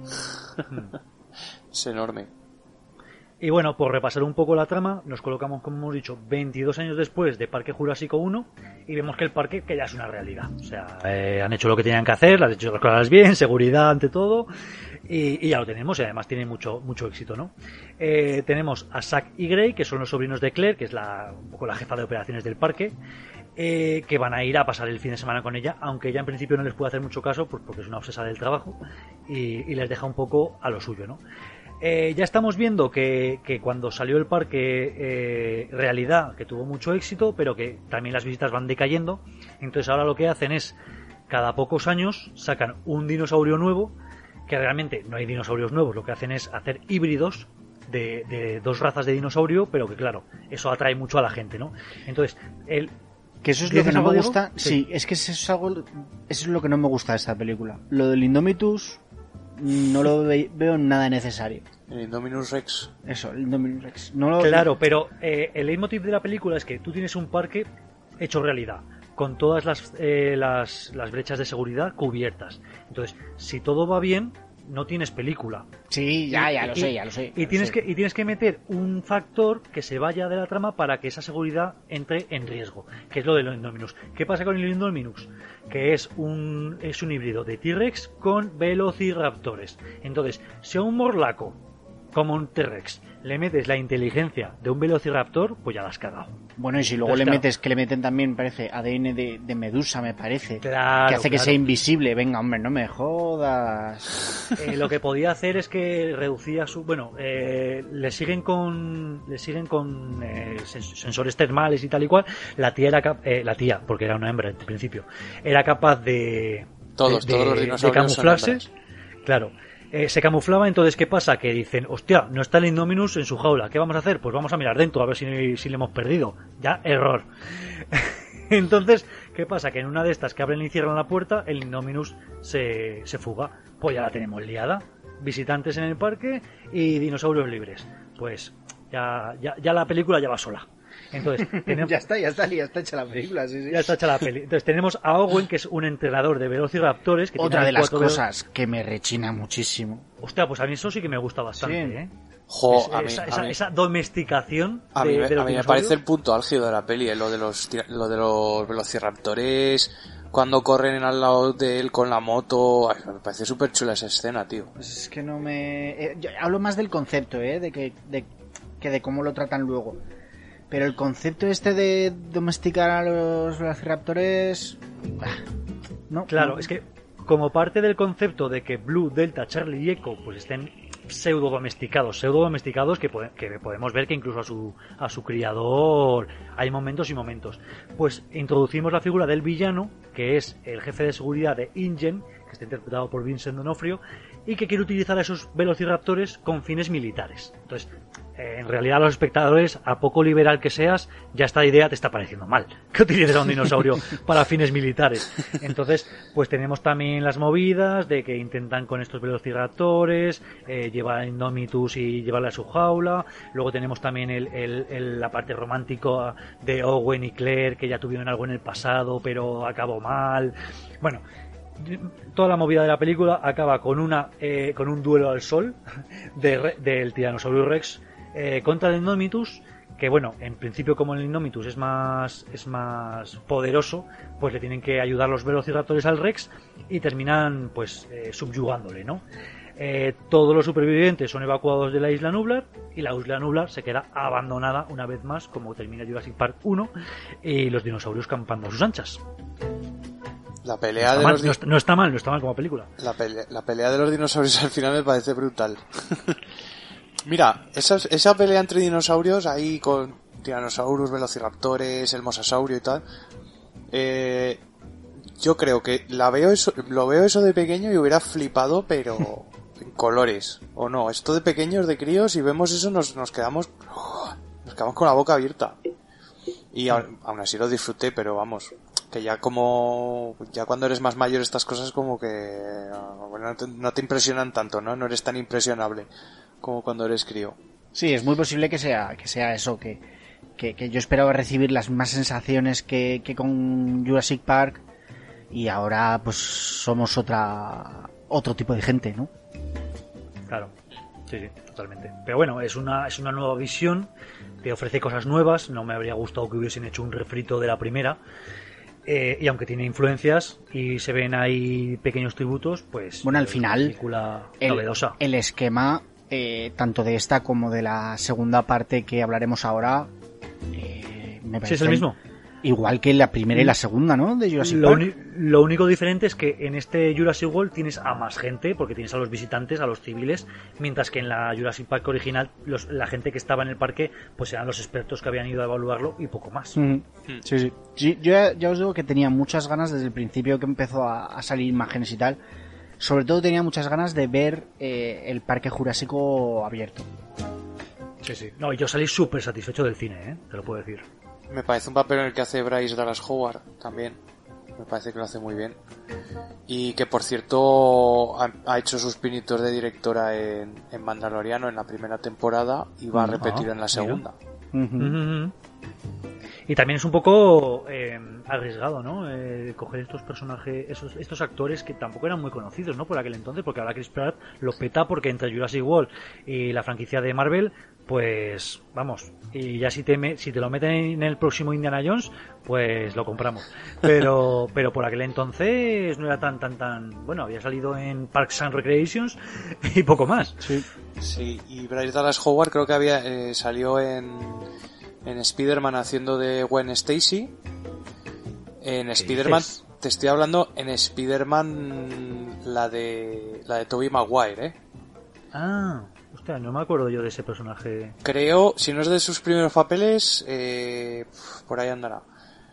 Es enorme. Y bueno, por repasar un poco la trama, nos colocamos, como hemos dicho, 22 años después de Parque Jurásico 1 y vemos que el parque que ya es una realidad. O sea, han hecho lo que tenían que hacer, han hecho las cosas bien, seguridad ante todo, y ya lo tenemos, y además tiene mucho éxito, ¿no? Tenemos a Zack y Gray, que son los sobrinos de Claire, que es un poco la jefa de operaciones del parque, que van a ir a pasar el fin de semana con ella, aunque ella en principio no les puede hacer mucho caso, pues porque es una obsesa del trabajo, y les deja un poco a lo suyo, ¿no? Ya estamos viendo que cuando salió el parque realidad, que tuvo mucho éxito, pero que también las visitas van decayendo. Entonces ahora lo que hacen es, cada pocos años, sacan un dinosaurio nuevo, que realmente no hay dinosaurios nuevos, lo que hacen es hacer híbridos de dos razas de dinosaurio, pero que claro, eso atrae mucho a la gente, ¿no? Entonces, que eso es lo que no me gusta. Sí, es que eso es lo que no me gusta de esta película. Lo del Indomitus no lo veo nada necesario. El Indominus Rex. Eso, el Indominus Rex. Claro, pero el leitmotiv de la película es que tú tienes un parque hecho realidad, con todas las brechas de seguridad cubiertas. Entonces, si todo va bien, no tienes película. Sí, ya lo sé. Y tienes que meter un factor que se vaya de la trama para que esa seguridad entre en riesgo, que es lo del Indominus. ¿Qué pasa con el Indominus? Que es un híbrido de T-Rex con velociraptores. Entonces, si a un morlaco como un T-Rex le metes la inteligencia de un velociraptor, pues ya la has cagado. Bueno, y si luego le metes, que le meten también, parece, ADN de medusa, me parece, claro, que hace que sea invisible. Venga, hombre, no me jodas. Lo que podía hacer es que reducía su... Bueno, le siguen con sensores termales y tal y cual. La tía, porque era una hembra en principio, era capaz de... Todos los dinosaurios de camuflarse. Claro. Se camuflaba, entonces ¿qué pasa? Que dicen, hostia, no está el Indominus en su jaula, ¿qué vamos a hacer? Pues vamos a mirar dentro a ver si le hemos perdido. Ya, error. Entonces, ¿qué pasa? Que en una de estas que abren y cierran la puerta, el Indominus se fuga. Pues ya la tenemos liada. Visitantes en el parque y dinosaurios libres. Pues ya la película ya va sola. Entonces, tenemos... ya está hecha la película, sí. Ya está hecha la peli. Entonces tenemos a Owen, que es un entrenador de velociraptores. Que otra de las cosas que me rechina muchísimo. Hostia, pues a mí eso sí que me gusta bastante, sí. ¿eh? Esa domesticación a mí me parece el punto álgido de la peli, lo de los velociraptores cuando corren al lado de él con la moto. Ay, me parece súper chula esa escena, tío. Pues es que no me... yo hablo más del concepto, de cómo lo tratan luego. Pero el concepto este de domesticar a los velociraptores... no. Claro, es que como parte del concepto de que Blue, Delta, Charlie y Echo pues estén pseudo domesticados que podemos ver que incluso a su criador hay momentos y momentos, pues introducimos la figura del villano, que es el jefe de seguridad de InGen, que está interpretado por Vincent D'Onofrio, y que quiere utilizar a esos velociraptores con fines militares. Entonces, en realidad a los espectadores, a poco liberal que seas, ya esta idea te está pareciendo mal, que utilices a un dinosaurio para fines militares. Entonces, pues tenemos también las movidas de que intentan con estos velociraptores llevar a Indomitus y llevarle a su jaula. Luego tenemos también la parte romántica de Owen y Claire, que ya tuvieron algo en el pasado pero acabó mal. Bueno, toda la movida de la película acaba con un duelo al sol del Tyrannosaurus Rex contra el Indomitus, que bueno, en principio como el Indomitus es más poderoso, pues le tienen que ayudar los velociraptores al Rex y terminan pues subyugándole, ¿no? Todos los supervivientes son evacuados de la isla Nublar y la isla Nublar se queda abandonada una vez más, como termina Jurassic Park 1, y los dinosaurios campando a sus anchas. La pelea no está mal como película. La pelea de los dinosaurios al final me parece brutal. Mira, esa pelea entre dinosaurios ahí con Tyrannosaurus, velociraptores, el mosasaurio y tal, yo creo que lo veo eso de pequeño y hubiera flipado, pero en colores. O no, esto de pequeños, de críos, y vemos eso nos quedamos con la boca abierta. Y aún así lo disfruté, pero vamos, que ya cuando eres más mayor estas cosas como que bueno, no te impresionan tanto, ¿no? No eres tan impresionable como cuando eres crío. Sí, es muy posible que sea eso, que yo esperaba recibir las mismas sensaciones que con Jurassic Park, y ahora pues somos otro tipo de gente, ¿no? Claro, sí, totalmente. Pero bueno, es una nueva visión, te ofrece cosas nuevas. No me habría gustado que hubiesen hecho un refrito de la primera. Y aunque tiene influencias y se ven ahí pequeños tributos, pues bueno, al final película novedosa. El esquema tanto de esta como de la segunda parte que hablaremos ahora me parece es el mismo, igual que la primera y la segunda, ¿no? De Jurassic Park. Lo único diferente es que en este Jurassic World tienes a más gente, porque tienes a los visitantes, a los civiles, mientras que en la Jurassic Park original la gente que estaba en el parque pues eran los expertos que habían ido a evaluarlo y poco más. Sí. Yo ya os digo que tenía muchas ganas desde el principio que empezó a salir imágenes y tal. Sobre todo tenía muchas ganas de ver el parque jurásico abierto. Sí. No, yo salí súper satisfecho del cine, te lo puedo decir. Me parece un papel en el que hace Bryce Dallas Howard también. Me parece que lo hace muy bien. Y que, por cierto, ha hecho sus pinitos de directora en Mandaloriano en la primera temporada y va a repetir en la segunda. Y también es un poco arriesgado, ¿no? Coger estos personajes, estos actores que tampoco eran muy conocidos, ¿no? Por aquel entonces, porque ahora Chris Pratt lo peta porque entre Jurassic World y la franquicia de Marvel, pues vamos, y ya si te lo meten en el próximo Indiana Jones, pues lo compramos. Pero por aquel entonces no era tan bueno, había salido en Parks and Recreations y poco más. Sí, y Bryce Dallas Howard creo que salió en Spider-Man haciendo de Gwen Stacy. En Spider-Man, te estoy hablando en Spider-Man la de Tobey Maguire, Hostia, no me acuerdo yo de ese personaje. Creo, si no es de sus primeros papeles, por ahí andará.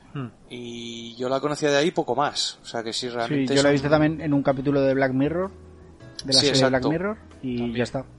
Y yo la conocía de ahí poco más. O sea que sí, realmente. Sí, yo la he visto también en un capítulo de Black Mirror, de la serie Black Mirror, y también. Ya está.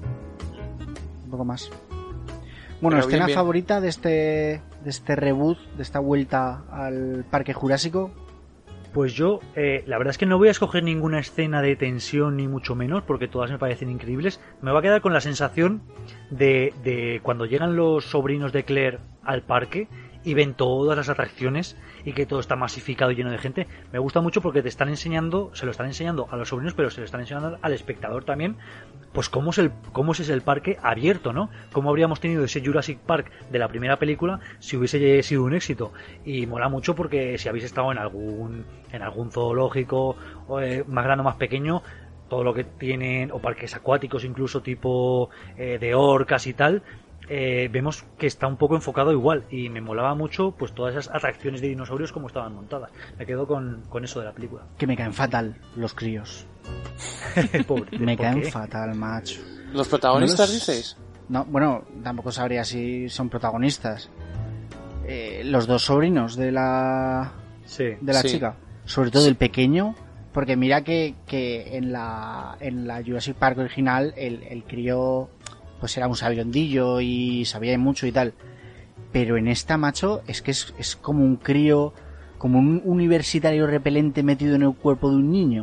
Un poco más. Bueno, pero escena bien. Favorita de este reboot, de esta vuelta al Parque Jurásico. Pues yo, la verdad es que no voy a escoger ninguna escena de tensión ni mucho menos, porque todas me parecen increíbles. Me va a quedar con la sensación de cuando llegan los sobrinos de Claire al parque y ven todas las atracciones y que todo está masificado y lleno de gente. Me gusta mucho porque se lo están enseñando a los sobrinos, pero se lo están enseñando al espectador también, pues cómo es el parque abierto, ¿no? Cómo habríamos tenido ese Jurassic Park de la primera película si hubiese sido un éxito. Y mola mucho porque si habéis estado en algún zoológico, más grande o más pequeño, todo lo que tienen, o parques acuáticos incluso tipo de orcas y tal, vemos que está un poco enfocado igual, y me molaba mucho pues todas esas atracciones de dinosaurios como estaban montadas. Me quedo con eso de la película. Que me caen fatal los críos. Pobre, me caen fatal, macho. ¿Los protagonistas dices? No, bueno, tampoco sabría si son protagonistas. Los dos sobrinos de la chica, sobre todo el pequeño, porque mira que en la Jurassic Park original el crío pues era un sabiondillo y sabía mucho y tal, pero en esta, macho, es que es como un crío, como un universitario repelente metido en el cuerpo de un niño.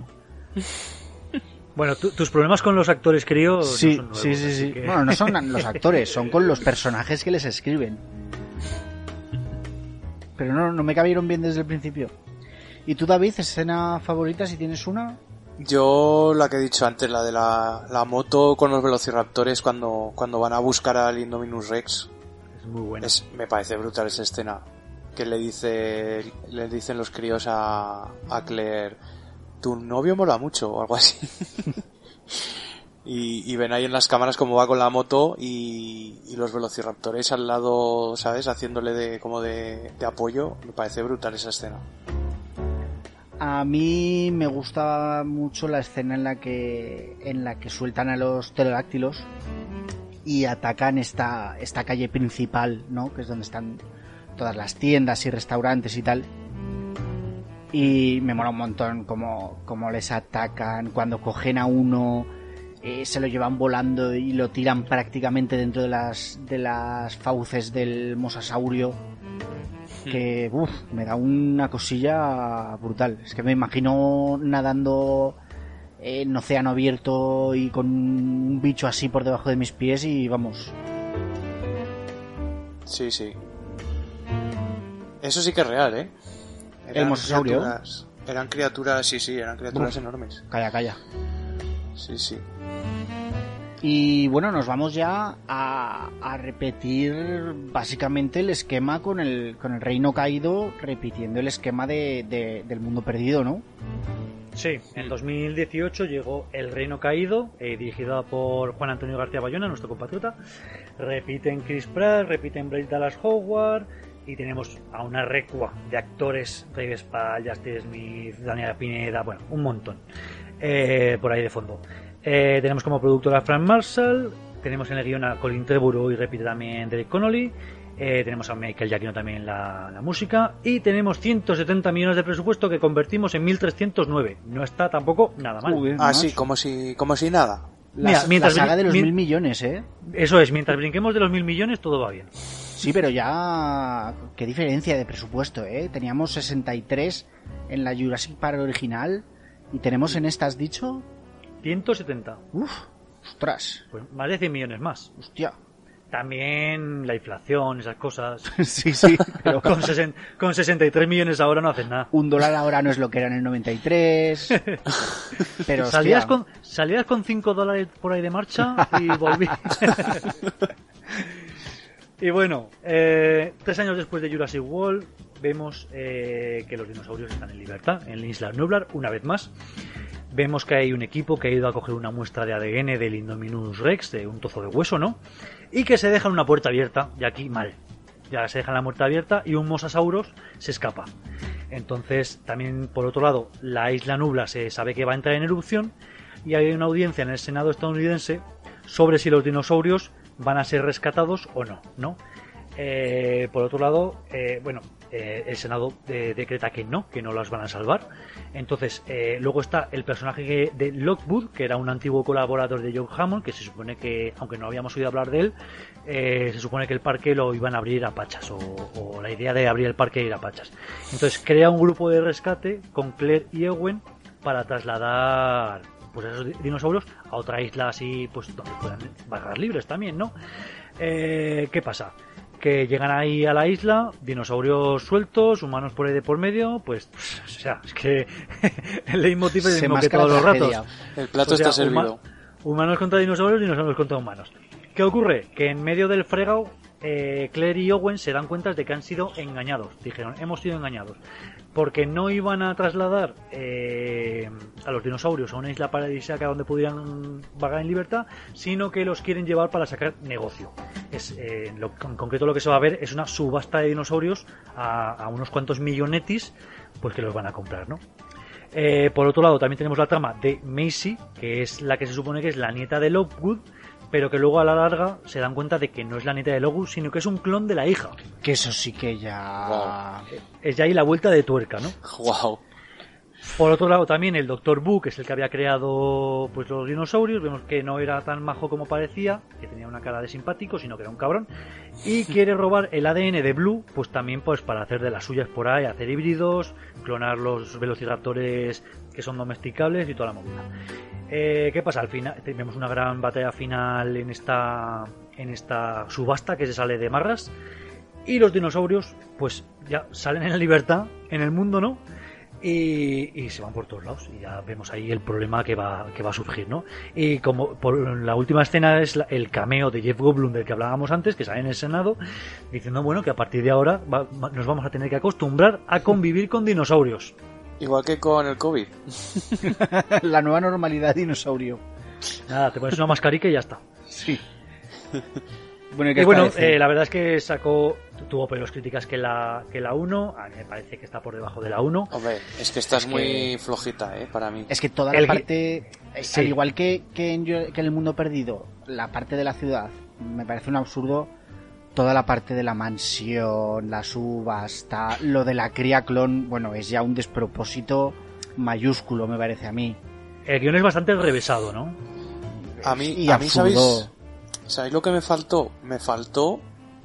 Bueno, tus problemas con los actores críos sí, no son nuevos, sí. Que... Bueno, no son los actores, son con los personajes que les escriben. Pero no me cabieron bien desde el principio. ¿Y tú, David, escena favorita, si tienes una? Yo la que he dicho antes, la de la moto con los velociraptores cuando van a buscar al Indominus Rex. Es muy buena. Me parece brutal esa escena. Que le dicen los críos a Claire, tu novio mola mucho o algo así. y ven ahí en las cámaras cómo va con la moto y los velociraptores al lado, ¿sabes? Haciéndole de apoyo. Me parece brutal esa escena. A mí me gusta mucho la escena en la que sueltan a los pterodáctilos y atacan esta calle principal, ¿no? Que es donde están todas las tiendas y restaurantes y tal. Y me mola un montón cómo les atacan, cuando cogen a uno, se lo llevan volando y lo tiran prácticamente dentro de las fauces del mosasaurio. Que me da una cosilla brutal. Es que me imagino nadando en océano abierto y con un bicho así por debajo de mis pies y vamos. Sí. Eso sí que es real, ¿eh? El mosasaurio. Eran criaturas, eran criaturas enormes. Calla. Sí. Y bueno, nos vamos ya a repetir básicamente el esquema con el Reino Caído, repitiendo el esquema del Mundo Perdido, ¿no? Sí, en 2018 llegó El Reino Caído, dirigido por Juan Antonio García Bayona, nuestro compatriota. Repiten Chris Pratt, repiten Bryce Dallas Howard, y tenemos a una recua de actores: Dave Spall, Justin Smith, Daniela Pineda, bueno, un montón por ahí de fondo. Tenemos como productora a Frank Marshall, tenemos en el guion a Colin Trevorrow y repite también Derek Connolly, tenemos a Michael Giacchino también en la música, y tenemos 170 millones de presupuesto que convertimos en 1.309. No está tampoco nada mal. Sí, como si nada. La saga de los 1.000 millones, ¿eh? Eso es, mientras brinquemos de los 1.000 millones todo va bien. Sí, pero ya... Qué diferencia de presupuesto, ¿eh? Teníamos 63 en la Jurassic Park original y tenemos en esta, ¿has dicho? 170. Uf, ostras. Pues más de 100 millones más. Hostia. También la inflación, esas cosas. Sí, pero... con 63 millones ahora no hacen nada. $1 ahora no es lo que era en el 93. Pero salías con $5 por ahí de marcha y volví. Y bueno, 3 años después de Jurassic World vemos que los dinosaurios están en libertad en la isla Nublar una vez más. Vemos que hay un equipo que ha ido a coger una muestra de ADN del Indominus Rex, de un trozo de hueso, ¿no? Y que se dejan una puerta abierta, y aquí mal. Ya se dejan la puerta abierta y un Mosasaurus se escapa. Entonces, también por otro lado, la isla Nublar se sabe que va a entrar en erupción y hay una audiencia en el Senado estadounidense sobre si los dinosaurios van a ser rescatados o no, ¿no? Por otro lado, el Senado decreta que no los van a salvar. Entonces, luego está el personaje de Lockwood, que era un antiguo colaborador de John Hammond, que se supone que, aunque no habíamos oído hablar de él, se supone que el parque lo iban a abrir a Pachas, o la idea de abrir el parque ir a Pachas. Entonces, crea un grupo de rescate con Claire y Owen para trasladar pues esos dinosaurios a otra isla así, pues donde puedan vagar libres también, ¿no? ¿Qué pasa? Que llegan ahí a la isla, dinosaurios sueltos, humanos por ahí de por medio, pues, o sea, es que el leitmotiv es el mismo que todos los ratos. El plato está servido. Humanos contra dinosaurios, dinosaurios contra humanos. ¿Qué ocurre? Que en medio del fregado, Claire y Owen se dan cuenta de que han sido engañados. Dijeron, hemos sido engañados. Porque no iban a trasladar a los dinosaurios a una isla paradisíaca donde pudieran vagar en libertad, sino que los quieren llevar para sacar negocio. En concreto lo que se va a ver es una subasta de dinosaurios a unos cuantos millonetis, pues que los van a comprar, ¿no? Por otro lado, también tenemos la trama de Maisie, que es la que se supone que es la nieta de Lockwood, pero que luego a la larga se dan cuenta de que no es la nieta de Lockwood, sino que es un clon de la hija. Que eso sí que ya... Wow. Es ya ahí la vuelta de tuerca, ¿no? Wow. Por otro lado también el Dr. Boo, que es el que había creado pues los dinosaurios, vemos que no era tan majo como parecía, que tenía una cara de simpático, sino que era un cabrón, y quiere robar el ADN de Blue, pues también pues para hacer de las suyas por ahí, hacer híbridos, clonar los velociraptores que son domesticables y toda la movida. ¿Qué pasa? Al final tenemos una gran batalla final en esta subasta que se sale de Marras, y los dinosaurios pues ya salen en la libertad en el mundo, ¿no? Y se van por todos lados y ya vemos ahí el problema que va a surgir, ¿no? Y como por la última escena es el cameo de Jeff Goldblum del que hablábamos antes, que sale en el Senado diciendo, bueno, que a partir de ahora nos vamos a tener que acostumbrar a convivir con dinosaurios. Igual que con el COVID. La nueva normalidad dinosaurio. Nada, te pones una mascarilla y ya está. Sí. Y bueno, la verdad es que tuvo peores críticas que la 1. A mí me parece que está por debajo de la 1. Hombre, es que esta es muy flojita, para mí. Es que toda la parte, sí. Al igual que en El Mundo Perdido, la parte de la ciudad, me parece un absurdo. Toda la parte de la mansión, la subasta, lo de la cría clon, bueno, es ya un despropósito mayúsculo, me parece a mí. El guión es bastante revesado, ¿no? A mí ¿sabéis lo que me faltó? Me faltó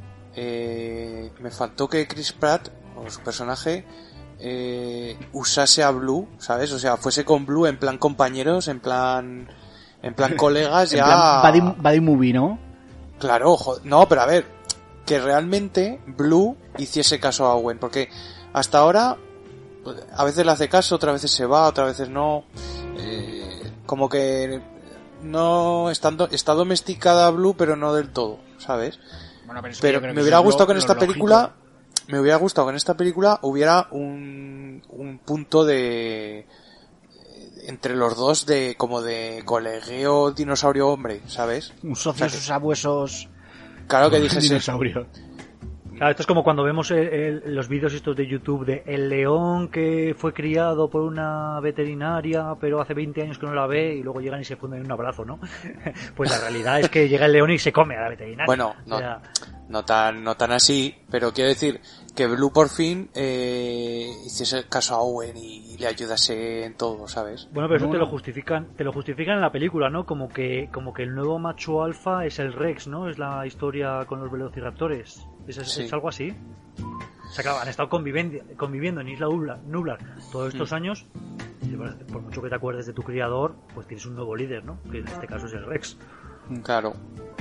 que Chris Pratt, o su personaje, usase a Blue, ¿sabes? O sea, fuese con Blue en plan compañeros, en plan colegas, en ya... plan buddy movie, ¿no? Claro, no, pero a ver, que realmente Blue hiciese caso a Owen, porque hasta ahora a veces le hace caso, otras veces se va, otras veces no, como que no está domesticada Blue, pero no del todo, ¿sabes? Bueno, pero me hubiera gustado que en esta película hubiera un punto de entre los dos de como de colegueo dinosaurio hombre, ¿sabes? Un socio sus abuesos. Claro que dijese dinosaurio. Claro, esto es como cuando vemos los vídeos estos de YouTube de el león que fue criado por una veterinaria pero hace 20 años que no la ve y luego llegan y se funden en un abrazo, ¿no? Pues la realidad es que llega el león y se come a la veterinaria. Bueno, no, o sea, no tan así, pero quiero decir que Blue por fin hiciese caso a Owen y le ayudase en todo, ¿sabes? Bueno, pero eso te lo justifican en la película, ¿no? Como que el nuevo macho alfa es el Rex, ¿no? Es la historia con los velociraptores. ¿Es algo así? O sea, claro, han estado conviviendo en Isla Nublar todos estos años. Y por mucho que te acuerdes de tu criador, pues tienes un nuevo líder, ¿no? Que en este caso es el Rex. Claro.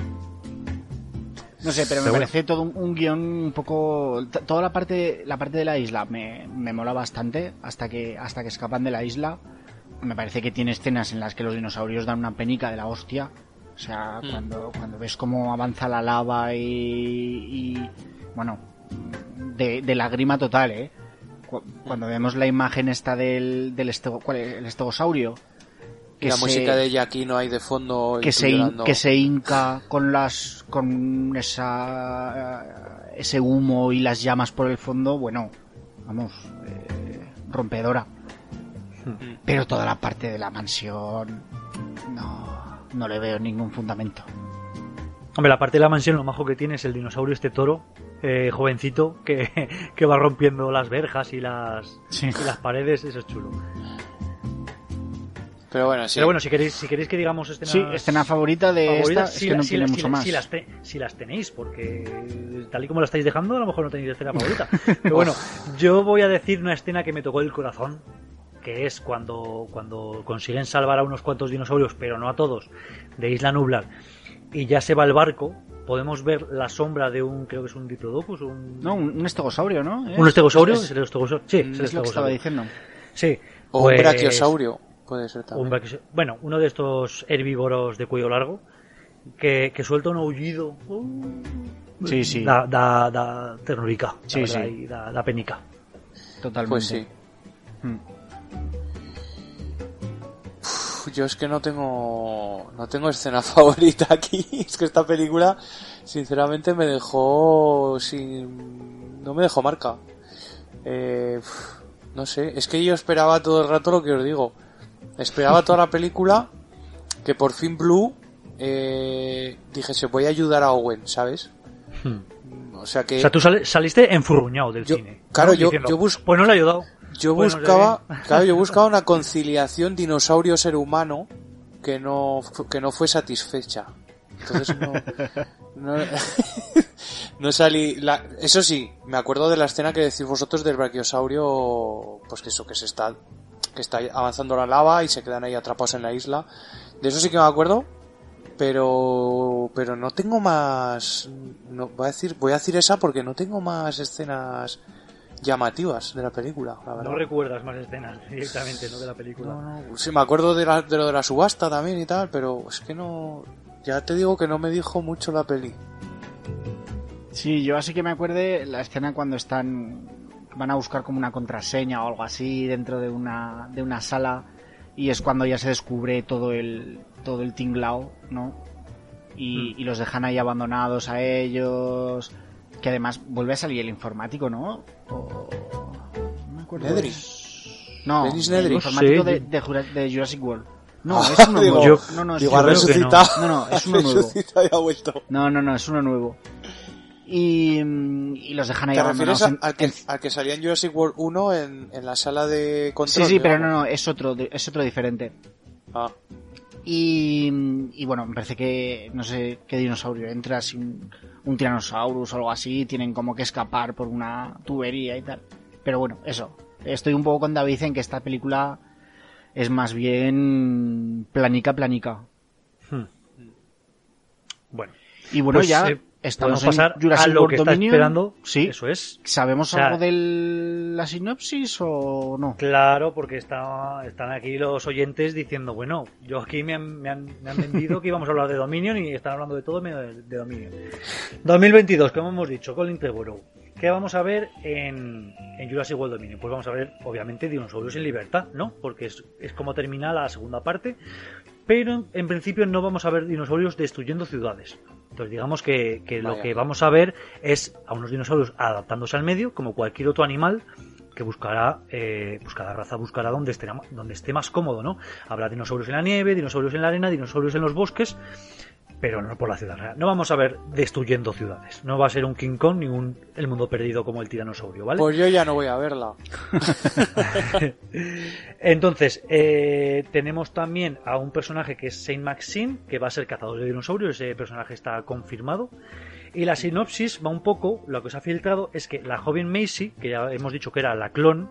No sé, pero me parece todo un guión un poco... Toda la parte de la isla me mola bastante hasta que escapan de la isla. Me parece que tiene escenas en las que los dinosaurios dan una penica de la hostia. O sea, cuando ves cómo avanza la lava y bueno, de lágrima total, ¿eh? Cuando vemos la imagen esta del ¿cuál es? El estegosaurio. Que la música de Giacchino ahí de fondo que se hinca con ese humo y las llamas por el fondo, bueno, vamos, rompedora. Pero toda la parte de la mansión no le veo ningún fundamento. Hombre, la parte de la mansión, lo majo que tiene es el dinosaurio toro, jovencito, que va rompiendo las verjas y las paredes. Eso es chulo. Pero bueno, sí. Pero bueno, si queréis que digamos escenas... Sí, escena favorita de esta es que no tiene mucho más. Si las tenéis, porque tal y como la estáis dejando, a lo mejor no tenéis escena favorita. Pero bueno, yo voy a decir una escena que me tocó el corazón, que es cuando consiguen salvar a unos cuantos dinosaurios, pero no a todos, de Isla Nublar, y ya se va el barco. Podemos ver la sombra de creo que es un Diplodocus, un estegosaurio, ¿no? ¿Un estegosaurio? ¿Es el estegosaurio? Sí, es lo que estaba diciendo. Sí. O un brachiosaurio. Puede ser también. Bueno, uno de estos herbívoros de cuello largo que suelta un aullido. Sí. Da ternurica. Sí. Y da penica. Totalmente. Pues sí. Yo es que no tengo escena favorita aquí. Es que esta película, sinceramente, no me dejó marca. No sé, es que yo esperaba todo el rato lo que os digo. Esperaba toda la película que por fin Blue dijese voy a ayudar a Owen, ¿sabes? O sea tú saliste enfurruñado del cine. Claro, ¿no? Pues no le ha ayudado. Yo buscaba una conciliación dinosaurio-ser humano que no fue satisfecha. Entonces no salí... Eso sí, me acuerdo de la escena que decís vosotros del brachiosaurio, pues que está avanzando la lava y se quedan ahí atrapados en la isla. De eso sí que me acuerdo, pero no tengo más... voy a decir esa porque no tengo más escenas llamativas de la película, la verdad. No recuerdas más escenas directamente, ¿no? De la película. No. Sí, me acuerdo de lo de la subasta también y tal, pero es que no... Ya te digo que no me dijo mucho la peli. Sí, yo así que me acuerde la escena cuando van a buscar como una contraseña o algo así dentro de una sala, y es cuando ya se descubre todo el tinglao, ¿no? Y los dejan ahí abandonados a ellos, que además vuelve a salir el informático, ¿no? No me acuerdo. Nedry. No, el informático de Jurassic World. No, es uno nuevo. Ha resucitado. No, es uno nuevo. Y ha vuelto. No, es uno nuevo. Y los dejan ahí abandonados. ¿Te refieres al que salía en Jurassic World 1 en la sala de control? Sí, pero no, es otro diferente. Ah. Y bueno, me parece que no sé qué dinosaurio entra, si un Tyrannosaurus o algo así, tienen como que escapar por una tubería y tal. Pero bueno, eso. Estoy un poco con David en que esta película es más bien planica. Bueno. Y bueno, pues, ya estamos en Jurassic a lo World que está Dominion. Esperando. Sí. Eso es. ¿Sabemos algo de la sinopsis o no? Claro, porque están aquí los oyentes diciendo, bueno, yo aquí me han vendido que íbamos a hablar de Dominion y están hablando de todo menos de Dominion. 2022, como hemos dicho, Colin Trevorrow. ¿Qué vamos a ver en Jurassic World Dominion? Pues vamos a ver, obviamente, dinosaurios en libertad, ¿no? Porque es como termina la segunda parte. Pero en principio no vamos a ver dinosaurios destruyendo ciudades. Entonces digamos que lo que vamos a ver es a unos dinosaurios adaptándose al medio, como cualquier otro animal que buscará, pues cada raza buscará donde esté más cómodo, ¿no? Habrá dinosaurios en la nieve, dinosaurios en la arena, dinosaurios en los bosques. pero no por la ciudad real. No vamos a ver destruyendo ciudades. No va a ser un King Kong ni un El Mundo Perdido como el tiranosaurio, ¿vale? Pues yo ya no voy a verla. Entonces, tenemos también a un personaje que es Saint Maxine, que va a ser cazador de dinosaurios. Ese personaje está confirmado. Y la sinopsis va un poco, lo que se ha filtrado es que la joven Maisie, que ya hemos dicho que era la clon,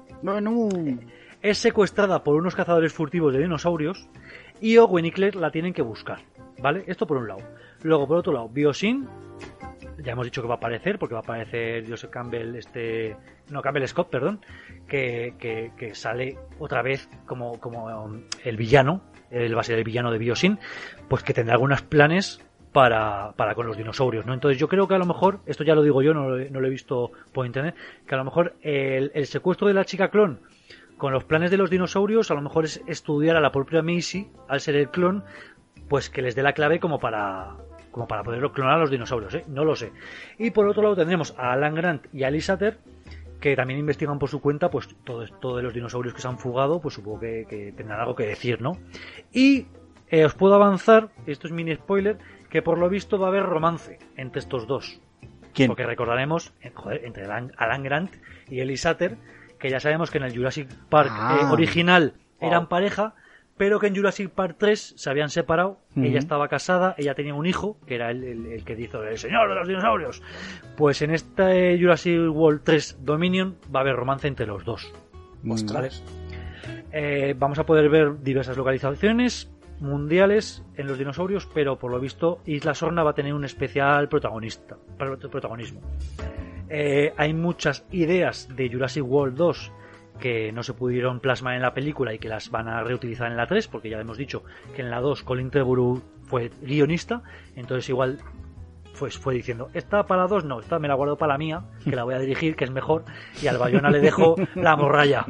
es secuestrada por unos cazadores furtivos de dinosaurios y Owen y Claire la tienen que buscar, ¿vale? Esto por un lado. Luego, por otro lado, Biosyn, ya hemos dicho que va a aparecer, porque va a aparecer Joseph Campbell, Campbell Scott, perdón, que sale otra vez como el villano, él va a ser el villano de Biosyn, pues que tendrá algunos planes para con los dinosaurios, ¿no? Entonces yo creo que a lo mejor, esto ya lo digo yo, no lo he visto por internet, que a lo mejor el secuestro de la chica clon con los planes de los dinosaurios a lo mejor es estudiar a la propia Maisie, al ser el clon, pues que les dé la clave como para poder clonar a los dinosaurios, ¿eh? No lo sé. Y por otro lado tendremos a Alan Grant y a Ellie Satter, que también investigan por su cuenta pues todo de los dinosaurios que se han fugado, pues supongo que tendrán algo que decir, ¿no? Y os puedo avanzar, esto es mini spoiler, que por lo visto va a haber romance entre estos dos. ¿Quién? Porque recordaremos, entre Alan Grant y Ellie Satter, que ya sabemos que en el Jurassic Park original eran pareja, pero que en Jurassic Park 3 se habían separado. Ella estaba casada, ella tenía un hijo, que era el que hizo el señor de los dinosaurios. Pues en este Jurassic World 3 Dominion va a haber romance entre los dos. ¿Vale? Vamos a poder ver diversas localizaciones mundiales en los dinosaurios, pero por lo visto Isla Sorna va a tener un especial protagonismo. Hay muchas ideas de Jurassic World 2 que no se pudieron plasmar en la película y que las van a reutilizar en la 3, porque ya hemos dicho que en la 2 Colin Trevorrow fue guionista, entonces igual pues fue diciendo, esta para la 2 no, esta me la guardo para la mía, que la voy a dirigir, que es mejor, y al Bayona le dejo la morralla.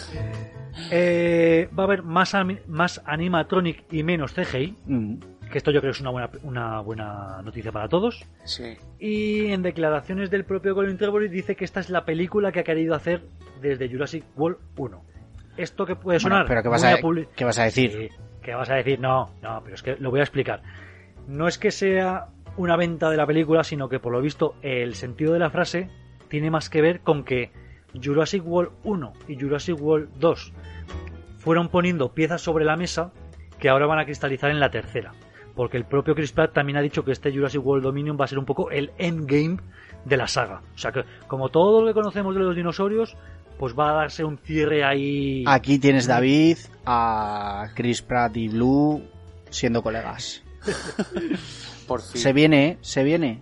Va a haber más animatronic y menos CGI, que esto yo creo que es una buena noticia para todos. Sí. Y en declaraciones del propio Colin Trevorrow dice que esta es la película que ha querido hacer desde Jurassic World 1. Esto que puede sonar... Bueno, pero ¿qué vas a decir? Sí, ¿qué vas a decir? No, pero es que lo voy a explicar. No es que sea una venta de la película, sino que por lo visto el sentido de la frase tiene más que ver con que Jurassic World 1 y Jurassic World 2 fueron poniendo piezas sobre la mesa que ahora van a cristalizar en la tercera, porque el propio Chris Pratt también ha dicho que este Jurassic World Dominion va a ser un poco el endgame de la saga, o sea que como todo lo que conocemos de los dinosaurios, pues va a darse un cierre ahí. Aquí tienes, David, a Chris Pratt y Blue siendo colegas. Por fin. Se viene. Se viene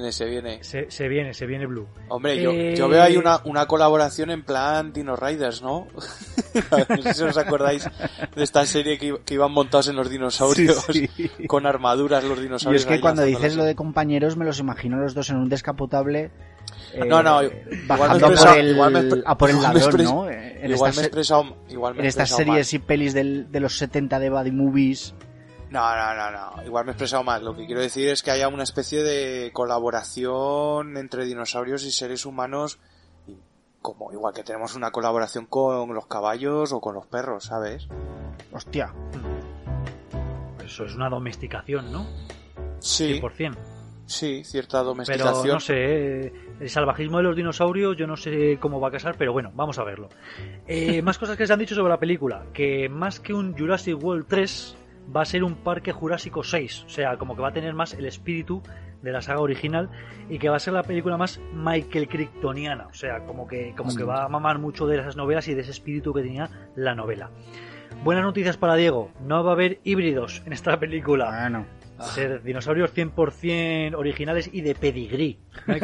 Blue. Hombre, yo veo ahí una colaboración en plan Dino Riders, ¿no? No sé si os acordáis de esta serie que iban montados en los dinosaurios, sí. Con armaduras los dinosaurios. Y es que cuando dices lo de compañeros me los imagino los dos en un descapotable. Bajando a por el ladrón, ¿no? Igual me he expresado en estas series y pelis de los 70 de Buddy Movies. No. Igual me he expresado mal. Lo que quiero decir es que haya una especie de colaboración entre dinosaurios y seres humanos, como igual que tenemos una colaboración con los caballos o con los perros, ¿sabes? Hostia. Eso es una domesticación, ¿no? Sí. 100%. Sí, cierta domesticación. Pero no sé, el salvajismo de los dinosaurios yo no sé cómo va a casar, pero bueno, vamos a verlo. Más cosas que se han dicho sobre la película, que más que un Jurassic World 3 va a ser un Parque Jurásico 6, o sea, como que va a tener más el espíritu de la saga original y que va a ser la película más Michael Crichtoniana, o sea, como que va a mamar mucho de esas novelas y de ese espíritu que tenía la novela. Buenas noticias para Diego, no va a haber híbridos en esta película. Bueno. Va a ser dinosaurios 100% originales y de pedigrí.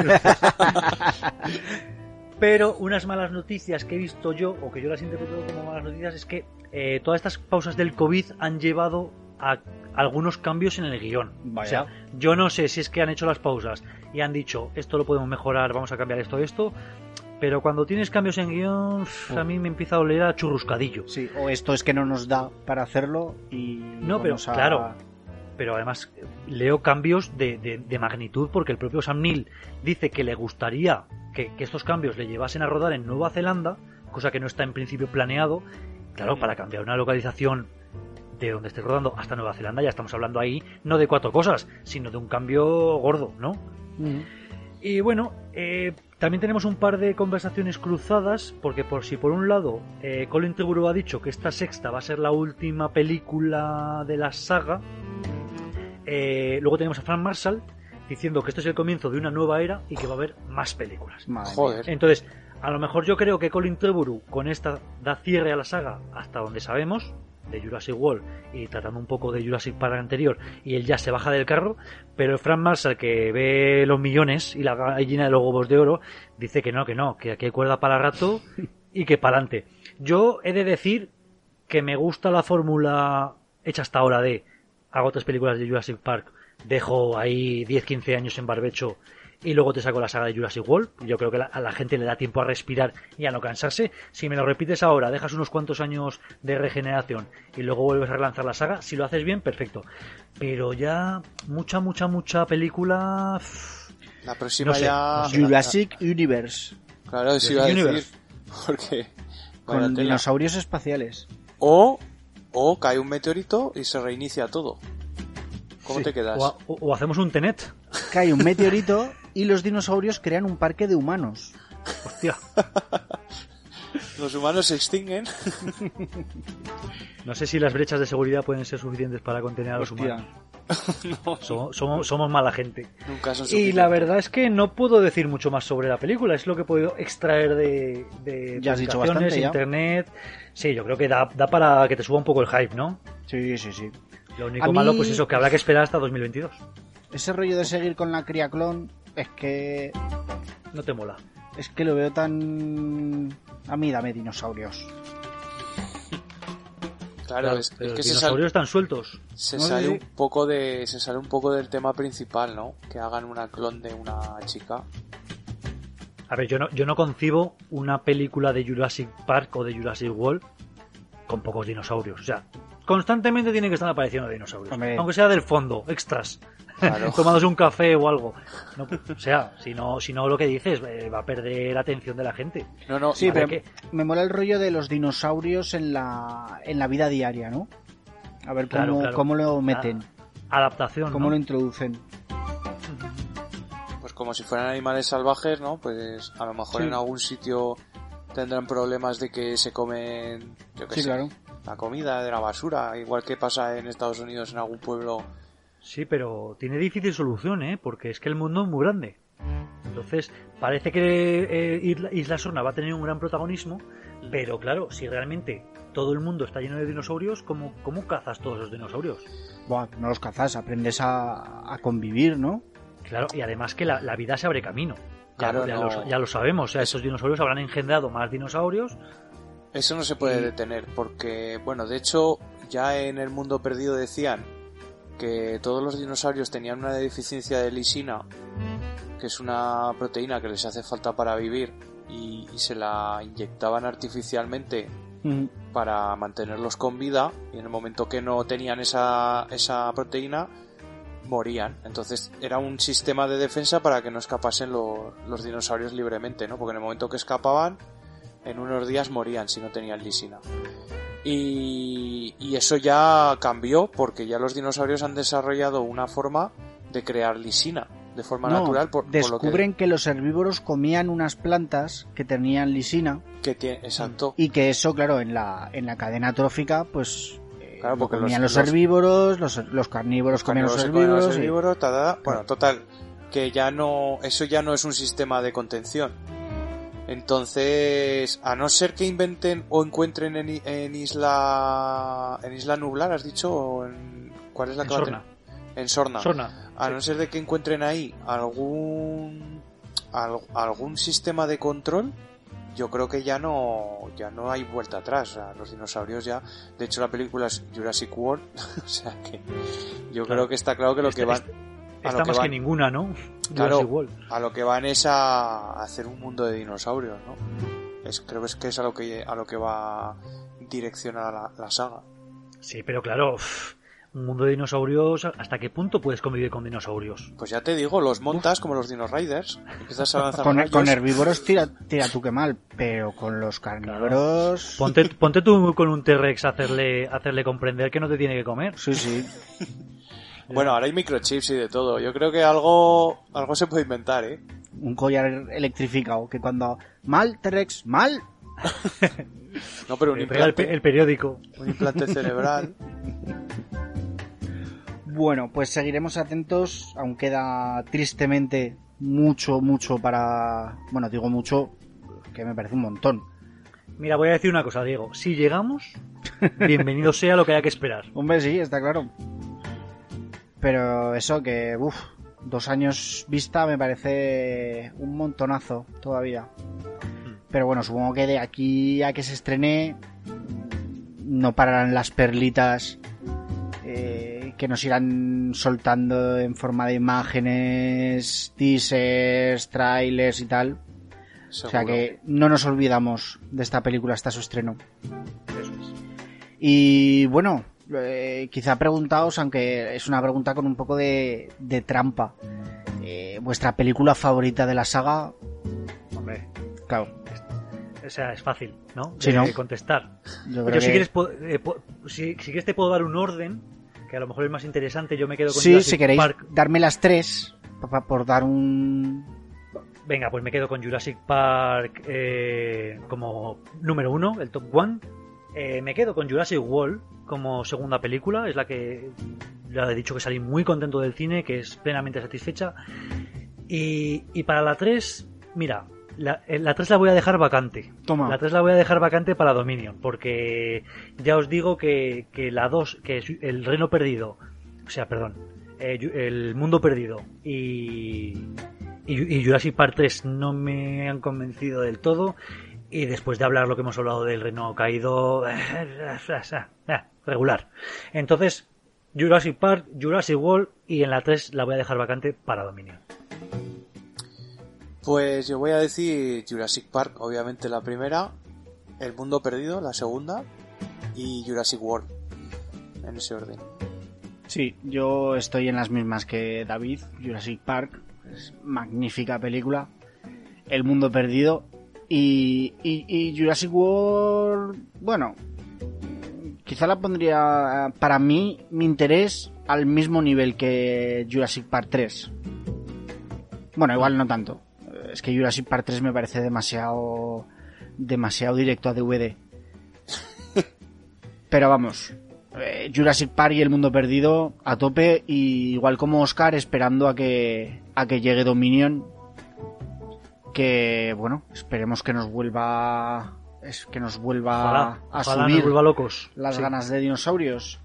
Pero unas malas noticias que he visto yo, o que yo las interpreto como malas noticias, es que todas estas pausas del COVID han llevado a algunos cambios en el guión. Vaya. O sea, yo no sé si es que han hecho las pausas y han dicho, esto lo podemos mejorar, vamos a cambiar esto, pero cuando tienes cambios en guión, a mí me empieza a oler a churruscadillo. Sí, o esto es que no nos da para hacerlo y... No, pero claro, pero además leo cambios de magnitud, porque el propio Sam Neill dice que le gustaría que estos cambios le llevasen a rodar en Nueva Zelanda, cosa que no está en principio planeado. Claro, para cambiar una localización de donde esté rodando hasta Nueva Zelanda, ya estamos hablando ahí no de 4 cosas, sino de un cambio gordo, ¿no? Y bueno, también tenemos un par de conversaciones cruzadas, porque por un lado Colin Trevorrow ha dicho que esta sexta va a ser la última película de la saga, luego tenemos a Frank Marshall diciendo que esto es el comienzo de una nueva era y que va a haber más películas. Joder. Entonces, a lo mejor yo creo que Colin Trevorrow con esta da cierre a la saga hasta donde sabemos, de Jurassic World, y tratando un poco de Jurassic Park anterior, y él ya se baja del carro, pero el Frank Marshall, que ve los millones y la gallina de los huevos de oro, dice que aquí hay cuerda para rato y que para adelante. Yo he de decir que me gusta la fórmula hecha hasta ahora de hago 3 películas de Jurassic Park, dejo ahí 10-15 años en barbecho y luego te saco la saga de Jurassic World. Yo creo que a la gente le da tiempo a respirar y a no cansarse. Si me lo repites ahora, dejas unos cuantos años de regeneración y luego vuelves a relanzar la saga, si lo haces bien, perfecto. Pero ya mucha película... La próxima no sé, ya... no sé. Jurassic Universe. Claro, eso iba a decir. Universe. Porque... Con vaya tela. dinosaurios espaciales. O cae un meteorito y se reinicia todo. ¿Cómo te quedas? O hacemos un Tenet. Cae un meteorito y los dinosaurios crean un parque de humanos. Hostia. Los humanos se extinguen. No sé si las brechas de seguridad pueden ser suficientes para contener a los Hostia. humanos. Somos mala gente. Nunca son Y suficientes. la verdad es que no puedo decir mucho más sobre la película. Es lo que he podido extraer de Ya has dicho publicaciones, bastante, ya. internet. Sí, yo creo que da para que te suba un poco el hype, ¿no? Sí. Lo único A mí- malo, pues eso, que habrá que esperar hasta 2022. Ese rollo de seguir con la cría clon es que No te mola. lo veo tan... A mí dame dinosaurios. Claro, es pero que los se dinosaurios están sueltos. sale un poco del tema principal, ¿no? Que hagan una clon de una chica. A ver, yo no concibo una película de Jurassic Park o de Jurassic World con pocos dinosaurios. O sea, constantemente tienen que estar apareciendo dinosaurios. Hombre. Aunque sea del fondo, extras. Claro. Tomándose un café o algo. No, o sea, si no lo que dices, va a perder la atención de la gente. No, Sí, ¿para pero qué? me mola el rollo de los dinosaurios en la vida diaria, ¿no? A ver cómo, Claro. cómo lo meten, Adaptación, cómo ¿no? lo introducen. pues como si fueran animales salvajes, ¿no? Pues a lo mejor Sí. en algún sitio tendrán problemas de que se comen, yo qué Sí, sé, claro. la comida de la basura, igual que pasa en Estados Unidos en algún pueblo. Sí, pero tiene difícil solución, ¿eh? Porque es que el mundo es muy grande. Entonces, parece que Isla Sorna va a tener un gran protagonismo, pero claro, si realmente todo el mundo está lleno de dinosaurios, ¿cómo cazas todos los dinosaurios? Buah, no los cazas, aprendes a convivir, ¿no? Claro, y además que la vida se abre camino. Claro, ya, no. ya lo sabemos, o sea, esos dinosaurios habrán engendrado más dinosaurios. Eso no se puede detener, porque, bueno, de hecho, ya en El Mundo Perdido decían que todos los dinosaurios tenían una deficiencia de lisina, que es una proteína que les hace falta para vivir, y se la inyectaban artificialmente para mantenerlos con vida, y en el momento que no tenían esa proteína, morían. Entonces era un sistema de defensa para que no escapasen los dinosaurios libremente, ¿no? Porque en el momento que escapaban, en unos días morían si no tenían lisina. Y eso ya cambió, porque ya los dinosaurios han desarrollado una forma de crear lisina de forma natural. Por descubren que los herbívoros comían unas plantas que tenían lisina. Exacto. Y que eso, claro, en la cadena trófica, pues Claro, porque comían los herbívoros, los carnívoros comían los herbívoros. Bueno, total, que ya no, eso ya no es un sistema de contención. Entonces, a no ser que inventen o encuentren en Isla Nublar, ¿has dicho? ¿O ¿cuál es la En que va a Sorna. tener? En Sorna. A sí. no ser de que encuentren ahí algún sistema de control, yo creo que ya no hay vuelta atrás. O sea, los dinosaurios ya, de hecho la película es Jurassic World, o sea que yo creo que está claro que lo que van está más que ninguna, ¿no? Claro, Jurassic World. a lo que van es a hacer un mundo de dinosaurios, ¿no? Creo que es a lo que va direccionada la saga. Sí, pero claro, Un mundo de dinosaurios, ¿hasta qué punto puedes convivir con dinosaurios? Pues ya te digo, los montas como los Dino Riders. Empiezas a lanzar Con rayos. herbívoros tira tú que mal, pero con los carnívoros... Ponte tú con un T-Rex a hacerle comprender que no te tiene que comer. Sí, sí. Bueno, ahora hay microchips y de todo. Yo creo que algo se puede inventar, ¿eh? Un collar electrificado que cuando... Mal, T-Rex, mal. No, pero un Pega implante, el periódico. un implante cerebral. Bueno, pues seguiremos atentos. Aún queda tristemente mucho para... Bueno, digo mucho, que me parece un montón. Mira, voy a decir una cosa, Diego. Si llegamos, bienvenido sea lo que haya que esperar. Hombre, sí, está claro. Pero eso que, 2 años vista me parece un montonazo todavía. Pero bueno, supongo que de aquí a que se estrene no pararán las perlitas que nos irán soltando en forma de imágenes, teasers, trailers y tal. Seguro. O sea que no nos olvidamos de esta película hasta su estreno. Eso es. Y bueno, quizá preguntaos, aunque es una pregunta con un poco de trampa, ¿vuestra película favorita de la saga? Hombre, Claro, o sea, es fácil, ¿no? Sí, De ¿no? contestar. yo creo Yo si que... quieres, si quieres te puedo dar un orden, que a lo mejor es más interesante. Yo me quedo con Sí, Jurassic si queréis Park. darme las 3 por dar un... Venga, pues me quedo con Jurassic Park como número 1, el top 1. Me quedo con Jurassic World como segunda película. Es la que ya he dicho que salí muy contento del cine, que es plenamente satisfecha. Y para la 3, mira, la 3 la voy a dejar vacante. Toma. La 3 la voy a dejar vacante para Dominion, porque ya os digo que la 2, que es el Reino Perdido, o sea, perdón, el Mundo Perdido y Jurassic Park 3 no me han convencido del todo. Y después de hablar lo que hemos hablado del Reino Caído, regular. Entonces, Jurassic Park, Jurassic World, y en la 3 la voy a dejar vacante para Dominion. Pues yo voy a decir Jurassic Park, obviamente la primera, El Mundo Perdido, la segunda, y Jurassic World, en ese orden. Sí, yo estoy en las mismas que David. Jurassic Park es magnífica película. El Mundo Perdido y Jurassic World, bueno, quizá la pondría, para mí, mi interés al mismo nivel que Jurassic Park 3. Bueno, igual no tanto. Es que Jurassic Park 3 me parece demasiado directo a DVD. Pero vamos, Jurassic Park y El Mundo Perdido a tope, y igual como Oscar, esperando a que llegue Dominion, que bueno, esperemos que nos vuelva Ojalá a nos subir vuelva locos. las Sí. ganas de dinosaurios.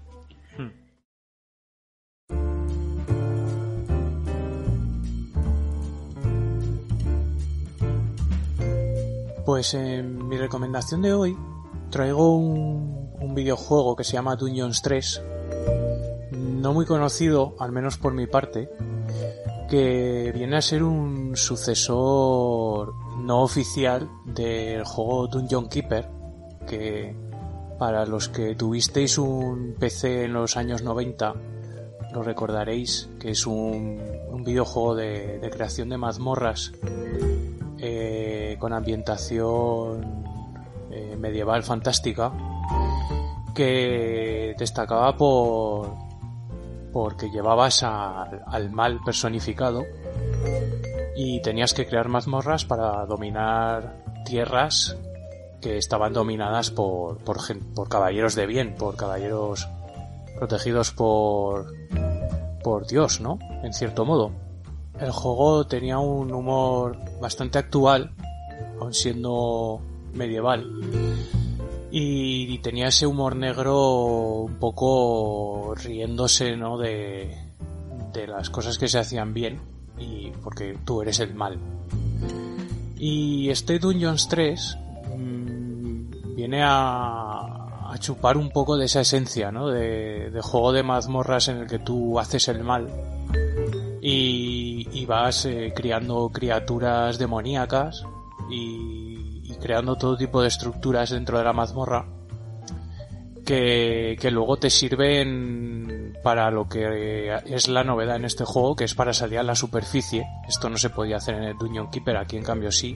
Pues en mi recomendación de hoy traigo un videojuego que se llama Dungeons 3, no muy conocido, al menos por mi parte, que viene a ser un sucesor no oficial del juego Dungeon Keeper, que para los que tuvisteis un PC en los años 90 lo recordaréis, que es un videojuego de creación de mazmorras con ambientación medieval fantástica, que destacaba porque llevabas al mal personificado y tenías que crear mazmorras para dominar tierras que estaban dominadas por caballeros de bien, por caballeros protegidos por Dios, ¿no? En cierto modo. El juego tenía un humor bastante actual, aun siendo medieval, y tenía ese humor negro un poco riéndose, ¿no? de las cosas que se hacían bien, y porque tú eres el mal. Y este Dungeons 3 viene a chupar un poco de esa esencia, ¿no? De juego de mazmorras en el que tú haces el mal y vas criando criaturas demoníacas y creando todo tipo de estructuras dentro de la mazmorra que luego te sirven para lo que es la novedad en este juego, que es para salir a la superficie. Esto no se podía hacer en el Dungeon Keeper, aquí en cambio sí.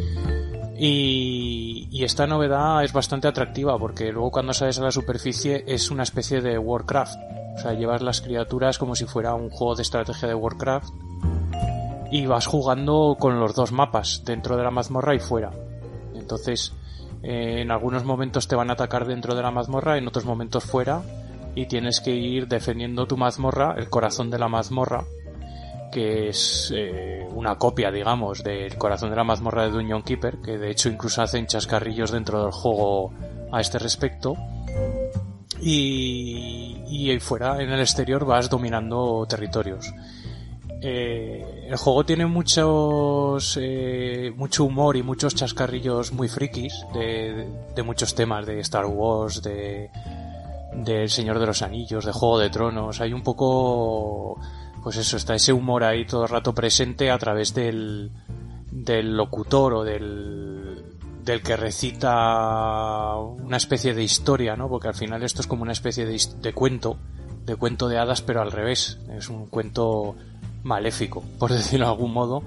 Y esta novedad es bastante atractiva porque luego cuando sales a la superficie es una especie de Warcraft. O sea, llevas las criaturas como si fuera un juego de estrategia de Warcraft y vas jugando con los dos mapas, dentro de la mazmorra y fuera. Entonces, en algunos momentos te van a atacar dentro de la mazmorra, en otros momentos fuera, y tienes que ir defendiendo tu mazmorra, el corazón de la mazmorra, que es una copia, digamos, del corazón de la mazmorra de Dungeon Keeper, que de hecho incluso hacen chascarrillos dentro del juego a este respecto. Y ahí fuera, en el exterior, vas dominando territorios. El juego tiene mucho humor y muchos chascarrillos muy frikis de muchos temas, de Star Wars, de El Señor de los Anillos, de Juego de Tronos. Hay un poco, pues eso, está ese humor ahí todo el rato presente a través del locutor o del que recita una especie de historia, ¿no? Porque al final esto es como una especie de cuento de hadas, pero al revés. Es un cuento maléfico, por decirlo de algún modo.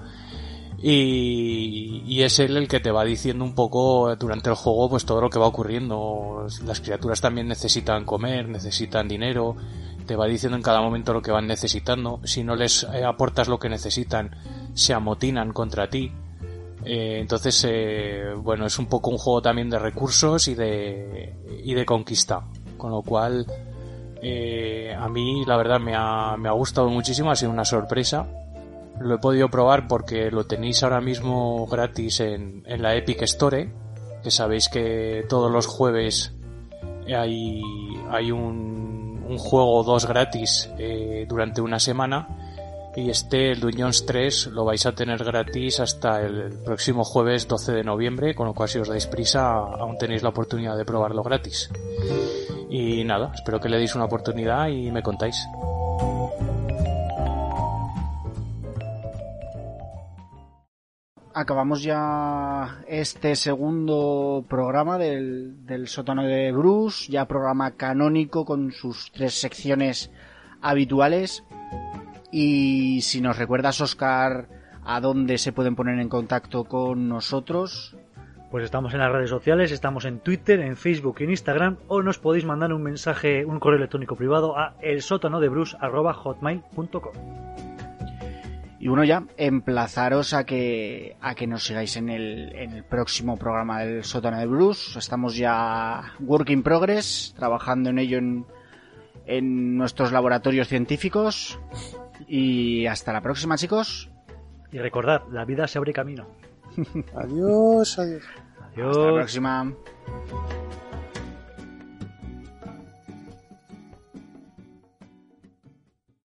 Y es él el que te va diciendo un poco durante el juego pues todo lo que va ocurriendo. Las criaturas también necesitan comer, necesitan dinero, te va diciendo en cada momento lo que van necesitando. Si no les aportas lo que necesitan, se amotinan contra ti. Entonces bueno, es un poco un juego también de recursos y de conquista, con lo cual a mí la verdad me ha gustado muchísimo, ha sido una sorpresa. Lo he podido probar porque lo tenéis ahora mismo gratis en la Epic Store, que sabéis que todos los jueves hay un juego o dos gratis durante una semana, y el Dungeons 3 lo vais a tener gratis hasta el próximo jueves 12 de noviembre, con lo cual si os dais prisa aún tenéis la oportunidad de probarlo gratis. Y nada, espero que le deis una oportunidad y me contáis. Acabamos ya este segundo programa del sótano de Bruce, ya programa canónico con sus 3 secciones habituales. Y si nos recuerdas, Óscar, a dónde se pueden poner en contacto con nosotros. Pues estamos en las redes sociales, estamos en Twitter, en Facebook y en Instagram, o nos podéis mandar un mensaje, un correo electrónico privado a elsotanodebruce@hotmail.com. Y bueno, ya emplazaros a que nos sigáis en el próximo programa del sótano de Bruce. Estamos ya work in progress, trabajando en ello en nuestros laboratorios científicos. Y hasta la próxima, chicos. Y recordad, la vida se abre camino. Adiós, adiós. Adiós. Hasta la próxima.